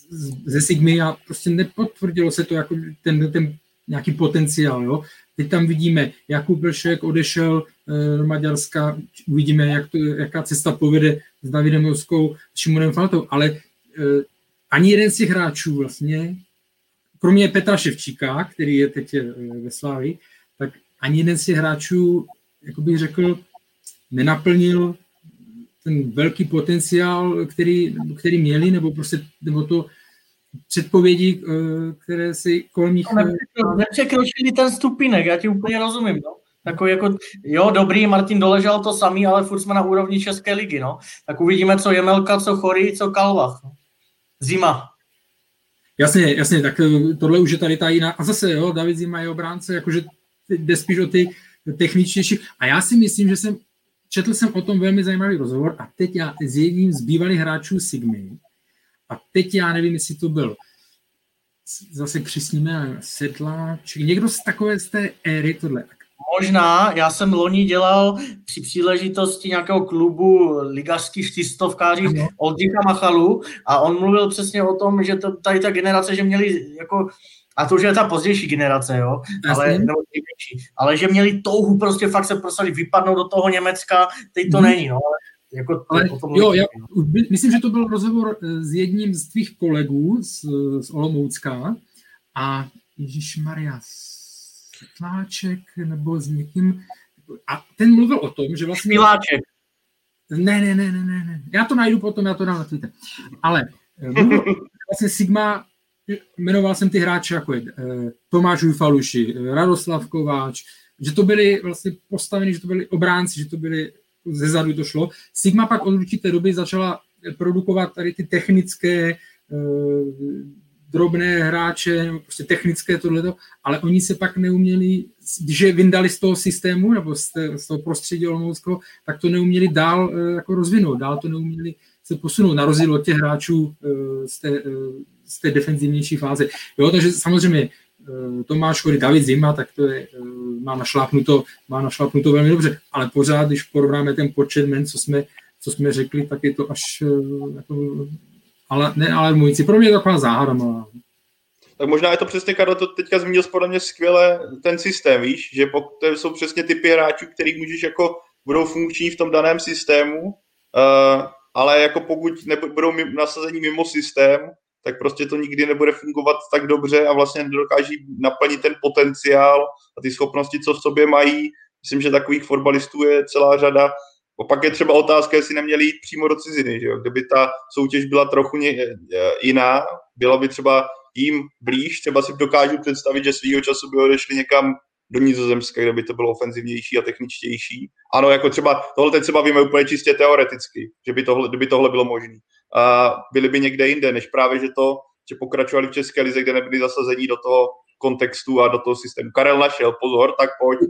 ze Sigmy a prostě nepotvrdilo se to jako ten nějaký potenciál. Jo? Teď tam vidíme, Jakub Blšek odešel do Maďarska, uvidíme, jaká cesta povede s Davidem Moskou, s Šimonem Faltou, ale ani jeden z těch hráčů vlastně, kromě Petra Ševčíka, který je teď ve Slávii, tak ani jeden z těch hráčů, jako bych řekl, nenaplnil ten velký potenciál, který měli, nebo to předpovědi, které si kolem nich... Nepřekročili ten stupínek, já ti úplně rozumím, no. Takový jako, jo, dobrý, Martin Doležal to samý, ale furt jsme na úrovni České ligy, no. Tak uvidíme, co Jemelka, co Chorý, co Kalvach. No. Zima. Jasně, tak tohle už je tady ta jiná. A zase, jo, David Zima je obránce, jakože jde spíš o ty techničtější. A já si myslím, že četl jsem o tom velmi zajímavý rozhovor a teď já s jedním z bývalých hráčů Sigmy, a teď já nevím, jestli to byl zase křesníme Sedláček, někdo z té éry tohle. Možná, já jsem loni dělal při příležitosti nějakého klubu ligařských čtyřstovkářích Oldřicha Machalu a on mluvil přesně o tom, že tady ta generace, že měli jako, a to už je ta pozdější generace, jo, ale že měli touhu prostě fakt se prosadit, vypadnout do toho Německa, teď to není, no, myslím, že to byl rozhovor s jedním z tvých kolegů z Olomoucka a Ježišmarja Sedláček nebo s někým a ten mluvil o tom, že vlastně... Miláček. Ne. Já to najdu potom, já to dám na Twitter. Ale mluvil vlastně Sigma, jmenoval jsem ty hráče jako je Tomáš Ujfaluši, Radoslav Kováč, že to byli vlastně postaveni, že to byli obránci, že to byli zezadu to šlo. Sigma pak od určité doby začala produkovat tady ty technické drobné hráče, prostě technické tohleto, ale oni se pak neuměli, když je vyndali z toho systému nebo z toho prostředí olomouckého, tak to neuměli dál jako rozvinout, dál to neuměli se posunout, na rozdíl od těch hráčů z té defenzivnější fáze. Jo, takže samozřejmě Tomáš Chorý, David Zima, tak to je, má našlápnuto velmi dobře, ale pořád, když porovnáme ten počet men, co jsme řekli, tak je to až jako, ale nealarmující. Pro mě je taková záhada malá. Tak možná je to přesně, Karel, to teďka zmínil podle mě skvěle ten systém, víš, že to jsou přesně typy hráčů, který můžeš jako budou funkční v tom daném systému, ale jako pokud budou nasazení mimo systém, tak prostě to nikdy nebude fungovat tak dobře a vlastně nedokáží naplnit ten potenciál a ty schopnosti, co v sobě mají. Myslím, že takových fotbalistů je celá řada. Opak je třeba otázka, jestli neměli jít přímo do ciziny, že jo? Kdyby ta soutěž byla trochu jiná, byla by třeba jim blíž, třeba si dokážu představit, že svýho času by odešli někam do Nizozemska, kde by to bylo ofenzivnější a techničtější. Ano, jako třeba, tohle teď třeba víme úplně čistě teoreticky, že kdyby tohle bylo možné. A byli by někde jinde, než právě, že pokračovali v České lize, kde nebyli zasazení do toho kontextu a do toho systému. Karel našel, pozor, tak pojď.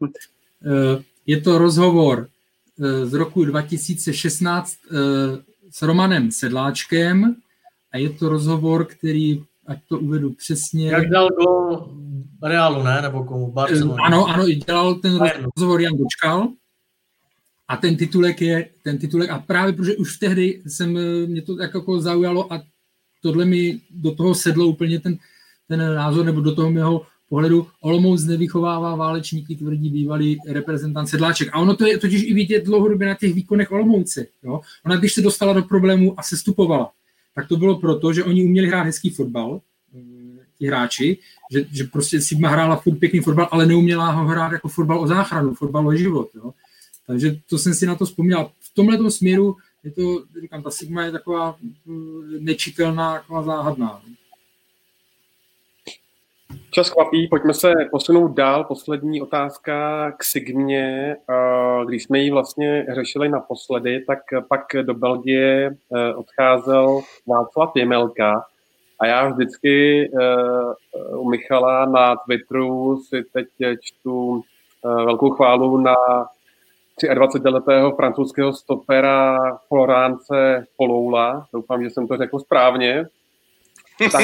Je to rozhovor z roku 2016 s Romanem Sedláčkem a je to rozhovor, který, ať to uvedu přesně... Jak dal do Realu, ne? Nebo komu? Barcelona. Ano, dělal ten rozhovor Jan Dočkal a ten titulek a právě protože už tehdy mě to jako zaujalo a tohle mi do toho sedlo úplně ten názor, nebo do toho mého pohledu. Olomouc nevychovává válečníky, tvrdí bývalý reprezentant Sedláček. A ono to je totiž i vidět dlouhodobě na těch výkonech Olomouce. Jo? Ona, když se dostala do problému a sestupovala, tak to bylo proto, že oni uměli hrát hezký fotbal, ti hráči, že prostě Sigma hrála furt pěkný fotbal, ale neuměla ho hrát jako fotbal o záchranu, fotbal o život. Jo? Takže to jsem si na to vzpomněl. V tomhletom směru je to, říkám, ta Sigma je taková nečitelná, taková záhadná. Čas kvapí, pojďme se posunout dál. Poslední otázka k Sigmě. Když jsme ji vlastně řešili naposledy, tak pak do Belgie odcházel Václav Jemelka a já vždycky u Michala na Twitteru si teď čtu velkou chválu na 23letého francouzského stopera Florence Poloula. Doufám, že jsem to řekl správně. Tak,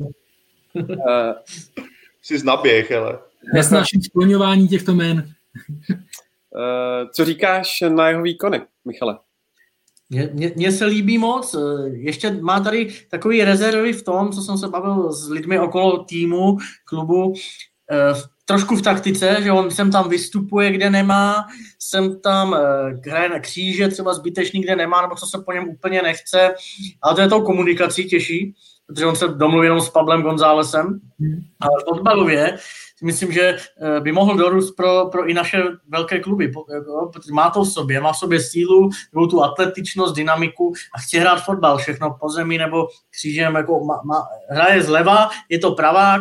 jsi znaběh, hele. Nesnáším skloňování těchto jmen. Co říkáš na jeho výkony, Michale? Mně se líbí moc. Ještě má tady takový rezervy v tom, co jsem se bavil s lidmi okolo týmu, klubu, trošku v taktice, že on sem tam vystupuje, kde nemá, sem tam hraje na kříže, třeba zbytečný, kde nemá, nebo co se po něm úplně nechce, ale to je tou komunikací těžší, protože on se domluví jenom s Pablem Gonzálesem. Ale v fotbalově myslím, že by mohl dorůst pro i naše velké kluby, protože má to v sobě, má v sobě sílu, nebo tu atletičnost, dynamiku a chce hrát fotbal, všechno po zemi nebo křížem, jako hraje zleva, je to pravák,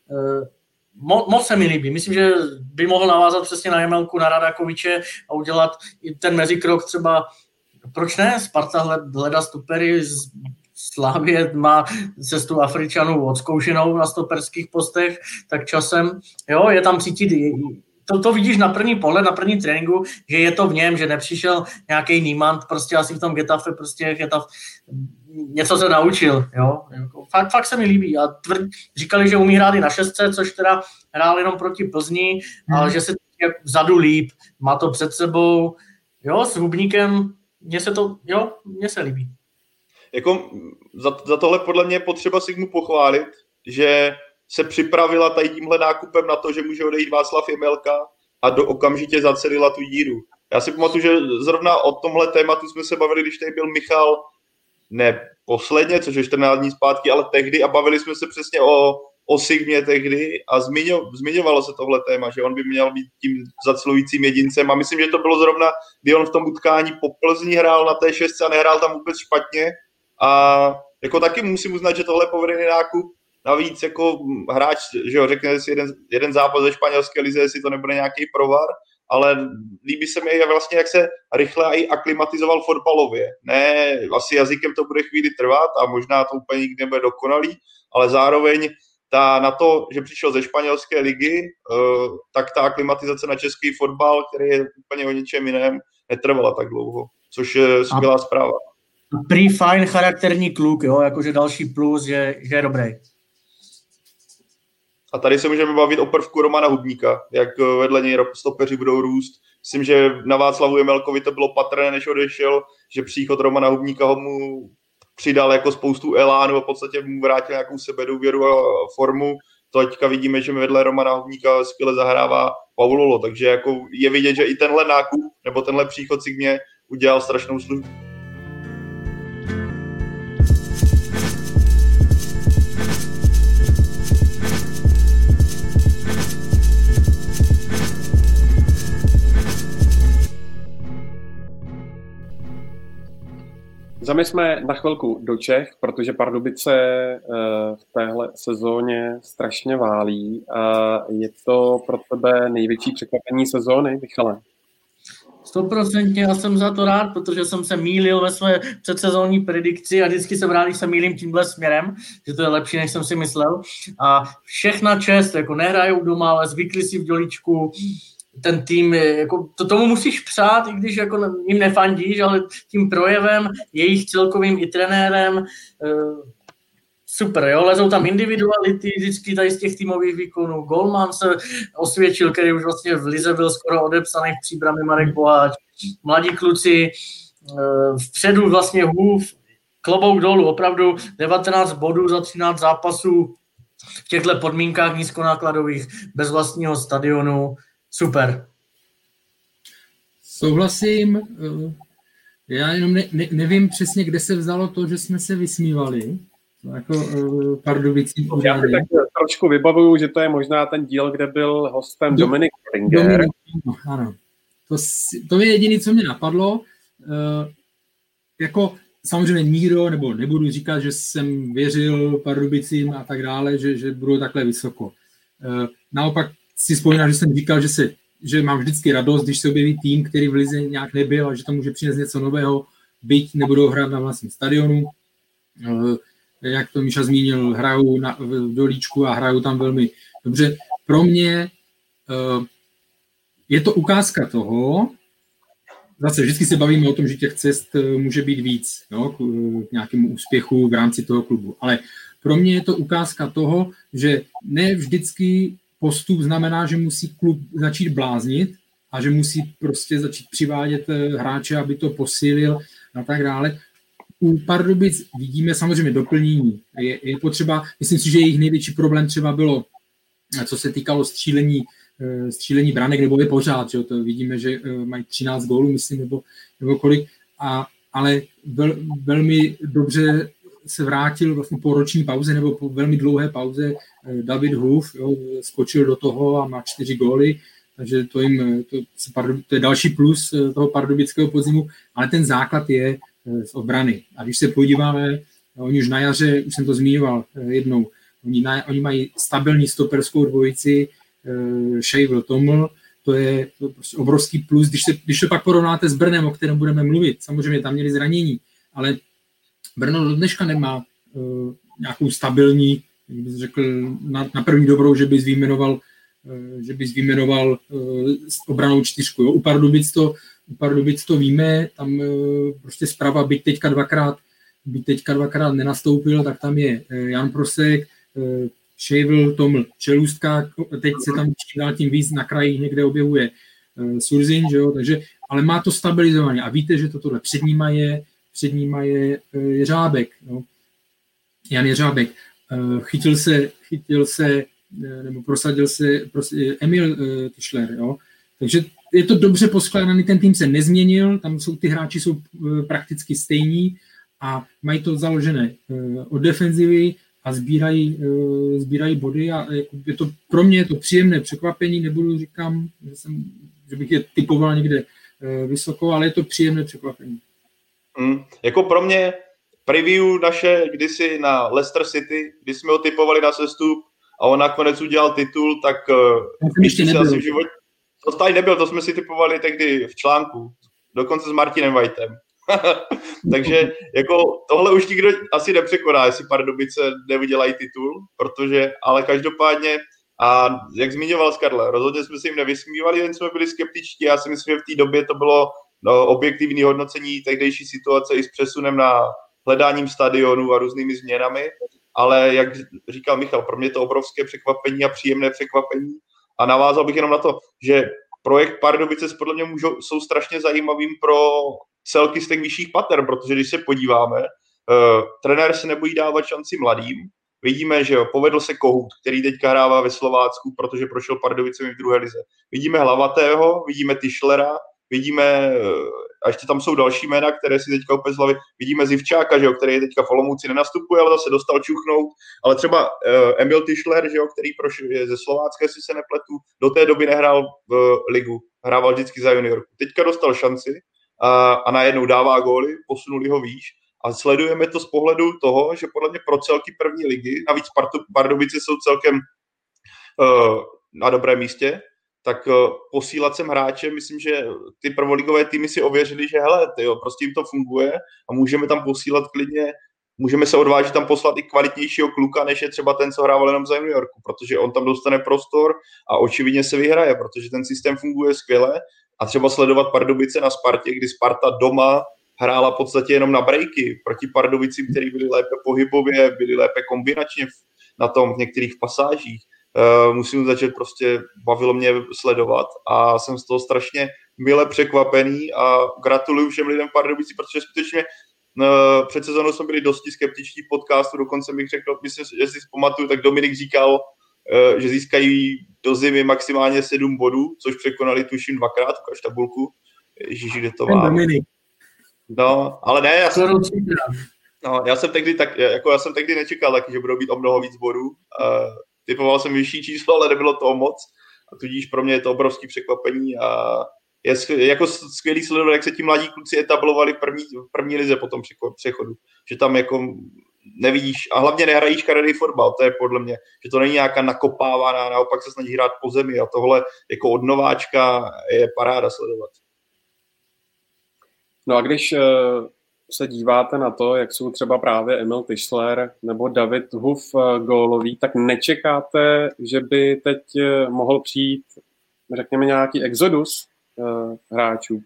moc se mi líbí. Myslím, že by mohl navázat přesně na Jemelku, na Radakoviče a udělat i ten mezikrok třeba, proč ne, Sparta hledá stopery, Slavie má cestu Afričanů odzkoušenou na stoperských postech, tak časem, jo, je tam cítit, to vidíš na první pohled, na první tréninku, že je to v něm, že nepřišel nějaký Niemand, prostě asi v tom Getafe, prostě něco se naučil, jo. Fakt se mi líbí a říkali, že umí hrát i na šestce, což teda hrál jenom proti Plzni, ale že se vzadu líp, má to před sebou, jo, s Hubníkem, mně se líbí. Jako za tohle podle mě je potřeba si mu pochválit, že se připravila tady tímhle nákupem na to, že může odejít Václav Jemelka a okamžitě zacelila tu díru. Já si pamatuju, že zrovna o tomhle tématu jsme se bavili, když tady byl Michal, ne posledně, což je 14 dní zpátky, ale tehdy a bavili jsme se přesně o Sigmě tehdy a zmiňovalo se tohle téma, že on by měl být tím zacelujícím jedincem a myslím, že to bylo zrovna, kdy on v tom utkání po Plzni hrál na té šestce a nehrál tam vůbec špatně a jako taky musím uznat, že tohle je povedený nákup. Navíc jako hráč, že jo, řekne si jeden zápas ve španělské lize, jestli to nebude nějaký provar, ale líbí se mi vlastně, jak se rychle i aklimatizoval fotbalově. Ne, asi jazykem to bude chvíli trvat a možná to úplně nikdy nebude dokonalý, ale zároveň na to, že přišel ze španělské ligy, tak ta aklimatizace na český fotbal, který je úplně o něčem jiném, netrvala tak dlouho, což je skvělá zpráva. Prý fajn charakterní kluk, jo, jakože další plus, že je dobrý. A tady se můžeme bavit o prvku Romana Hubníka, jak vedle něj stopeři budou růst. Myslím, že na Václavu Jemelkovi to bylo patrné, než odešel, že příchod Romana Hubníka ho mu přidal jako spoustu elánu a v podstatě mu vrátil nějakou sebedůvěru a formu. Teďka vidíme, že vedle Romana Hubníka skvěle zahrává Paul Lolo, takže jako je vidět, že i tenhle nákup nebo tenhle příchod Sigmě udělal strašnou službu. Zaměřme na chvilku do Čech, protože Pardubice v téhle sezóně strašně válí. Je to pro tebe největší překvapení sezóny, Michale? 100%, já jsem za to rád, protože jsem se mýlil ve své předsezónní predikci a vždycky jsem rád, když se mýlím tímhle směrem, že to je lepší, než jsem si myslel. A všechna čest, jako nehrajou doma, ale zvykli si v Dělíčku, ten tým, jako, tomu musíš přát, i když jako jim nefandíš, ale tím projevem, jejich celkovým i trenérem, super, jo, lezou tam individuality vždycky tady z těch týmových výkonů. Golman se osvědčil, který už vlastně v lize byl skoro odepsaný v Příbrami, Marek Boháč. Mladí kluci, vpředu vlastně hův, klobouk dolů, opravdu 19 bodů za 13 zápasů v těchto podmínkách nízkonákladových, bez vlastního stadionu. Super. Souhlasím. Já jenom nevím přesně, kde se vzalo to, že jsme se vysmívali. Jako Pardubicím. Já si tak trošku vybavuju, že to je možná ten díl, kde byl hostem Dominik Ringer. Ano. To je jediné, co mě napadlo. Jako samozřejmě nikdo, nebo nebudu říkat, že jsem věřil Pardubicím a tak dále, že budou takhle vysoko. Naopak si vzpomínám, že jsem říkal, že mám vždycky radost, když se objeví tým, který v lize nějak nebyl a že tam může přinést něco nového, byť nebudou hrát na vlastním stadionu. Jak to Míša zmínil, hrajou v Dolíčku a hrajou tam velmi dobře. Pro mě je to ukázka toho, zase vždycky se bavíme o tom, že těch cest může být víc, jo, k nějakému úspěchu v rámci toho klubu. Ale pro mě je to ukázka toho, že ne vždycky postup znamená, že musí klub začít bláznit a že musí prostě začít přivádět hráče, aby to posílil a tak dále. U Pardubic vidíme samozřejmě doplnění. Je potřeba, myslím si, že jejich největší problém třeba bylo, co se týkalo střílení branek, nebo je pořád, že to vidíme, že mají 13 gólů, myslím, nebo kolik, ale velmi dobře se vrátil vlastně po roční pauze nebo po velmi dlouhé pauze David Huf, skočil do toho a má 4 góly, takže to je další plus toho pardubického podzimu, ale ten základ je z obrany. A když se podíváme, oni už na jaře, už jsem to zmiňoval jednou, oni mají stabilní stoperskou dvojici Šejvl Toml, to je prostě obrovský plus, když to pak porovnáte s Brnem, o kterém budeme mluvit, samozřejmě tam měli zranění, ale Brno do dneška nemá nějakou stabilní, jak bys řekl, na první dobrou, že bys vyjmenoval obranou 4. Jo. U Pardubic to víme, tam prostě zprava, byť teďka dvakrát nenastoupil, tak tam je Jan Prosek, Šejvl, Toml, Čelůstka, teď se tam dál tím víc na kraji někde objevuje Surzin, že jo, takže, ale má to stabilizovaně a víte, že tohle před nima je Jeřábek, jo. Jan Jeřábek, chytil se nebo prosadil se Emil Tischler, jo. Takže je to dobře poskládaný, ten tým se nezměnil, tam ty hráči jsou prakticky stejní a mají to založené od defenzivy a sbírají body a je to, pro mě je to příjemné překvapení, nebudu říkám, že bych je typoval někde vysoko, ale je to příjemné překvapení. Jako pro mě preview naše kdysi na Leicester City, když jsme ho typovali na sestup a on nakonec udělal titul, tak asi v životě. To tady nebyl, to jsme si typovali tehdy v článku, dokonce s Martinem Whiteem. Takže jako tohle už nikdo asi nepřekoná, jestli Pardubice nevydělají titul, ale každopádně, a jak zmiňoval Skarle, rozhodně jsme se jim nevysmívali, jen jsme byli skeptičtí, já si myslím, že v té době to bylo objektivní hodnocení tehdejší situace i s přesunem na hledáním stadionu a různými změnami, ale jak říkal Michal, pro mě to obrovské překvapení a příjemné překvapení a navázal bych jenom na to, že projekt Pardubice podle mě jsou strašně zajímavým pro celky z těch vyšších pater, protože když se podíváme, trenér se nebojí dávat šanci mladým, vidíme, že povedl se Kohut, který teďka hrává ve Slovácku, protože prošel Pardubicemi v druhé lize. Vidíme Hlavatého, vidíme Tischlera, vidíme, a ještě tam jsou další jména, které si teďka úplně z hlavy, vidíme Zivčáka, že jo, který teďka v Olomouci nenastupuje, ale zase dostal čuchnout, ale třeba Emil Tischler, že jo, který je ze Slovácka, jestli se nepletu, do té doby nehrál v ligu, hrával vždycky za juniorku. Teďka dostal šanci a najednou dává góly, posunuli ho výš a sledujeme to z pohledu toho, že podle mě pro celky první ligy, navíc Pardubice jsou celkem na dobrém místě, tak posílat sem hráče, myslím, že ty prvoligové týmy si ověřili, že hele, prostě jim to funguje a můžeme tam posílat klidně, můžeme se odvážit tam poslat i kvalitnějšího kluka, než je třeba ten, co hrával jenom za juniorku, protože on tam dostane prostor a očividně se vyhraje, protože ten systém funguje skvěle a třeba sledovat Pardubice na Spartě, kdy Sparta doma hrála v podstatě jenom na breaky proti Pardubicím, který byli lépe pohybově, byli lépe kombinačně v některých pasážích. Musím začít, prostě bavilo mě sledovat a jsem z toho strašně mile překvapený a gratuluju všem lidem v Pardubici, protože skutečně před sezónou jsme byli dosti skeptičtí v podcastu, dokonce bych řekl, myslím, že si pamatuju, tak Dominik říkal, že získají do zimy maximálně 7 bodů, což překonali tuším 2krát, ukaž tabulku. Ježíš, kde to má. No, ale ne, já jsem tehdy nečekal taky, že budou být o mnoho víc bodů. Typoval jsem vyšší číslo, ale nebylo toho moc. A tudíž pro mě je to obrovské překvapení a je jako skvělý sledovat, jak se ti mladí kluci etablovali v první lize po tom přechodu. Že tam jako nevidíš, a hlavně nehrají škaredý fotbal, to je podle mě, že to není nějaká nakopávaná, naopak se snaží hrát po zemi a tohle jako od nováčka je paráda sledovat. No a když se díváte na to, jak jsou třeba právě Emil Tischler nebo David Huf gólový, tak nečekáte, že by teď mohl přijít, řekněme, nějaký exodus hráčů?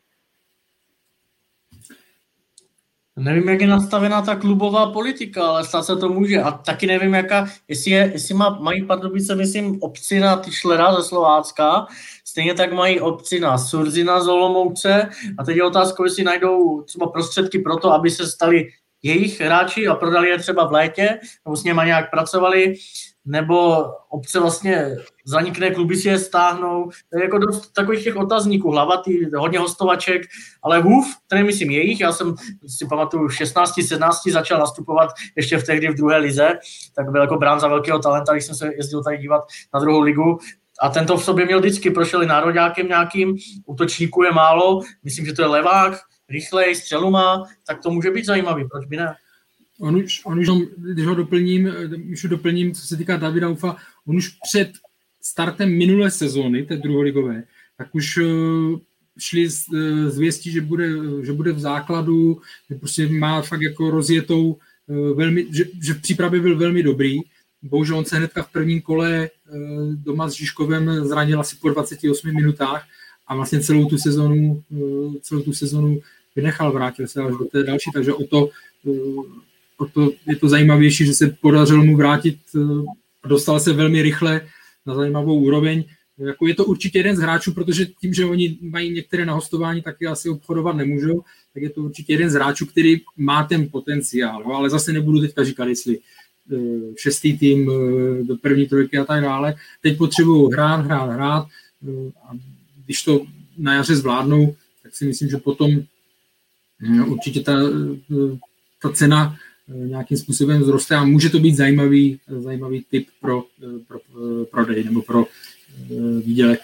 Nevím, jak je nastavená ta klubová politika, ale stát se to může. A taky nevím, jestli mají Pardubice, myslím, opci na Tischlera ze Slovácka, Stejně tak mají obci na Surzina z Olomouce a teď je otázkou, jestli najdou třeba prostředky pro to, aby se stali jejich hráči a prodali je třeba v létě, nebo s něma nějak pracovali, nebo obce vlastně zanikne, kluby si je stáhnou. To je jako dost takových těch otazníků, hlavatý, hodně hostovaček, ale Hův, ten je myslím jejich, já jsem si pamatuju 16-17 začal nastupovat ještě v tehdy v druhé lize, tak byl jako brán za velkého talenta, když jsem se jezdil tady dívat na druhou ligu. A tento v sobě měl vždycky, prošel i nároďákem nějakým, útočníků je málo, myslím, že to je levák, rychlej, střelu má, tak to může být zajímavý, proč by ne? Když ho doplním, co se týká Davida Houfa, on už před startem minulé sezóny, té druholigové, tak už šli zvěstí, že bude v základu, že prostě má fakt jako rozjetou, že v přípravě byl velmi dobrý. Bohužel on se hnedka v prvním kole doma s Žižkovem zranil asi po 28 minutách a vlastně celou tu sezonu vynechal, vrátil se až do té další, takže o to je to zajímavější, že se podařilo mu vrátit a dostal se velmi rychle na zajímavou úroveň. Jako je to určitě jeden z hráčů, protože tím, že oni mají některé na hostování, taky asi obchodovat nemůžou, tak je to určitě jeden z hráčů, který má ten potenciál, no, ale zase nebudu teďka říkat, jestli 6. tým do první trojky a tak dále. Teď potřebují hrát a když to na jaře zvládnou, tak si myslím, že potom určitě ta cena nějakým způsobem vzroste a může to být zajímavý tip pro prodej nebo pro výdělek.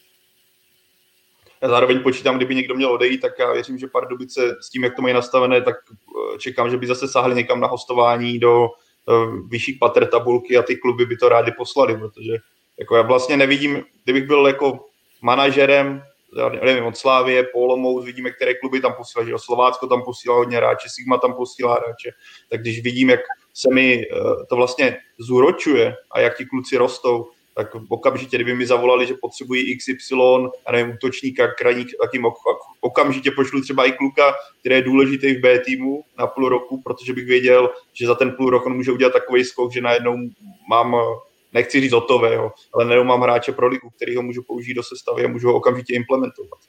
Já zároveň počítám, kdyby někdo měl odejít, tak já věřím, že Pardubice s tím, jak to mají nastavené, tak čekám, že by zase sáhli někam na hostování do vyšších pater tabulky a ty kluby by to rádi poslali, protože jako já vlastně nevidím, kdybych byl jako manažerem, já nevím, od Slávie, Olomouc, vidíme, které kluby tam posílají, Slovácko tam posílá hodně hráče, Sigma tam posílá hráče, tak když vidím, jak se mi to vlastně zúročuje a jak ti kluci rostou, tak okamžitě, kdyby mi zavolali, že potřebují XY, a nevím, útočníka, kraník, tak jim okamžitě pošlu třeba i kluka, který je důležitý v B týmu na půl roku, protože bych věděl, že za ten půl rok on může udělat takový skok, že najednou mám, nechci říct hotového, ale najednou mám hráče pro ligu, který ho můžu použít do sestavy a můžu ho okamžitě implementovat.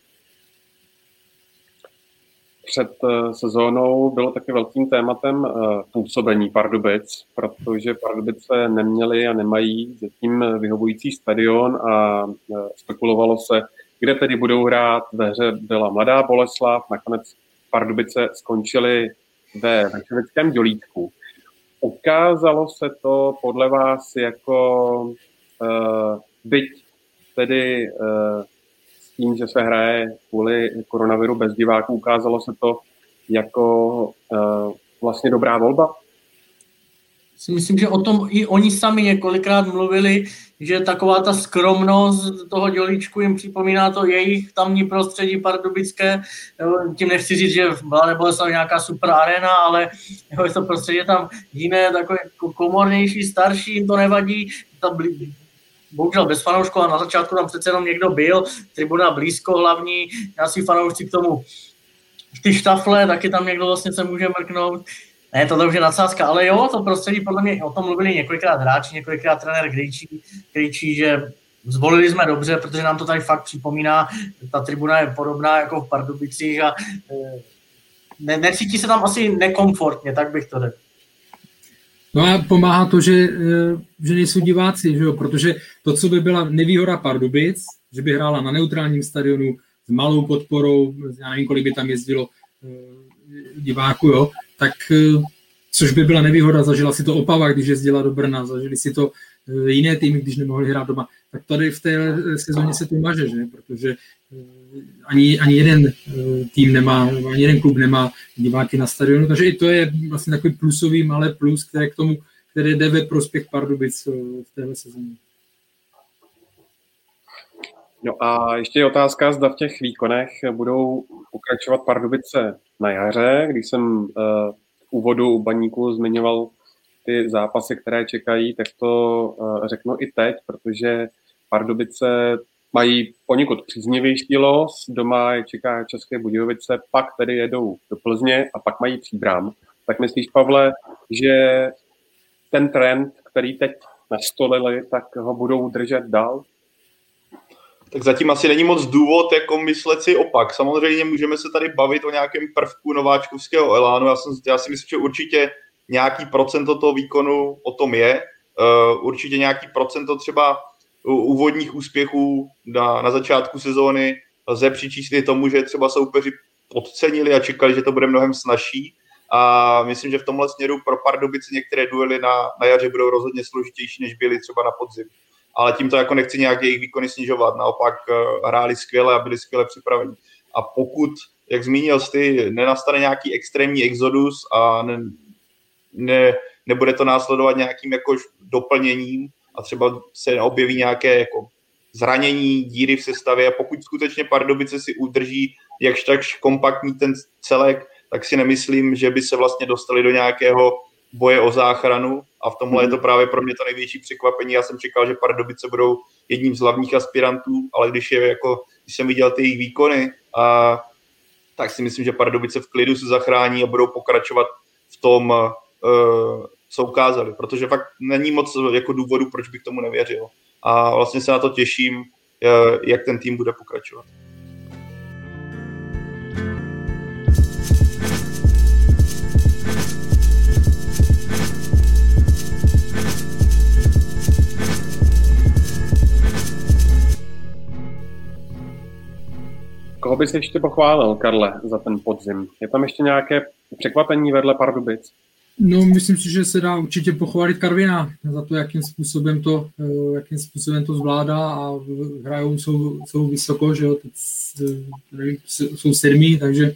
Před sezónou bylo taky velkým tématem působení Pardubic, protože Pardubice neměli a nemají zatím vyhovující stadion a spekulovalo se, kde tedy budou hrát. Ve hře byla Mladá Boleslav, nakonec Pardubice skončily ve Vršovickém Dělítku. Ukázalo se to podle vás jako byť tedy tím, že se hraje kvůli koronaviru bez diváků, ukázalo se to jako vlastně dobrá volba? Myslím, že o tom i oni sami několikrát mluvili, že taková ta skromnost toho Dělíčku jim připomíná to jejich tamní prostředí pardubické. Tím nechci říct, že v Mladé Boleslavi nějaká super arena, ale je to prostředí tam jiné, takové komornější, starší, jim to nevadí. Bohužel bez fanoušků a na začátku tam přece jenom někdo byl, tribuna blízko hlavní, nějaký fanoušci k tomu ty štafle, taky tam někdo vlastně se může mrknout. Ne, to už je nadsázka, ale jo, to prostředí podle mě, o tom mluvili několikrát hráči, několikrát trenér Krejčí, že zvolili jsme dobře, protože nám to tady fakt připomíná, ta tribuna je podobná jako v Pardubicích a necítí se tam asi nekomfortně, tak bych to řekl. No a pomáhá to, že nejsou diváci, že jo? Protože to, co by byla nevýhoda Pardubic, že by hrála na neutrálním stadionu s malou podporou, já nevím, kolik by tam jezdilo diváků, jo? Tak což by byla nevýhoda, zažila si to Opava, když jezdila do Brna, zažili si to jiné týmy, když nemohli hrát doma. Tak tady v té sezóně se to maže, že? Protože ani jeden tým nemá, ani jeden klub nemá diváky na stadionu, takže i to je vlastně takový plusový malé plus, které jde ve prospěch Pardubic v téhle sezóně. No a ještě je otázka, zda v těch výkonech budou pokračovat Pardubice na jaře, když jsem v úvodu u Baníku zmiňoval ty zápasy, které čekají, tak to řeknu i teď, protože Pardubice mají poněkud příznivější los, doma je čeká České Budějovice, pak tedy jedou do Plzně a pak mají Příbram. Tak myslíš, Pavle, že ten trend, který teď nastolili, tak ho budou držet dál? Tak zatím asi není moc důvod jako myslet si opak. Samozřejmě můžeme se tady bavit o nějakém prvku nováčkovského elánu. Já si myslím, že určitě nějaký procento toho výkonu o tom je. Určitě nějaký procento třeba úvodních úspěchů na začátku sezóny lze přičíslit tomu, že třeba soupeři podcenili a čekali, že to bude mnohem snazší. A myslím, že v tomhle směru pro Pardubice některé duely na jaře budou rozhodně složitější, než byly třeba na podzim. Ale tímto jako nechci nějak jejich výkony snižovat. Naopak hráli skvěle a byli skvěle připraveni. A pokud, jak zmínil jsi, nenastane nějaký extrémní exodus a nebude to následovat nějakým jako doplněním a třeba se objeví nějaké jako zranění, díry v sestavě a pokud skutečně Pardubice si udrží jakž takž kompaktní ten celek, tak si nemyslím, že by se vlastně dostali do nějakého boje o záchranu a v tomhle je to právě pro mě to největší překvapení. Já jsem čekal, že Pardubice budou jedním z hlavních aspirantů, ale když jsem viděl ty jejich výkony, tak si myslím, že Pardubice v klidu se zachrání a budou pokračovat v tom, co ukázali, protože fakt není moc jako důvodu, proč bych tomu nevěřil. A vlastně se na to těším, jak ten tým bude pokračovat. Koho bys ještě pochválil, Karle, za ten podzim? Je tam ještě nějaké překvapení vedle Pardubic? No, myslím si, že se dá určitě pochválit Karviná za to, jakým způsobem to zvládá a hrajou, jsou vysoko, že jo, teď, jsou 7, takže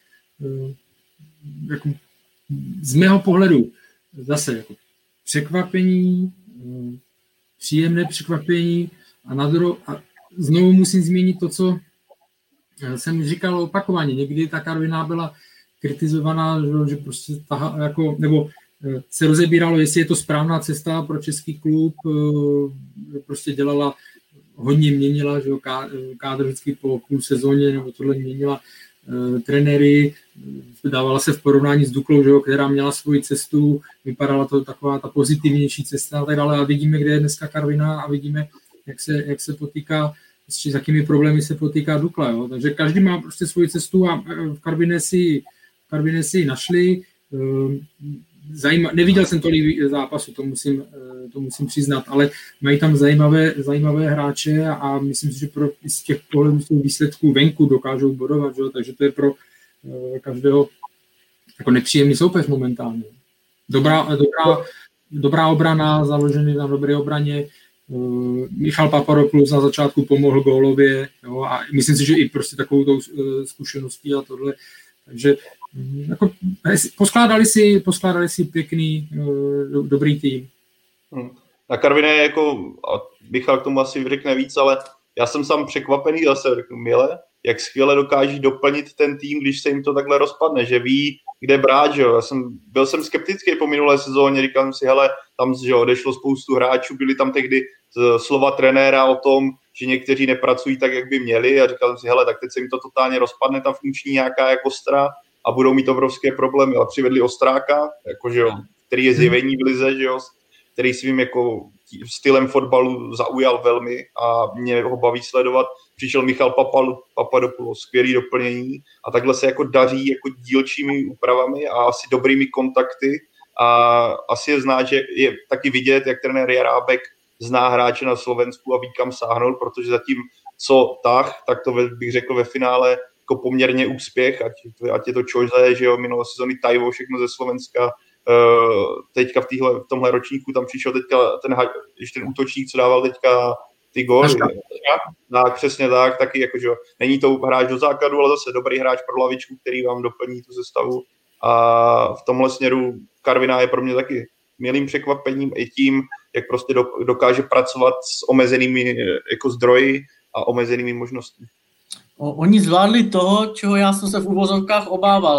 jako, z mého pohledu zase jako překvapení, příjemné překvapení a znovu musím zmínit to, co jsem říkal opakovaně. Někdy ta Karviná byla kritizovaná, že prostě nebo se rozebíralo, jestli je to správná cesta pro český klub, prostě dělala, hodně měnila, že kádr vždycky po půl sezóně, nebo tohle měnila trenéry, dávala se v porovnání s Duklou, že která měla svoji cestu, vypadala to taková ta pozitivnější cesta a tak dále, a vidíme, kde je dneska Karviná a vidíme, jak se potýká, s jakými problémy se potýká Dukla, jo? Takže každý má prostě svoji cestu a v Karviné si našli. Neviděl jsem tolik zápasů, to musím přiznat, ale mají tam zajímavé hráče a myslím si, že z těch pohledů výsledků venku dokážou bodovat, že? Takže to je pro každého jako nepříjemný soupeř momentálně. Dobrá obrana, založený na dobré obraně. Michal Papadopoulos na začátku pomohl gólově, jo, a myslím si, že i prostě takovou tou zkušeností a tohle. Takže jako, poskladali si pěkný, dobrý tým. Na Karviné jako, a Michal k tomu asi řekne víc, ale já jsem sám překvapený zase, řeknu Mile, jak skvěle dokáží doplnit ten tým, když se jim to takhle rozpadne, že ví, kde brát, že jo. Byl jsem skeptický po minulé sezóně, říkal jsem si, hele, tam že odešlo spoustu hráčů, byly tam tehdy slova trenéra o tom, že někteří nepracují tak, jak by měli a říkal jsem si, hele, tak teď se jim to totálně rozpadne, tam funkční nějaká jako Ostra a budou mít obrovské problémy, ale přivedli Ostráka, jako, že jo, který je zjevení v lize, že jo, který svým jako stylem fotbalu zaujal velmi a mě ho baví sledovat. Přišel Michal Papadopoulos, skvělý doplnění a takhle se jako daří jako dílčími úpravami a asi dobrými kontakty a asi je znát, že je taky vidět, jak trenér Jarábek zná hráče na Slovensku a ví, kam sáhnout, protože zatím co tak to bych řekl ve finále jako poměrně úspěch, ať je to Čože, že jo, minulé sezóny Tajvo, všechno ze Slovenska. Teďka v tomhle ročníku tam přišel teďka ten útočník, co dával teďka ty góly. Tak, přesně tak, taky jako, že není to hráč do základu, ale zase dobrý hráč pro lavičku, který vám doplní tu sestavu. A v tomhle směru Karviná je pro mě taky milým překvapením i tím, jak prostě dokáže pracovat s omezenými jako zdroji a omezenými možnostmi. Oni zvládli toho, čeho já jsem se v uvozovkách obával.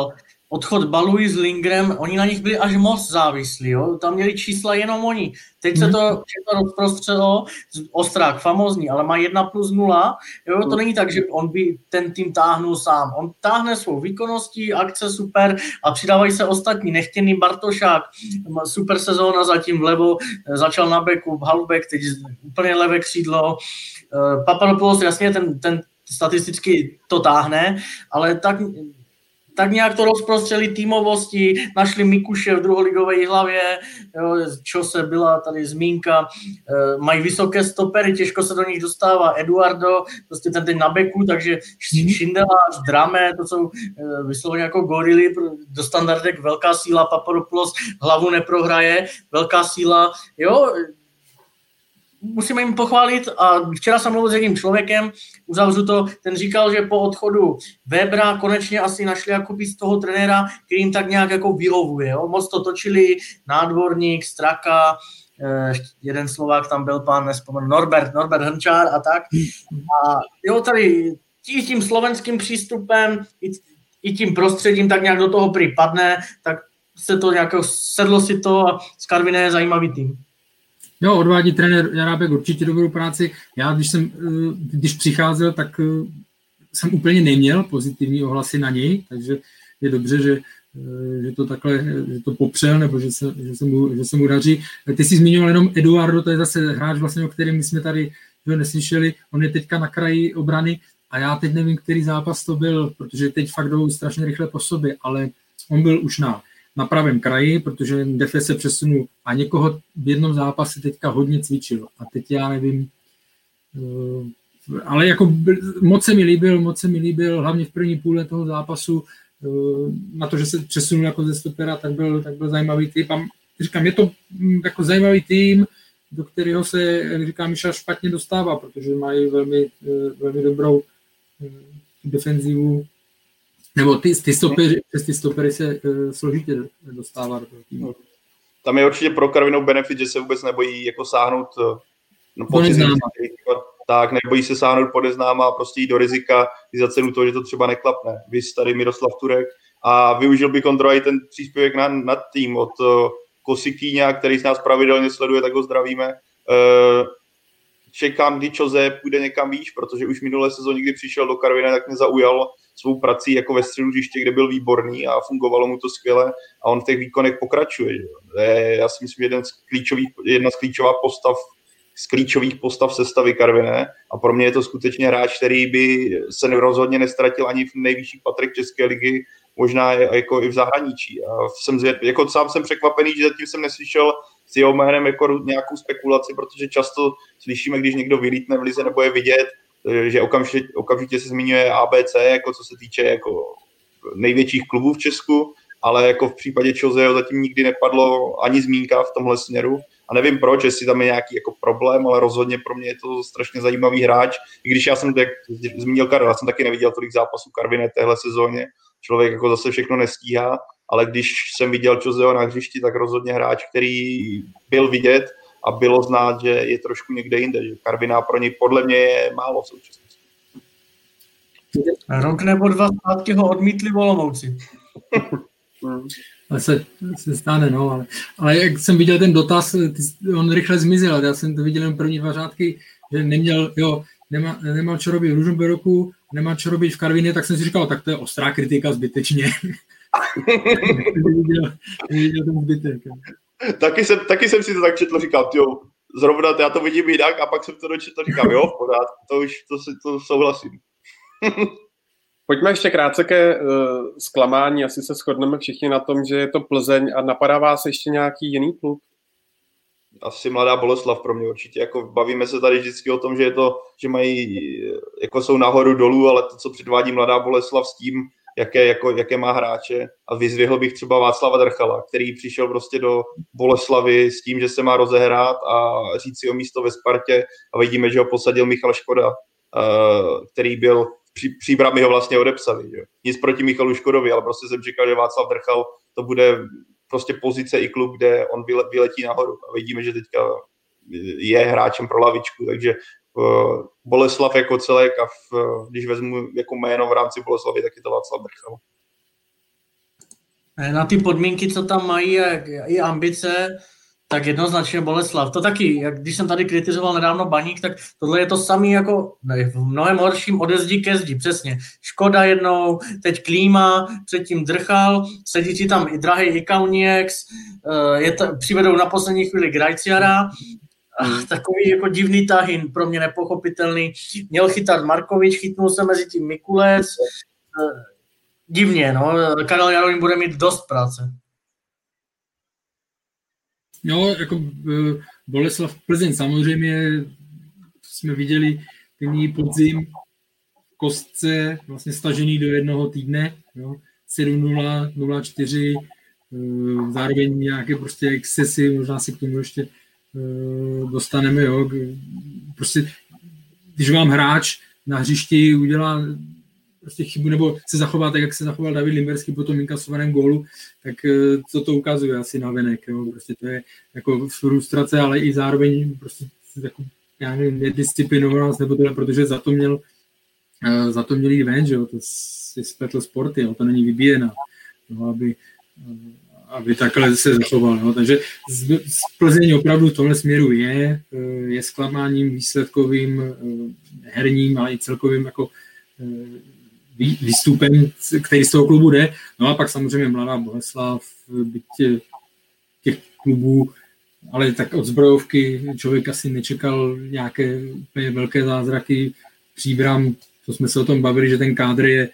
odchod Baluji s Lingrem, oni na nich byli až moc závislí, jo? Tam měli čísla jenom oni. Teď se to rozprostřelo, Ostrák famózní, ale má 1+0, jo? To není tak, že on by ten tým táhnul sám. On táhne svou výkonností, akce super a přidávají se ostatní. Nechtěný Bartošák, super sezóna zatím vlevo, začal na beku, halfback, teď úplně levé křídlo. Papadopoulos, jasně, ten statisticky to táhne, ale tak nějak to rozprostřeli týmovosti, našli Mikuše v druholigové hlavě, čo se byla tady zmínka, mají vysoké stopery, těžko se do nich dostává Eduardo, prostě ten na beku, takže Šindelář, Drame, to jsou vysloveně jako gorily, do standardek velká síla, Papadopoulos hlavu neprohraje, velká síla, jo, musíme jim pochválit a včera jsem mluvil s jedním člověkem, uzavřu to, ten říkal, že po odchodu Webera konečně asi našli jako z toho trenéra, který jim tak nějak jako vyhovuje. Jo? Moc to točili, Nádvorník, Straka, jeden Slovák tam byl, pán nespomenu, Norbert Hrnčár a tak. A jo, tady tím slovenským přístupem i tím prostředím tak nějak do toho připadne, tak se to nějak sedlo si to a z Karviné je zajímavý tým. Jo, odvádí trenér Jarábek určitě dobrou práci. Já, když přicházel, tak jsem úplně neměl pozitivní ohlasy na něj, takže je dobře, že to takhle, že to popřel, nebo že se mu daří. Ty jsi zmiňoval jenom Eduardo, to je zase hráč, vlastně, o kterém my jsme tady neslyšeli. On je teďka na kraji obrany a já teď nevím, který zápas to byl, protože teď fakt jdou strašně rychle po sobě, ale on byl už na pravém kraji, protože Defe se přesunul a někoho v jednom zápase teďka hodně cvičil. A teď já nevím, ale jako moc se mi líbil, hlavně v první půle toho zápasu, na to, že se přesunul jako ze stopera, tak byl zajímavý tým. A říkám, je to jako zajímavý tým, do kterého se, jak říká Miša, špatně dostává, protože mají velmi dobrou defenzivu. Nebo ty stopery se složitě dostává do toho týmu. Tam je určitě pro Karvinou benefit, že se vůbec nebojí jako sáhnout po tak, nebojí se sáhnout po neznáma a prostě jít do rizika i za cenu toho, že to třeba neklapne. Vys tady Miroslav Turek a využil bych Ondro i ten příspěvek na tým od Kosikýňa, který z nás pravidelně sleduje, tak ho zdravíme. Čekám, kdy Chose půjde někam výš, protože už minulé sezóně, kdy přišel do Karviné, tak mě zaujal svou prací jako ve středu hřiště, kde byl výborný a fungovalo mu to skvěle a on v těch výkonech pokračuje. Já si myslím, jedna z klíčových postav sestavy Karviné a pro mě je to skutečně hráč, který by se rozhodně nestratil ani v nejvyšších patrech České ligy, možná jako i v zahraničí. A jako sám jsem překvapený, že zatím jsem neslyšel s jeho jménem jako nějakou spekulaci, protože často slyšíme, když někdo vylítne v lize nebo je vidět, že okamžitě se zmiňuje ABC, jako co se týče jako největších klubů v Česku, ale jako v případě Choseho zatím nikdy nepadlo ani zmínka v tomhle směru. A nevím proč, jestli tam je nějaký jako problém, ale rozhodně pro mě je to strašně zajímavý hráč. I když já jsem, jak zmínil Karel, já jsem taky neviděl tolik zápasů Karviné téhle sezóně. Člověk jako zase všechno nestíhá, ale když jsem viděl Choseho na hřišti, tak rozhodně hráč, který byl vidět a bylo znát, že je trošku někde jinde. Že Karviná pro něj podle mě je málo v současnosti. Rok nebo dva zpátky ho odmítli Olomouci. Ale se stane, no. Ale jak jsem viděl ten dotaz, on rychle zmizel. Já jsem to viděl jen první dva řádky, že nemá čo robiť v Ružomberoku, nemá čo robiť v Karvině, tak jsem si říkal, tak to je ostrá kritika zbytečně. Viděl ten zbytek. Taky jsem si to tak četl, říkal, jo, zrovna já to vidím jinak a pak jsem to dočetl, říkám, jo, v pořádku, to souhlasím. Pojďme ještě krátce ke zklamání, asi se shodneme všichni na tom, že je to Plzeň a napadá vás ještě nějaký jiný klub? Asi Mladá Boleslav pro mě určitě, jako bavíme se tady vždycky o tom, že mají, jako jsou nahoru dolů, ale to, co předvádí Mladá Boleslav s tím, jaké má hráče a vyzvihl bych třeba Václava Drchala, který přišel prostě do Boleslavy s tím, že se má rozehrát a říct si o místo ve Spartě a vidíme, že ho posadil Michal Škoda, který byl Příbrami ho vlastně odepsali. Že? Nic proti Michalu Škodovi, ale prostě jsem čekal, že Václav Drchal to bude prostě pozice i klub, kde on vyletí nahoru. A vidíme, že teďka je hráčem pro lavičku, takže Boleslav jako celek a když vezmu jako jméno v rámci Boleslavy, tak je to Václav Drchal. Na ty podmínky, co tam mají a i ambice, tak jednoznačně Boleslav. To taky, jak když jsem tady kritizoval nedávno Baník, tak tohle je to samý jako v mnohem horším ode zdi ke zdi, přesně. Škoda jednou, teď Klíma, předtím Drchal, sedí ti tam i drahý Ikaunieks, přivedou na poslední chvíli Grajciara, takový jako divný tahin, pro mě nepochopitelný. Měl chytat Markovič, chytnul se mezi tím Mikulec, divně, no. Karel Jarolím bude mít dost práce. No, jako Boleslav Plzeň samozřejmě jsme viděli ten podzim v kostce vlastně stažený do jednoho týdne, jo, 7-0, 0-4, zároveň nějaké prostě excesy, možná si k tomu ještě dostaneme, jo. Prostě, když vám hráč na hřišti udělá prostě chybu, nebo se zachová tak, jak se zachoval David Limberský po tom inkasovaném gólu, tak co to ukazuje asi na venek, jo. Prostě to je jako frustrace, ale i zároveň prostě jako, já nevím, nedisciplinovanost, nebo tohle, protože za to měl jít ven, že jo, to si spletl sporty, jo, to není vybíjená, no, aby takhle se zachoval. No. Takže z Plzeň opravdu v tomhle směru je zklamáním výsledkovým, herním, ale i celkovým jako výstupem, který z toho klubu jde. No a pak samozřejmě Mladá Boleslav, byť těch klubů, ale tak od zbrojovky člověk asi nečekal nějaké úplně velké zázraky. Příbram, to jsme se o tom bavili, že ten kádr je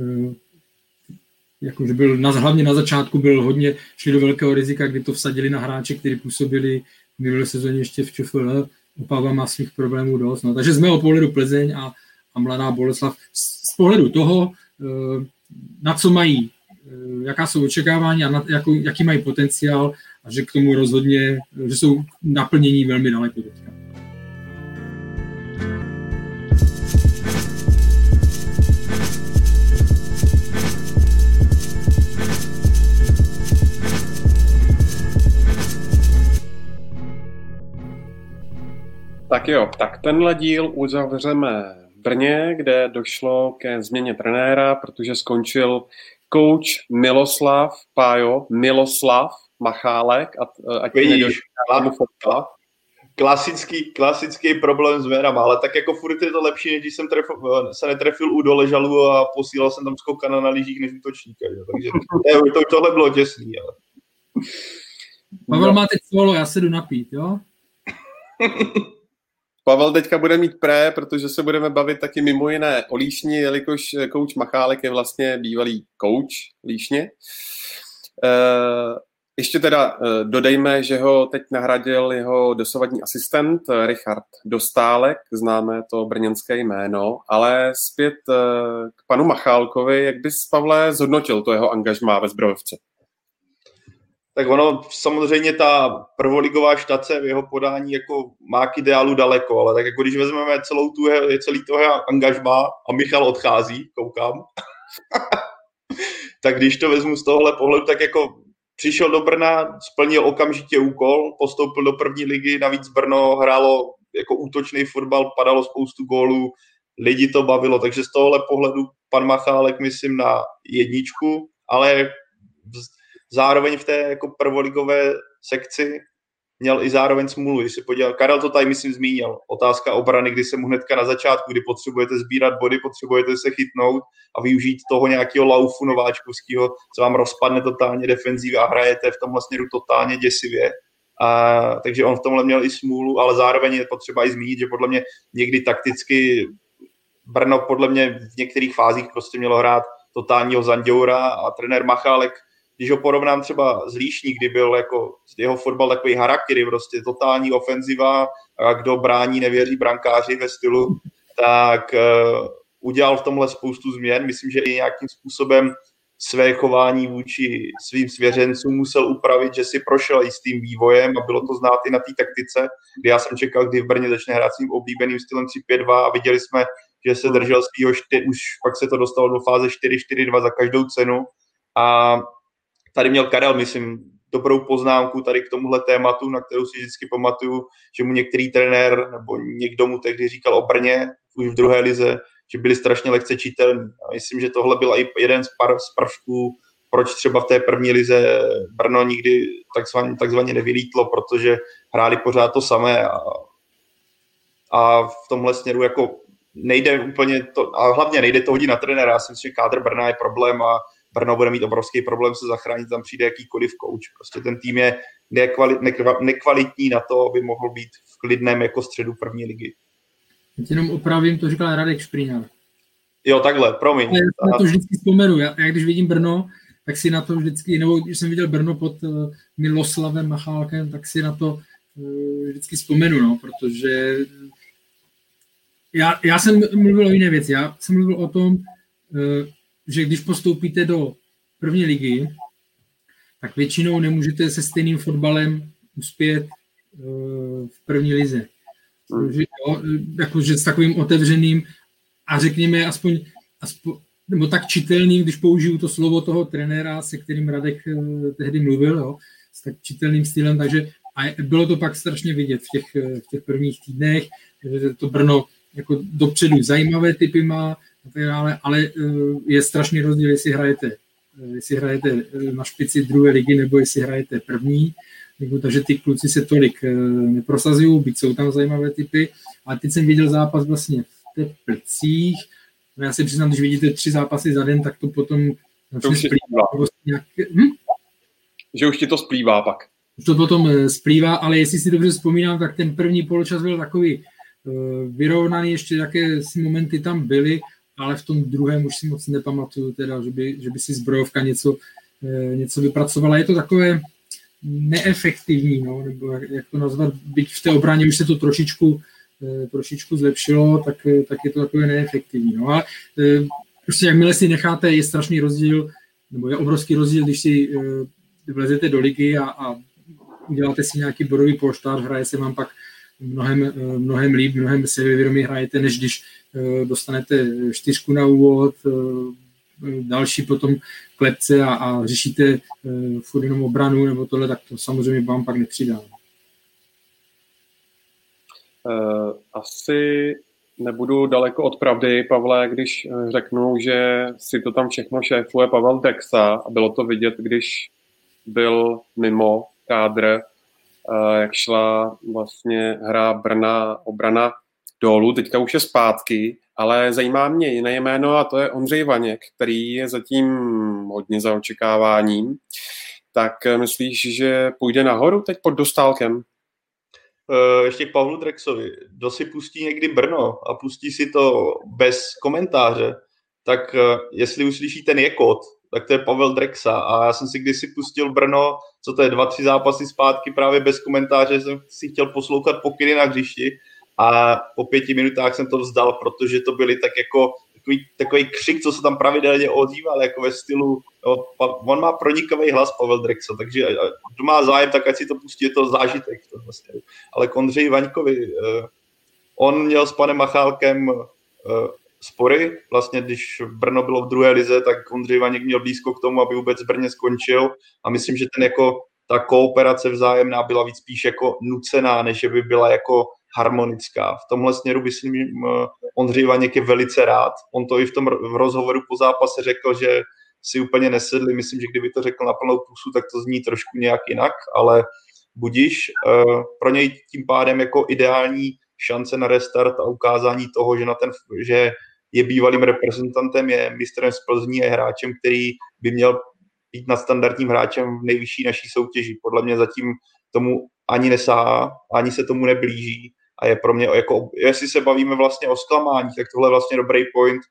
jakože byl hlavně na začátku byl hodně, šli do velkého rizika, kdy to vsadili na hráče, kteří působili v minulé sezóně ještě v ČFL. Opava má svých problémů dost. No. Takže z mého pohledu Plzeň a Mladá Boleslav. Z pohledu toho, na co mají, jaká jsou očekávání a jaký mají potenciál a že k tomu rozhodně, že jsou naplnění velmi daleko teďka. Tak jo, tak tenhle díl uzavřeme v Brně, kde došlo ke změně trenéra, protože skončil coach Miloslav Machálek. Klasický problém s jménama, ale tak jako furt je to lepší, než když jsem se netrefil u Doležalu a posílal jsem tam skokana na lyžích než útočníka. Takže tohle bylo těsný. Ale... Pavel má teď solo, já se jdu napít, jo? Pavel teďka bude mít protože se budeme bavit taky mimo jiné o Líšni, jelikož kouč Machálek je vlastně bývalý kouč Líšně. Ještě teda dodejme, že ho teď nahradil jeho dosavadní asistent Richard Dostálek, známe to brněnské jméno, ale zpět k panu Machálkovi, jak bys, Pavle, zhodnotil to jeho angažmá ve zbrojovce? Tak ono, samozřejmě ta prvoligová štace v jeho podání jako má k ideálu daleko, ale tak jako když vezmeme celý toho angažmá a Michal odchází, koukám, tak když to vezmu z tohohle pohledu, tak jako přišel do Brna, splnil okamžitě úkol, postoupil do první ligy, navíc Brno hrálo jako útočný fotbal, padalo spoustu gólů, lidi to bavilo, takže z tohohle pohledu pan Machálek myslím na 1, ale zároveň v té jako prvoligové sekci měl i zároveň smůlu. Když se podíval, Karel to tady myslím zmínil, otázka obrany, kdy se mu hnedka na začátku, kdy potřebujete sbírat body, potřebujete se chytnout a využít toho nějakého laufu nováčkovského, co vám rozpadne totálně defenzív a hrajete v tomhle směru totálně děsivě. Takže on v tomhle měl i smůlu, ale zároveň je potřeba i zmínit, že podle mě někdy takticky Brno podle mě v některých fázích prostě mělo hrát totálního Zanděura a trenér Machálek, když ho porovnám třeba z Líšní, kdy byl jako jeho fotbal takový harakiri, prostě totální ofenziva, a kdo brání, nevěří brankáři ve stylu, tak udělal v tomhle spoustu změn. Myslím, že i nějakým způsobem své chování vůči svým svěřencům musel upravit, že si prošel i s tím vývojem a bylo to znát i na té taktice, kdy já jsem čekal, kdy v Brně začne hrát svým oblíbeným stylem 3-5-2 a viděli jsme, že se držel svýho, už pak se to dostalo do fáze 4-4-2 za každou cenu a tady měl Karel, myslím, dobrou poznámku tady k tomuhle tématu, na kterou si vždycky pamatuju, že mu některý trenér nebo někdo mu tehdy říkal o Brně, už v druhé lize, že byli strašně lehce čitelní. A myslím, že tohle byl i jeden z prvků proč třeba v té první lize Brno nikdy takzvaně nevylítlo, protože hráli pořád to samé a v tomhle směru jako nejde úplně to, a hlavně nejde to hodit na trenéra. Já si myslím, že kádr Brna je problém a Brno bude mít obrovský problém se zachránit, tam přijde jakýkoliv coach. Prostě ten tým je nekvalitní na to, aby mohl být v klidném jako středu první ligy. Jenom opravím, to říkal Radek Šprýnar. Jo, takhle, promiň. Já na to vždycky vzpomenu. Já když vidím Brno, tak si na to vždycky, nebo když jsem viděl Brno pod Miloslavem Machálkem, tak si na to vždycky vzpomenu, no, protože já jsem mluvil o jiné věci. Já jsem mluvil o tom, že když postoupíte do první ligy, tak většinou nemůžete se stejným fotbalem uspět v první lize. Jakože s takovým otevřeným a řekněme aspoň nebo tak čitelným, když použiju to slovo toho trenéra, se kterým Radek tehdy mluvil, jo, s tak čitelným stylem, takže a bylo to pak strašně vidět v těch prvních týdnech, že to Brno jako dopředu zajímavé typy má, ale je strašný rozdíl, jestli hrajete na špici druhé ligy, nebo jestli hrajete první, takže ty kluci se tolik neprosazují, byť jsou tam zajímavé typy, ale teď jsem viděl zápas vlastně v Teplicích. Já si přiznám, když vidíte 3 zápasy za den, tak to potom že už ti to splývá pak. Už to potom splývá, ale jestli si dobře vzpomínám, tak ten první poločas byl takový vyrovnaný, ještě jaké si momenty tam byly, ale v tom druhém už si moc nepamatuju, teda, že by si zbrojovka něco vypracovala. Je to takové neefektivní, no, nebo jak to nazvat, byť v té obraně už se to trošičku zlepšilo, tak je to takové neefektivní. No, ale prostě jakmile si necháte, je strašný rozdíl, nebo je obrovský rozdíl, když si vlezete do ligy a uděláte si nějaký bodový polštář, hraje se vám pak mnohem líp, mnohem sebevědomě hrajete, než když dostanete 4 na úvod, další potom klepce a řešíte furt jenom obranu nebo tohle, tak to samozřejmě vám pak nepřidá. Asi nebudu daleko od pravdy, Pavle, když řeknu, že si to tam všechno šéfuje Pavel Drexa a bylo to vidět, když byl mimo kádr, jak šla vlastně hra Brna obrana dolů, teďka už je zpátky, ale zajímá mě jiné jméno a to je Ondřej Vaněk, který je zatím hodně za očekáváním. Tak myslíš, že půjde nahoru teď pod Dostálkem? Ještě k Pavlu Drexovi. Kdo si pustí někdy Brno a pustí si to bez komentáře, tak jestli uslyší ten jekot, tak to je Pavel Drexa. A já jsem si kdysi pustil Brno, co to je, 2-3 zápasy zpátky právě bez komentáře, jsem si chtěl poslouchat pokyny na hřišti a po 5 minutách jsem to vzdal, protože to byly tak jako takový křik, co se tam pravidelně ozýval, jako ve stylu, on má pronikavý hlas Pavel Drexa, takže kdo má zájem, tak ať si to pustí, je to zážitek. To vlastně. Ale k Ondřeji Vaňkovi, on měl s panem Machálkem spory, vlastně když Brno bylo v druhé lize, tak Ondřej Vaněk měl blízko k tomu, aby vůbec v Brně skončil a myslím, že ta kooperace vzájemná byla víc spíš jako nucená, než by byla jako harmonická. V tomhle směru myslím, Ondřej Vaněk je velice rád. On to i v rozhovoru po zápase řekl, že si úplně nesedli. Myslím, že kdyby to řekl na plnou pusu, tak to zní trošku nějak jinak, ale budiš. Pro něj tím pádem jako ideální šance na restart a ukázání toho, že je bývalým reprezentantem, je mistrem z Plzní a je hráčem, který by měl být nadstandardním hráčem v nejvyšší naší soutěži. Podle mě zatím tomu ani nesahá, ani se tomu neblíží a je pro mě, jako, jestli se bavíme vlastně o zklamání, tak tohle je vlastně dobrý point,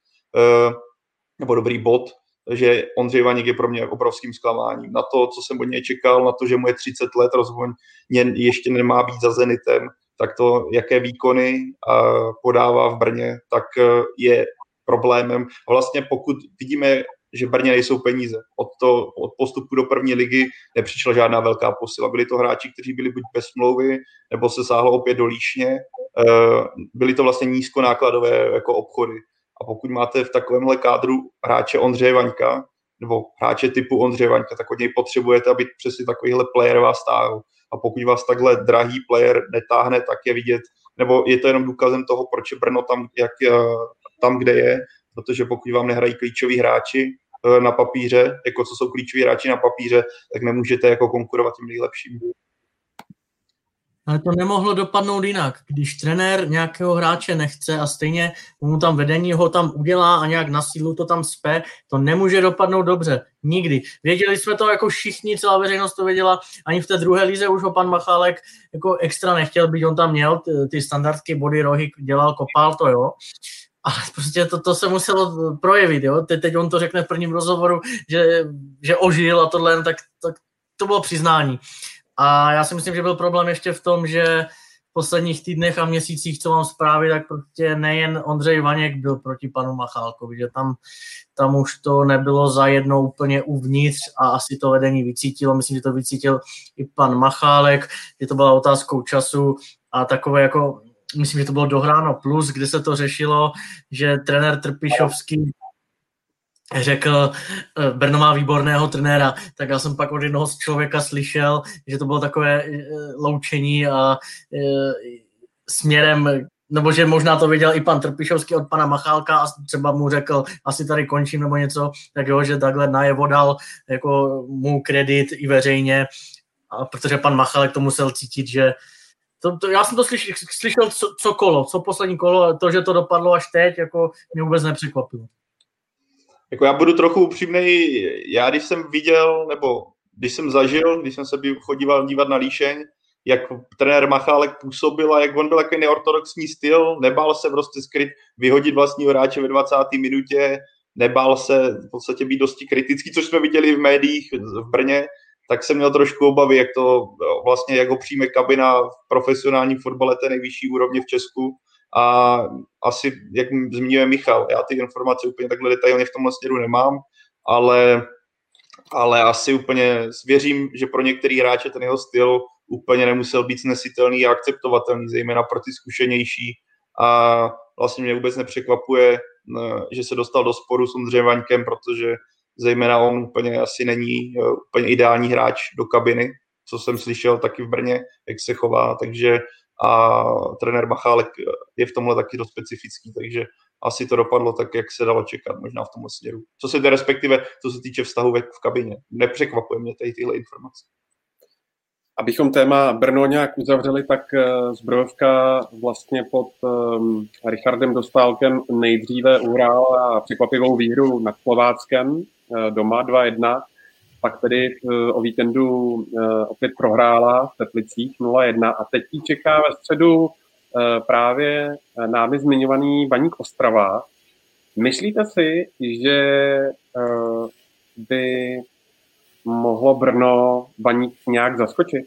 nebo dobrý bod, že Ondřej Vaněk je pro mě obrovským zklamáním. Na to, co jsem od něj čekal, na to, že mu je 30 let, rozhodně ještě nemá být za Zenitem, tak to, jaké výkony podává v Brně, tak je problémem. A vlastně pokud vidíme, že v Brně nejsou peníze, od postupu do první ligy nepřišla žádná velká posila. Byli to hráči, kteří byli buď bez smlouvy, nebo se sáhlo opět do Líšně. Byly to vlastně nízkonákladové jako obchody. A pokud máte v takovémhle kádru hráče Ondřeje Vaňka, nebo hráče typu Ondřeje Vaňka, tak od něj potřebujete, aby přesně takovýhle player vás táhl. A pokud vás takhle drahý player netáhne, tak je vidět, nebo je to jenom důkazem toho, proč je Brno tam, kde je, protože pokud vám nehrají klíčoví hráči, na papíře, jako co jsou klíčoví hráči na papíře, tak nemůžete jako konkurovat těm nejlepším. Ale to nemohlo dopadnout jinak. Když trenér nějakého hráče nechce a stejně mu tam vedení ho tam udělá a nějak na sílu to tam spe, to nemůže dopadnout dobře. Nikdy. Věděli jsme to jako všichni, celá veřejnost to věděla, ani v té druhé lize už ho pan Machálek jako extra nechtěl, byť on tam měl ty standardky, body, rohy, dělal, kopal to, jo. Ale prostě to se muselo projevit, jo. Teď on to řekne v prvním rozhovoru, že ožil a tohle, tak to bylo přiznání. A já si myslím, že byl problém ještě v tom, že v posledních týdnech a měsících, co mám zprávy, tak prostě nejen Ondřej Vaněk byl proti panu Machálkovi, že tam už to nebylo zajedno úplně uvnitř a asi to vedení vycítilo. Myslím, že to vycítil i pan Machálek, že to byla otázkou času a takové jako, myslím, že to bylo dohráno plus, kde se to řešilo, že trenér Trpišovský řekl, Brno má výborného trenéra, tak já jsem pak od jednoho z člověka slyšel, že to bylo takové loučení a směrem, nebo že možná to věděl i pan Trpišovský od pana Machálka a třeba mu řekl, asi tady končím nebo něco, tak jo, že takhle najevo dal jako mu kredit i veřejně, a protože pan Machálek to musel cítit, že já jsem to slyšel co poslední kolo, to, že to dopadlo až teď, jako mě vůbec nepřekvapilo. Jako já budu trochu upřímnej, já když jsem viděl, nebo když jsem zažil, když jsem se chodíval dívat na Líšeň, jak trenér Machálek působil a jak on byl takový neortodoxní styl, nebál se prostě skryt, vyhodit vlastního hráče ve 20. minutě, nebál se v podstatě být dosti kritický, což jsme viděli v médiích v Brně, tak jsem měl trošku obavy, jak to vlastně, jak ho přijme kabina v profesionálním fotbale té nejvyšší úrovně v Česku. A asi, jak zmiňuje Michal, já ty informace úplně takhle detailně v tomhle směru nemám, ale asi úplně věřím, že pro některý hráče ten jeho styl úplně nemusel být snesitelný a akceptovatelný, zejména pro ty zkušenější. A vlastně mě vůbec nepřekvapuje, že se dostal do sporu s Ondřejem Vaňkem, protože zejména on úplně asi není úplně ideální hráč do kabiny, co jsem slyšel taky v Brně, jak se chová, takže a trenér Machálek je v tomhle taky dost specifický, takže asi to dopadlo tak, jak se dalo čekat, možná v tomhle směru. Co se týče vztahu v kabině. Nepřekvapuje mě tady tyhle informace. Abychom téma Brno nějak uzavřeli, tak Zbrojovka vlastně pod Richardem Dostálkem nejdříve uhrála překvapivou výhru nad Slováckem doma 2-1, pak tedy o víkendu opět prohrála v Teplicích 0-1 a teď jí čeká ve středu právě námi zmiňovaný Baník Ostrava. Myslíte si, že by mohlo Brno Baník nějak zaskočit?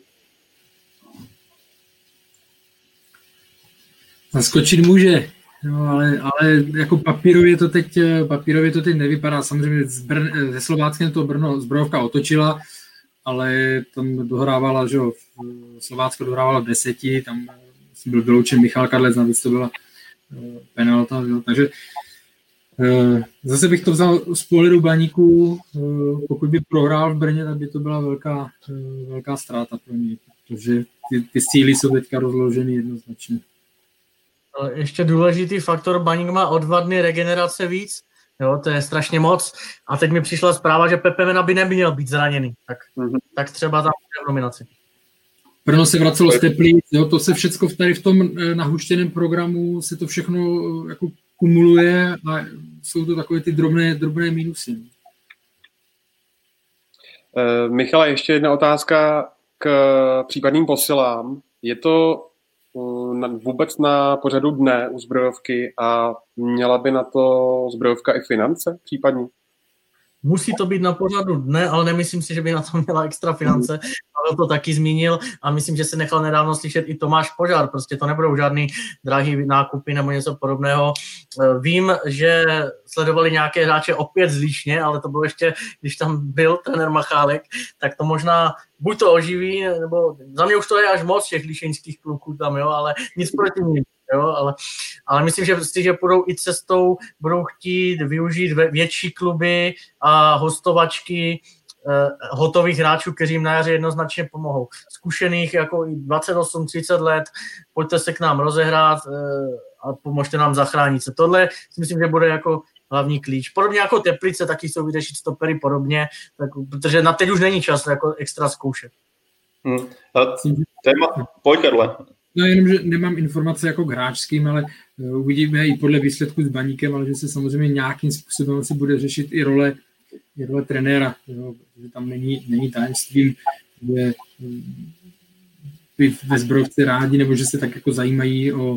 Zaskočit může, no, ale jako papírově to teď nevypadá. Samozřejmě ze Slováckem to Zbrojovka otočila, ale tam dohrávala, že jo, Slovácko dohrávala v 10, tam byl vyloučen Michal Kadlec, navíc to byla penalta, jo, takže zase bych to vzal z pohledu Baníku, pokud by prohrál v Brně, tak by to byla velká ztráta pro něj, protože ty síly jsou teďka rozloženy jednoznačně. Ještě důležitý faktor, Baník má o 2 dny regenerace víc, jo, to je strašně moc a teď mi přišla zpráva, že Pepe Mena by neměl být zraněný, tak třeba tam bude v nominaci. Brno se vracelo z Teplic, jo, to se všecko tady v tom nahuštěném programu se to všechno jako kumuluje a jsou to takové ty drobné minusy. Michale, ještě jedna otázka k případným posilám. Je to vůbec na pořadu dne u Zbrojovky a měla by na to Zbrojovka i finance případně? Musí to být na pořadu dne, ale nemyslím si, že by na to měla extra finance. Pavel to taky zmínil a myslím, že se nechal nedávno slyšet i Tomáš Požár. Prostě to nebudou žádný drahý nákupy nebo něco podobného. Vím, že sledovali nějaké hráče opět z Líšně, ale to bylo ještě, když tam byl trenér Machálek, tak to možná buď to oživí, nebo za mě už to je až moc těch líšeňských kluků tam, jo, ale nic proti nim. Jo, ale myslím, že půjdou i cestou, budou chtít využít větší kluby a hostovačky hotových hráčů, kteří jim na jaře jednoznačně pomohou. Zkušených jako 28-30 let, pojďte se k nám rozehrát a pomožte nám zachránit se. Tohle si myslím, že bude jako hlavní klíč. Podobně jako Teplice, taky jsou vyřešit stopery podobně, tak, protože na teď už není čas jako extra zkoušet. Pojď, Karle. No jenom, že nemám informace jako k hráčským, ale uvidíme i podle výsledku s Baníkem, ale že se samozřejmě nějakým způsobem asi bude řešit i role trenéra, jo, protože tam není tajemstvím, že ve Zbrojovce rádi, nebo že se tak jako zajímají o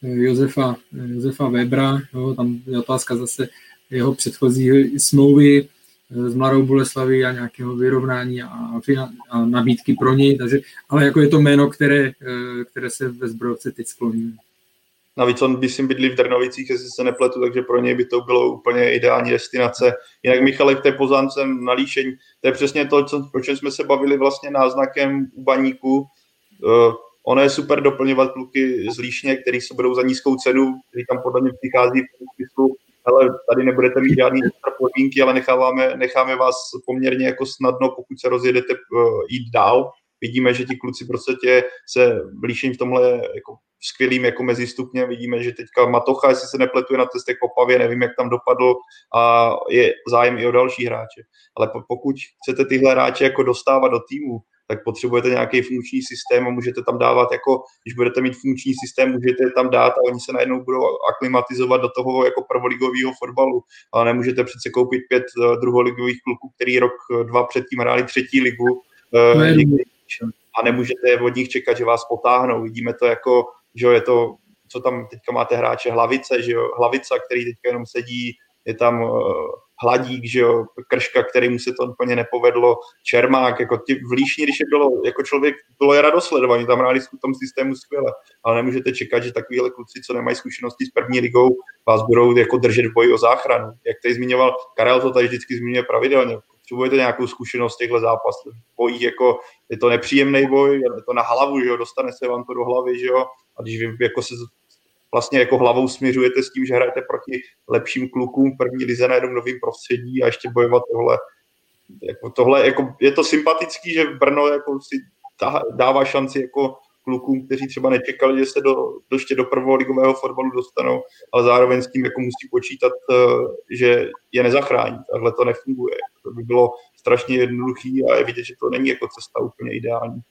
Josefa Webera, jo, tam je otázka zase jeho předchozí smlouvy s Mladou Boleslaví a nějakého vyrovnání a nabídky pro něj, takže, ale jako je to jméno, které se ve Zbrojovce teď skloní. Navíc on by si bydlí v Drnovicích, jestli se nepletu, takže pro něj by to bylo úplně ideální destinace. Jinak Michale, k té Pozance na Líšeň, to je přesně to, o čem jsme se bavili vlastně náznakem u Baníku. Ono je super doplňovat kluky z Líšně, který se budou za nízkou cenu, který tam podle mě přichází v smyslu, ale tady nebudete mít žádný podmínky, ale necháme vás poměrně jako snadno, pokud se rozjedete, jít dál. Vidíme, že ti kluci prostě se Líšeň v tomhle jako skvělým jako mezistupně. Vidíme, že teďka Matocha, jestli se nepletuje na testech v Opavě, nevím, jak tam dopadl, a je zájem i o další hráče. Ale pokud chcete tyhle hráče jako dostávat do týmu, tak potřebujete nějaký funkční systém a můžete tam dávat, jako když budete mít funkční systém, můžete je tam dát a oni se najednou budou aklimatizovat do toho jako prvoligového fotbalu. Ale nemůžete přece koupit 5 druholigových kluků, který rok, 2 předtím hráli 3. ligu a nemůžete od nich čekat, že vás potáhnou. Vidíme to jako, že je to, co tam teďka máte hráče Hlavice, že jo, Hlavica, který teďka jenom sedí, je tam Hladík, že jo, Krška, kterému se to úplně nepovedlo, Čermák, jako v Líšni, když je bylo, jako člověk, bylo je radost sledovat, tam hráli v tom systému skvěle, ale nemůžete čekat, že takovýhle kluci, co nemají zkušenosti s první ligou, vás budou jako držet v boji o záchranu. Jak tady zmiňoval, Karel to tady vždycky zmiňuje pravidelně, potřebujete nějakou zkušenost těchto zápasů. Bojí jako, je to nepříjemný boj, je to na hlavu, že jo, dostane se vám to do hlavy, že jo, a když vy jako se vlastně jako hlavou směřujete s tím, že hrajete proti lepším klukům v první lize na jednom novým prostředí a ještě bojovat tohle jako je to sympatický, že Brno jako si dává šanci jako klukům, kteří třeba nečekali, že se ještě do prvoligového fotbalu dostanou, ale zároveň s tím jako musí počítat, že je nezachrání. Takhle to nefunguje. To by bylo strašně jednoduchý a je vidět, že to není jako cesta úplně ideální.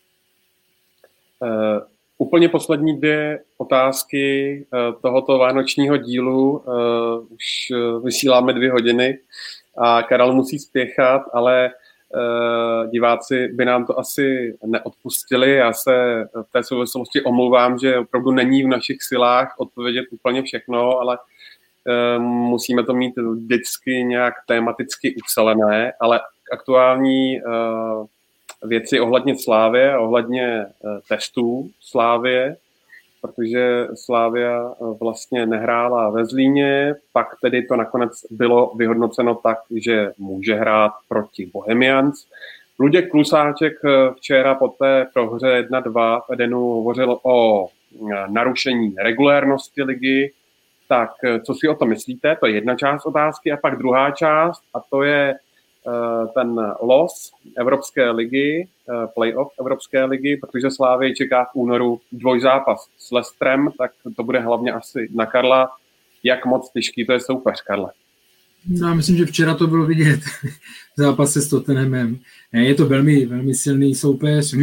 Úplně poslední 2 otázky tohoto vánočního dílu. Už vysíláme 2 hodiny a Karel musí spěchat, ale diváci by nám to asi neodpustili. Já se v té souvislosti omlouvám, že opravdu není v našich silách odpovědět úplně všechno, ale musíme to mít vždycky nějak tematicky ucelené, ale aktuální věci ohledně Slávie a ohledně testů Slávie, protože Slavia vlastně nehrála ve Zlíně, pak tedy to nakonec bylo vyhodnoceno tak, že může hrát proti Bohemians. Luděk Klusáček včera po té prohře 1-2 v Edenu hovořil o narušení regulérnosti ligy. Tak co si o to myslíte? To je jedna část otázky a pak druhá část a to je ten los Evropské ligy, playoff Evropské ligy, protože Slávy čeká v únoru dvojzápas s Leicesterem, tak to bude hlavně asi na Karla. Jak moc těžký to je soupeř, Karle? No, myslím, že včera to bylo vidět v zápase s Tottenhamem. Je to velmi, velmi silný soupeř.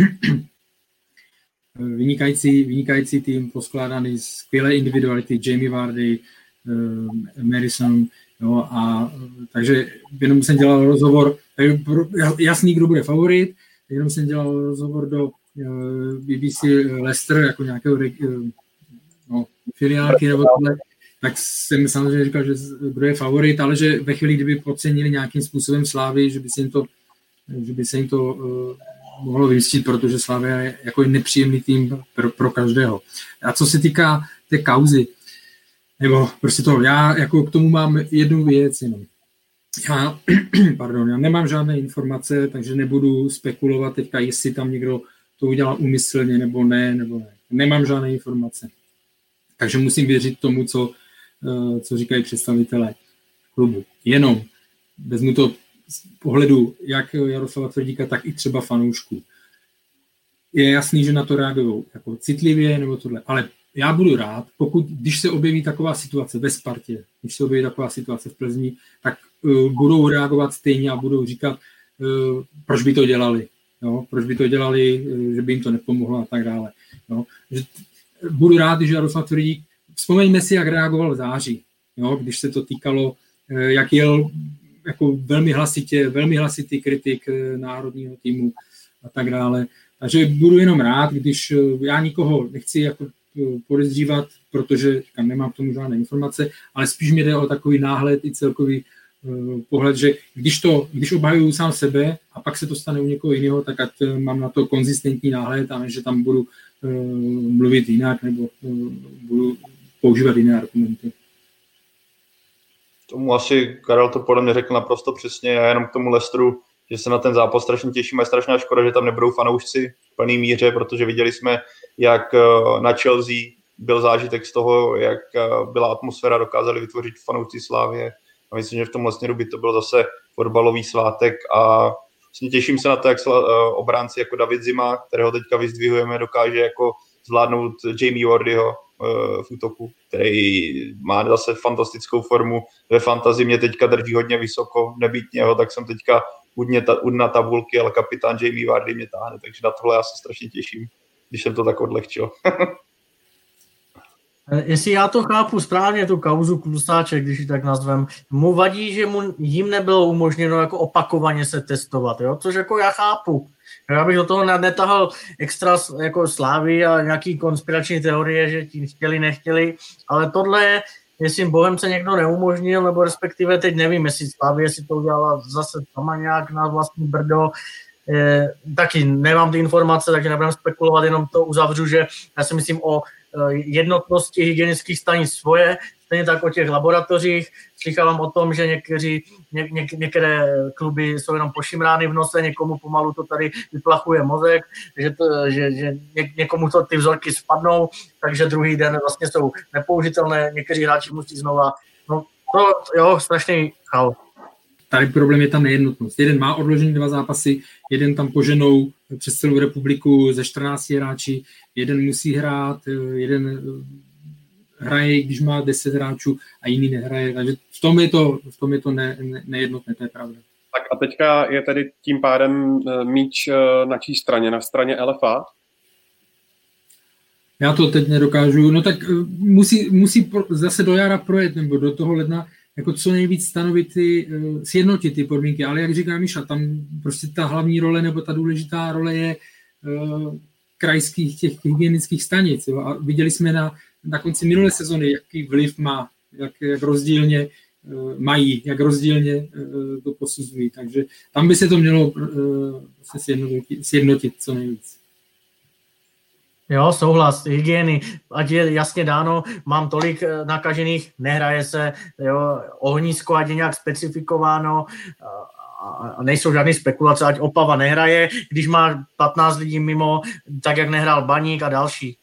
Vynikající tým poskládaný z skvělé individuality, Jamie Vardy, Madison, no a takže jenom jsem dělal rozhovor, jasný, kdo bude favorit, jenom jsem dělal rozhovor do BBC Leicester jako nějakého filiálky nebo tohle, tak jsem samozřejmě říkal, že kdo je favorit, ale že ve chvíli, kdyby podcenili nějakým způsobem Slávy, že by se jim to mohlo vymstit, protože Slavia je jako nepříjemný tým pro každého. A co se týká té kauzy, nebo prostě to, já jako k tomu mám jednu věc jenom. Já nemám žádné informace, takže nebudu spekulovat teďka, jestli tam někdo to udělal úmyslně, nebo ne. Nemám žádné informace. Takže musím věřit tomu, co říkají představitelé klubu. Jenom vezmu to z pohledu jak Jaroslava Tvrdíka, tak i třeba fanoušků. Je jasný, že na to reagují jako citlivě nebo tohle, ale já budu rád, když se objeví taková situace ve Spartě, když se objeví taková situace v Plzni, tak budou reagovat stejně a budou říkat, proč by to dělali, jo? Proč by to dělali, že by jim to nepomohlo a tak dále. Jo? Budu rád, že Jaroslav Tvrdík, vzpomeňme si, jak reagoval v září, jo? Když se to týkalo, jak jel jako velmi hlasitý kritik národního týmu a tak dále. Takže budu jenom rád, když já nikoho nechci jako podezřívat, protože nemám k tomu žádné informace, ale spíš mi jde o takový náhled i celkový pohled, že když obhajuju sám sebe a pak se to stane u někoho jiného, tak ať mám na to konzistentní náhled a ne, že tam budu mluvit jinak nebo budu používat jiné argumenty. Tomu asi Karel to podle mě řekl naprosto přesně. Já jenom k tomu Leicesteru, že se na ten zápas strašně těším a je strašná škoda, že tam nebudou fanoušci v plný míře, protože viděli jsme, jak na Chelsea byl zážitek z toho, jak byla atmosféra, dokázali vytvořit fanoušci Slavie. A myslím, že v tom Leicesteru by to byl zase fotbalový svátek a vlastně těším se na to, jak obránci jako David Zima, kterého teďka vyzdvihujeme, dokáže jako zvládnout Jamie Wardyho v útoku, který má zase fantastickou formu. Ve fantasii mě teďka drží hodně vysoko, nebýt něho, tak jsem teďka na tabulky, ale kapitán Jamie Vardy mě táhne, takže na tohle já se strašně těším, když jsem to tak odlehčil. Jestli já to chápu správně, tu kauzu Klusáček, když ji tak nazvem, mu vadí, že jim nebylo umožněno jako opakovaně se testovat, jo? Což jako já chápu. Já bych do toho netahal extra jako Slávy a nějaký konspirační teorie, že ti chtěli, nechtěli, ale tohle, jestli Bohemce někdo neumožnil, nebo respektive teď nevím, jestli Slávy, jestli to udělala zase sama nějak na vlastní brdo, taky nemám ty informace, takže nebudem spekulovat, jenom to uzavřu, že já si myslím o jednotnosti hygienických stanic svoje, stejně tak o těch laboratořích. Slychávám o tom, že některé kluby jsou jenom pošimrány v nose, někomu pomalu to tady vyplachuje mozek, že někomu to ty vzorky spadnou, takže druhý den vlastně jsou nepoužitelné, někteří hráči musí znova. No to jo, strašný chaos. Tady problém je ta nejednotnost. Jeden má odložený 2 zápasy, jeden tam poženou přes celou republiku ze 14 hráči, jeden musí hrát, jeden hraje, když má 10 hráčů a jiný nehraje. Takže v tom je to nejednotné, to je pravda. Tak a teďka je tedy tím pádem míč na čí straně? Na straně LFA? Já to teď nedokážu. No tak musí zase do jara projet, nebo do toho ledna jako co nejvíc stanovit sjednotit ty podmínky, ale jak říká Míša, tam prostě ta hlavní role nebo ta důležitá role je krajských těch hygienických stanic. Jo? A viděli jsme na konci minulé sezony, jaký vliv má, jak rozdílně mají, jak rozdílně to posuzují. Takže tam by se to mělo sjednotit co nejvíc. Jo, souhlas, hygieny, ať je jasně dáno, mám tolik nakažených, nehraje se, jo, ohnisko, ať je nějak specifikováno a nejsou žádné spekulace, ať Opava nehraje, když má 15 lidí mimo, tak jak nehrál Baník a další.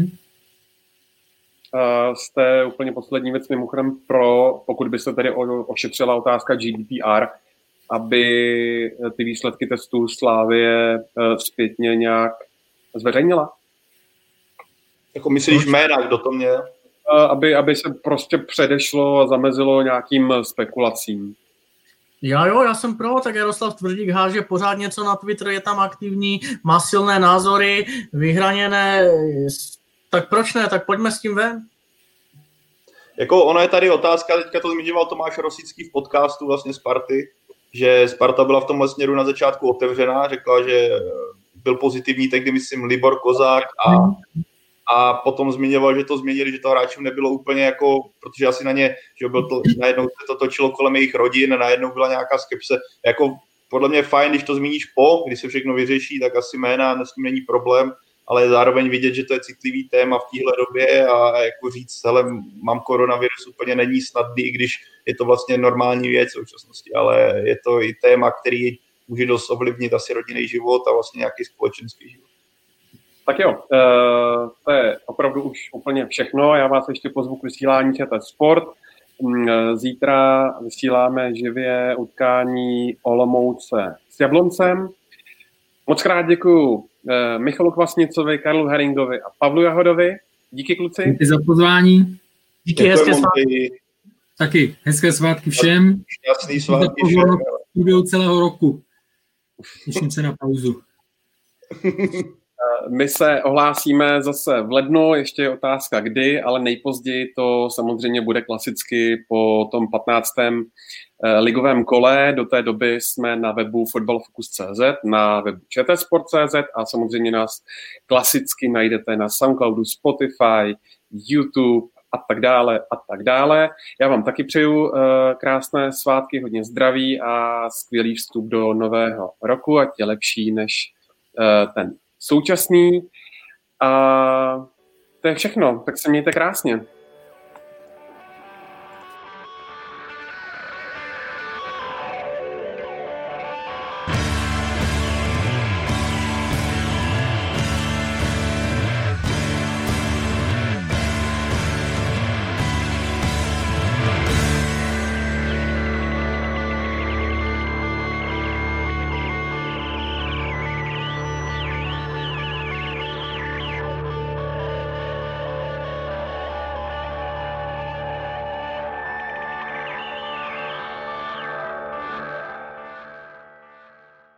Jste úplně poslední věc mimochodem pokud by se tedy ošetřila otázka GDPR, aby ty výsledky testů Slavie zpětně nějak zveřejnila? Jako myslíš jména, kdo to měl? Aby se prostě předešlo a zamezilo nějakým spekulacím. Já jsem pro, tak Jaroslav Tvrdík háže pořád něco na Twitter, je tam aktivní, má silné názory, vyhraněné, tak proč ne, tak pojďme s tím ven. Jako ono je tady otázka, teďka to zmiňoval Tomáš Rosický v podcastu vlastně Sparty, že Sparta byla v tomhle směru na začátku otevřená, řekla, že byl pozitivní tehdy, myslím, Libor Kozák a potom zmiňoval, že to změnili, že to hráčům nebylo úplně jako, protože asi na ně, že byl to, najednou se to točilo kolem jejich rodin a najednou byla nějaká skepse. Jako podle mě je fajn, když to zmíníš když se všechno vyřeší, tak asi jména, s tím není problém, ale zároveň vidět, že to je citlivý téma v téhle době a jako říct, hele, mám koronavirus, úplně není snadný, i když je to vlastně normální věc v současnosti, ale je to i téma, který může dost ovlivnit asi rodinný život a vlastně nějaký společenský život. Tak jo, to je opravdu už úplně všechno. Já vás ještě pozvu k vysílání ČT Sport. Zítra vysíláme živě utkání Olomouce s Jabloncem. Moc krát děkuju Michalu Kvasnicovi, Karlu Heringovi a Pavlu Jahodovi. Díky, kluci. Díky za pozvání. Díky, hezké svátky. Taky hezké svátky všem. Šťastný svátky všem. V průběhu celého roku. Těším se na pauzu. My se ohlásíme zase v lednu, ještě je otázka kdy, ale nejpozději to samozřejmě bude klasicky po tom 15. ligovém kole. Do té doby jsme na webu fotbalfocus.cz, na webu čtsport.cz a samozřejmě nás klasicky najdete na Soundcloudu, Spotify, YouTube a tak dále a tak dále. Já vám taky přeju krásné svátky, hodně zdraví a skvělý vstup do nového roku, ať je lepší než ten současný. A to je všechno, tak se mějte krásně.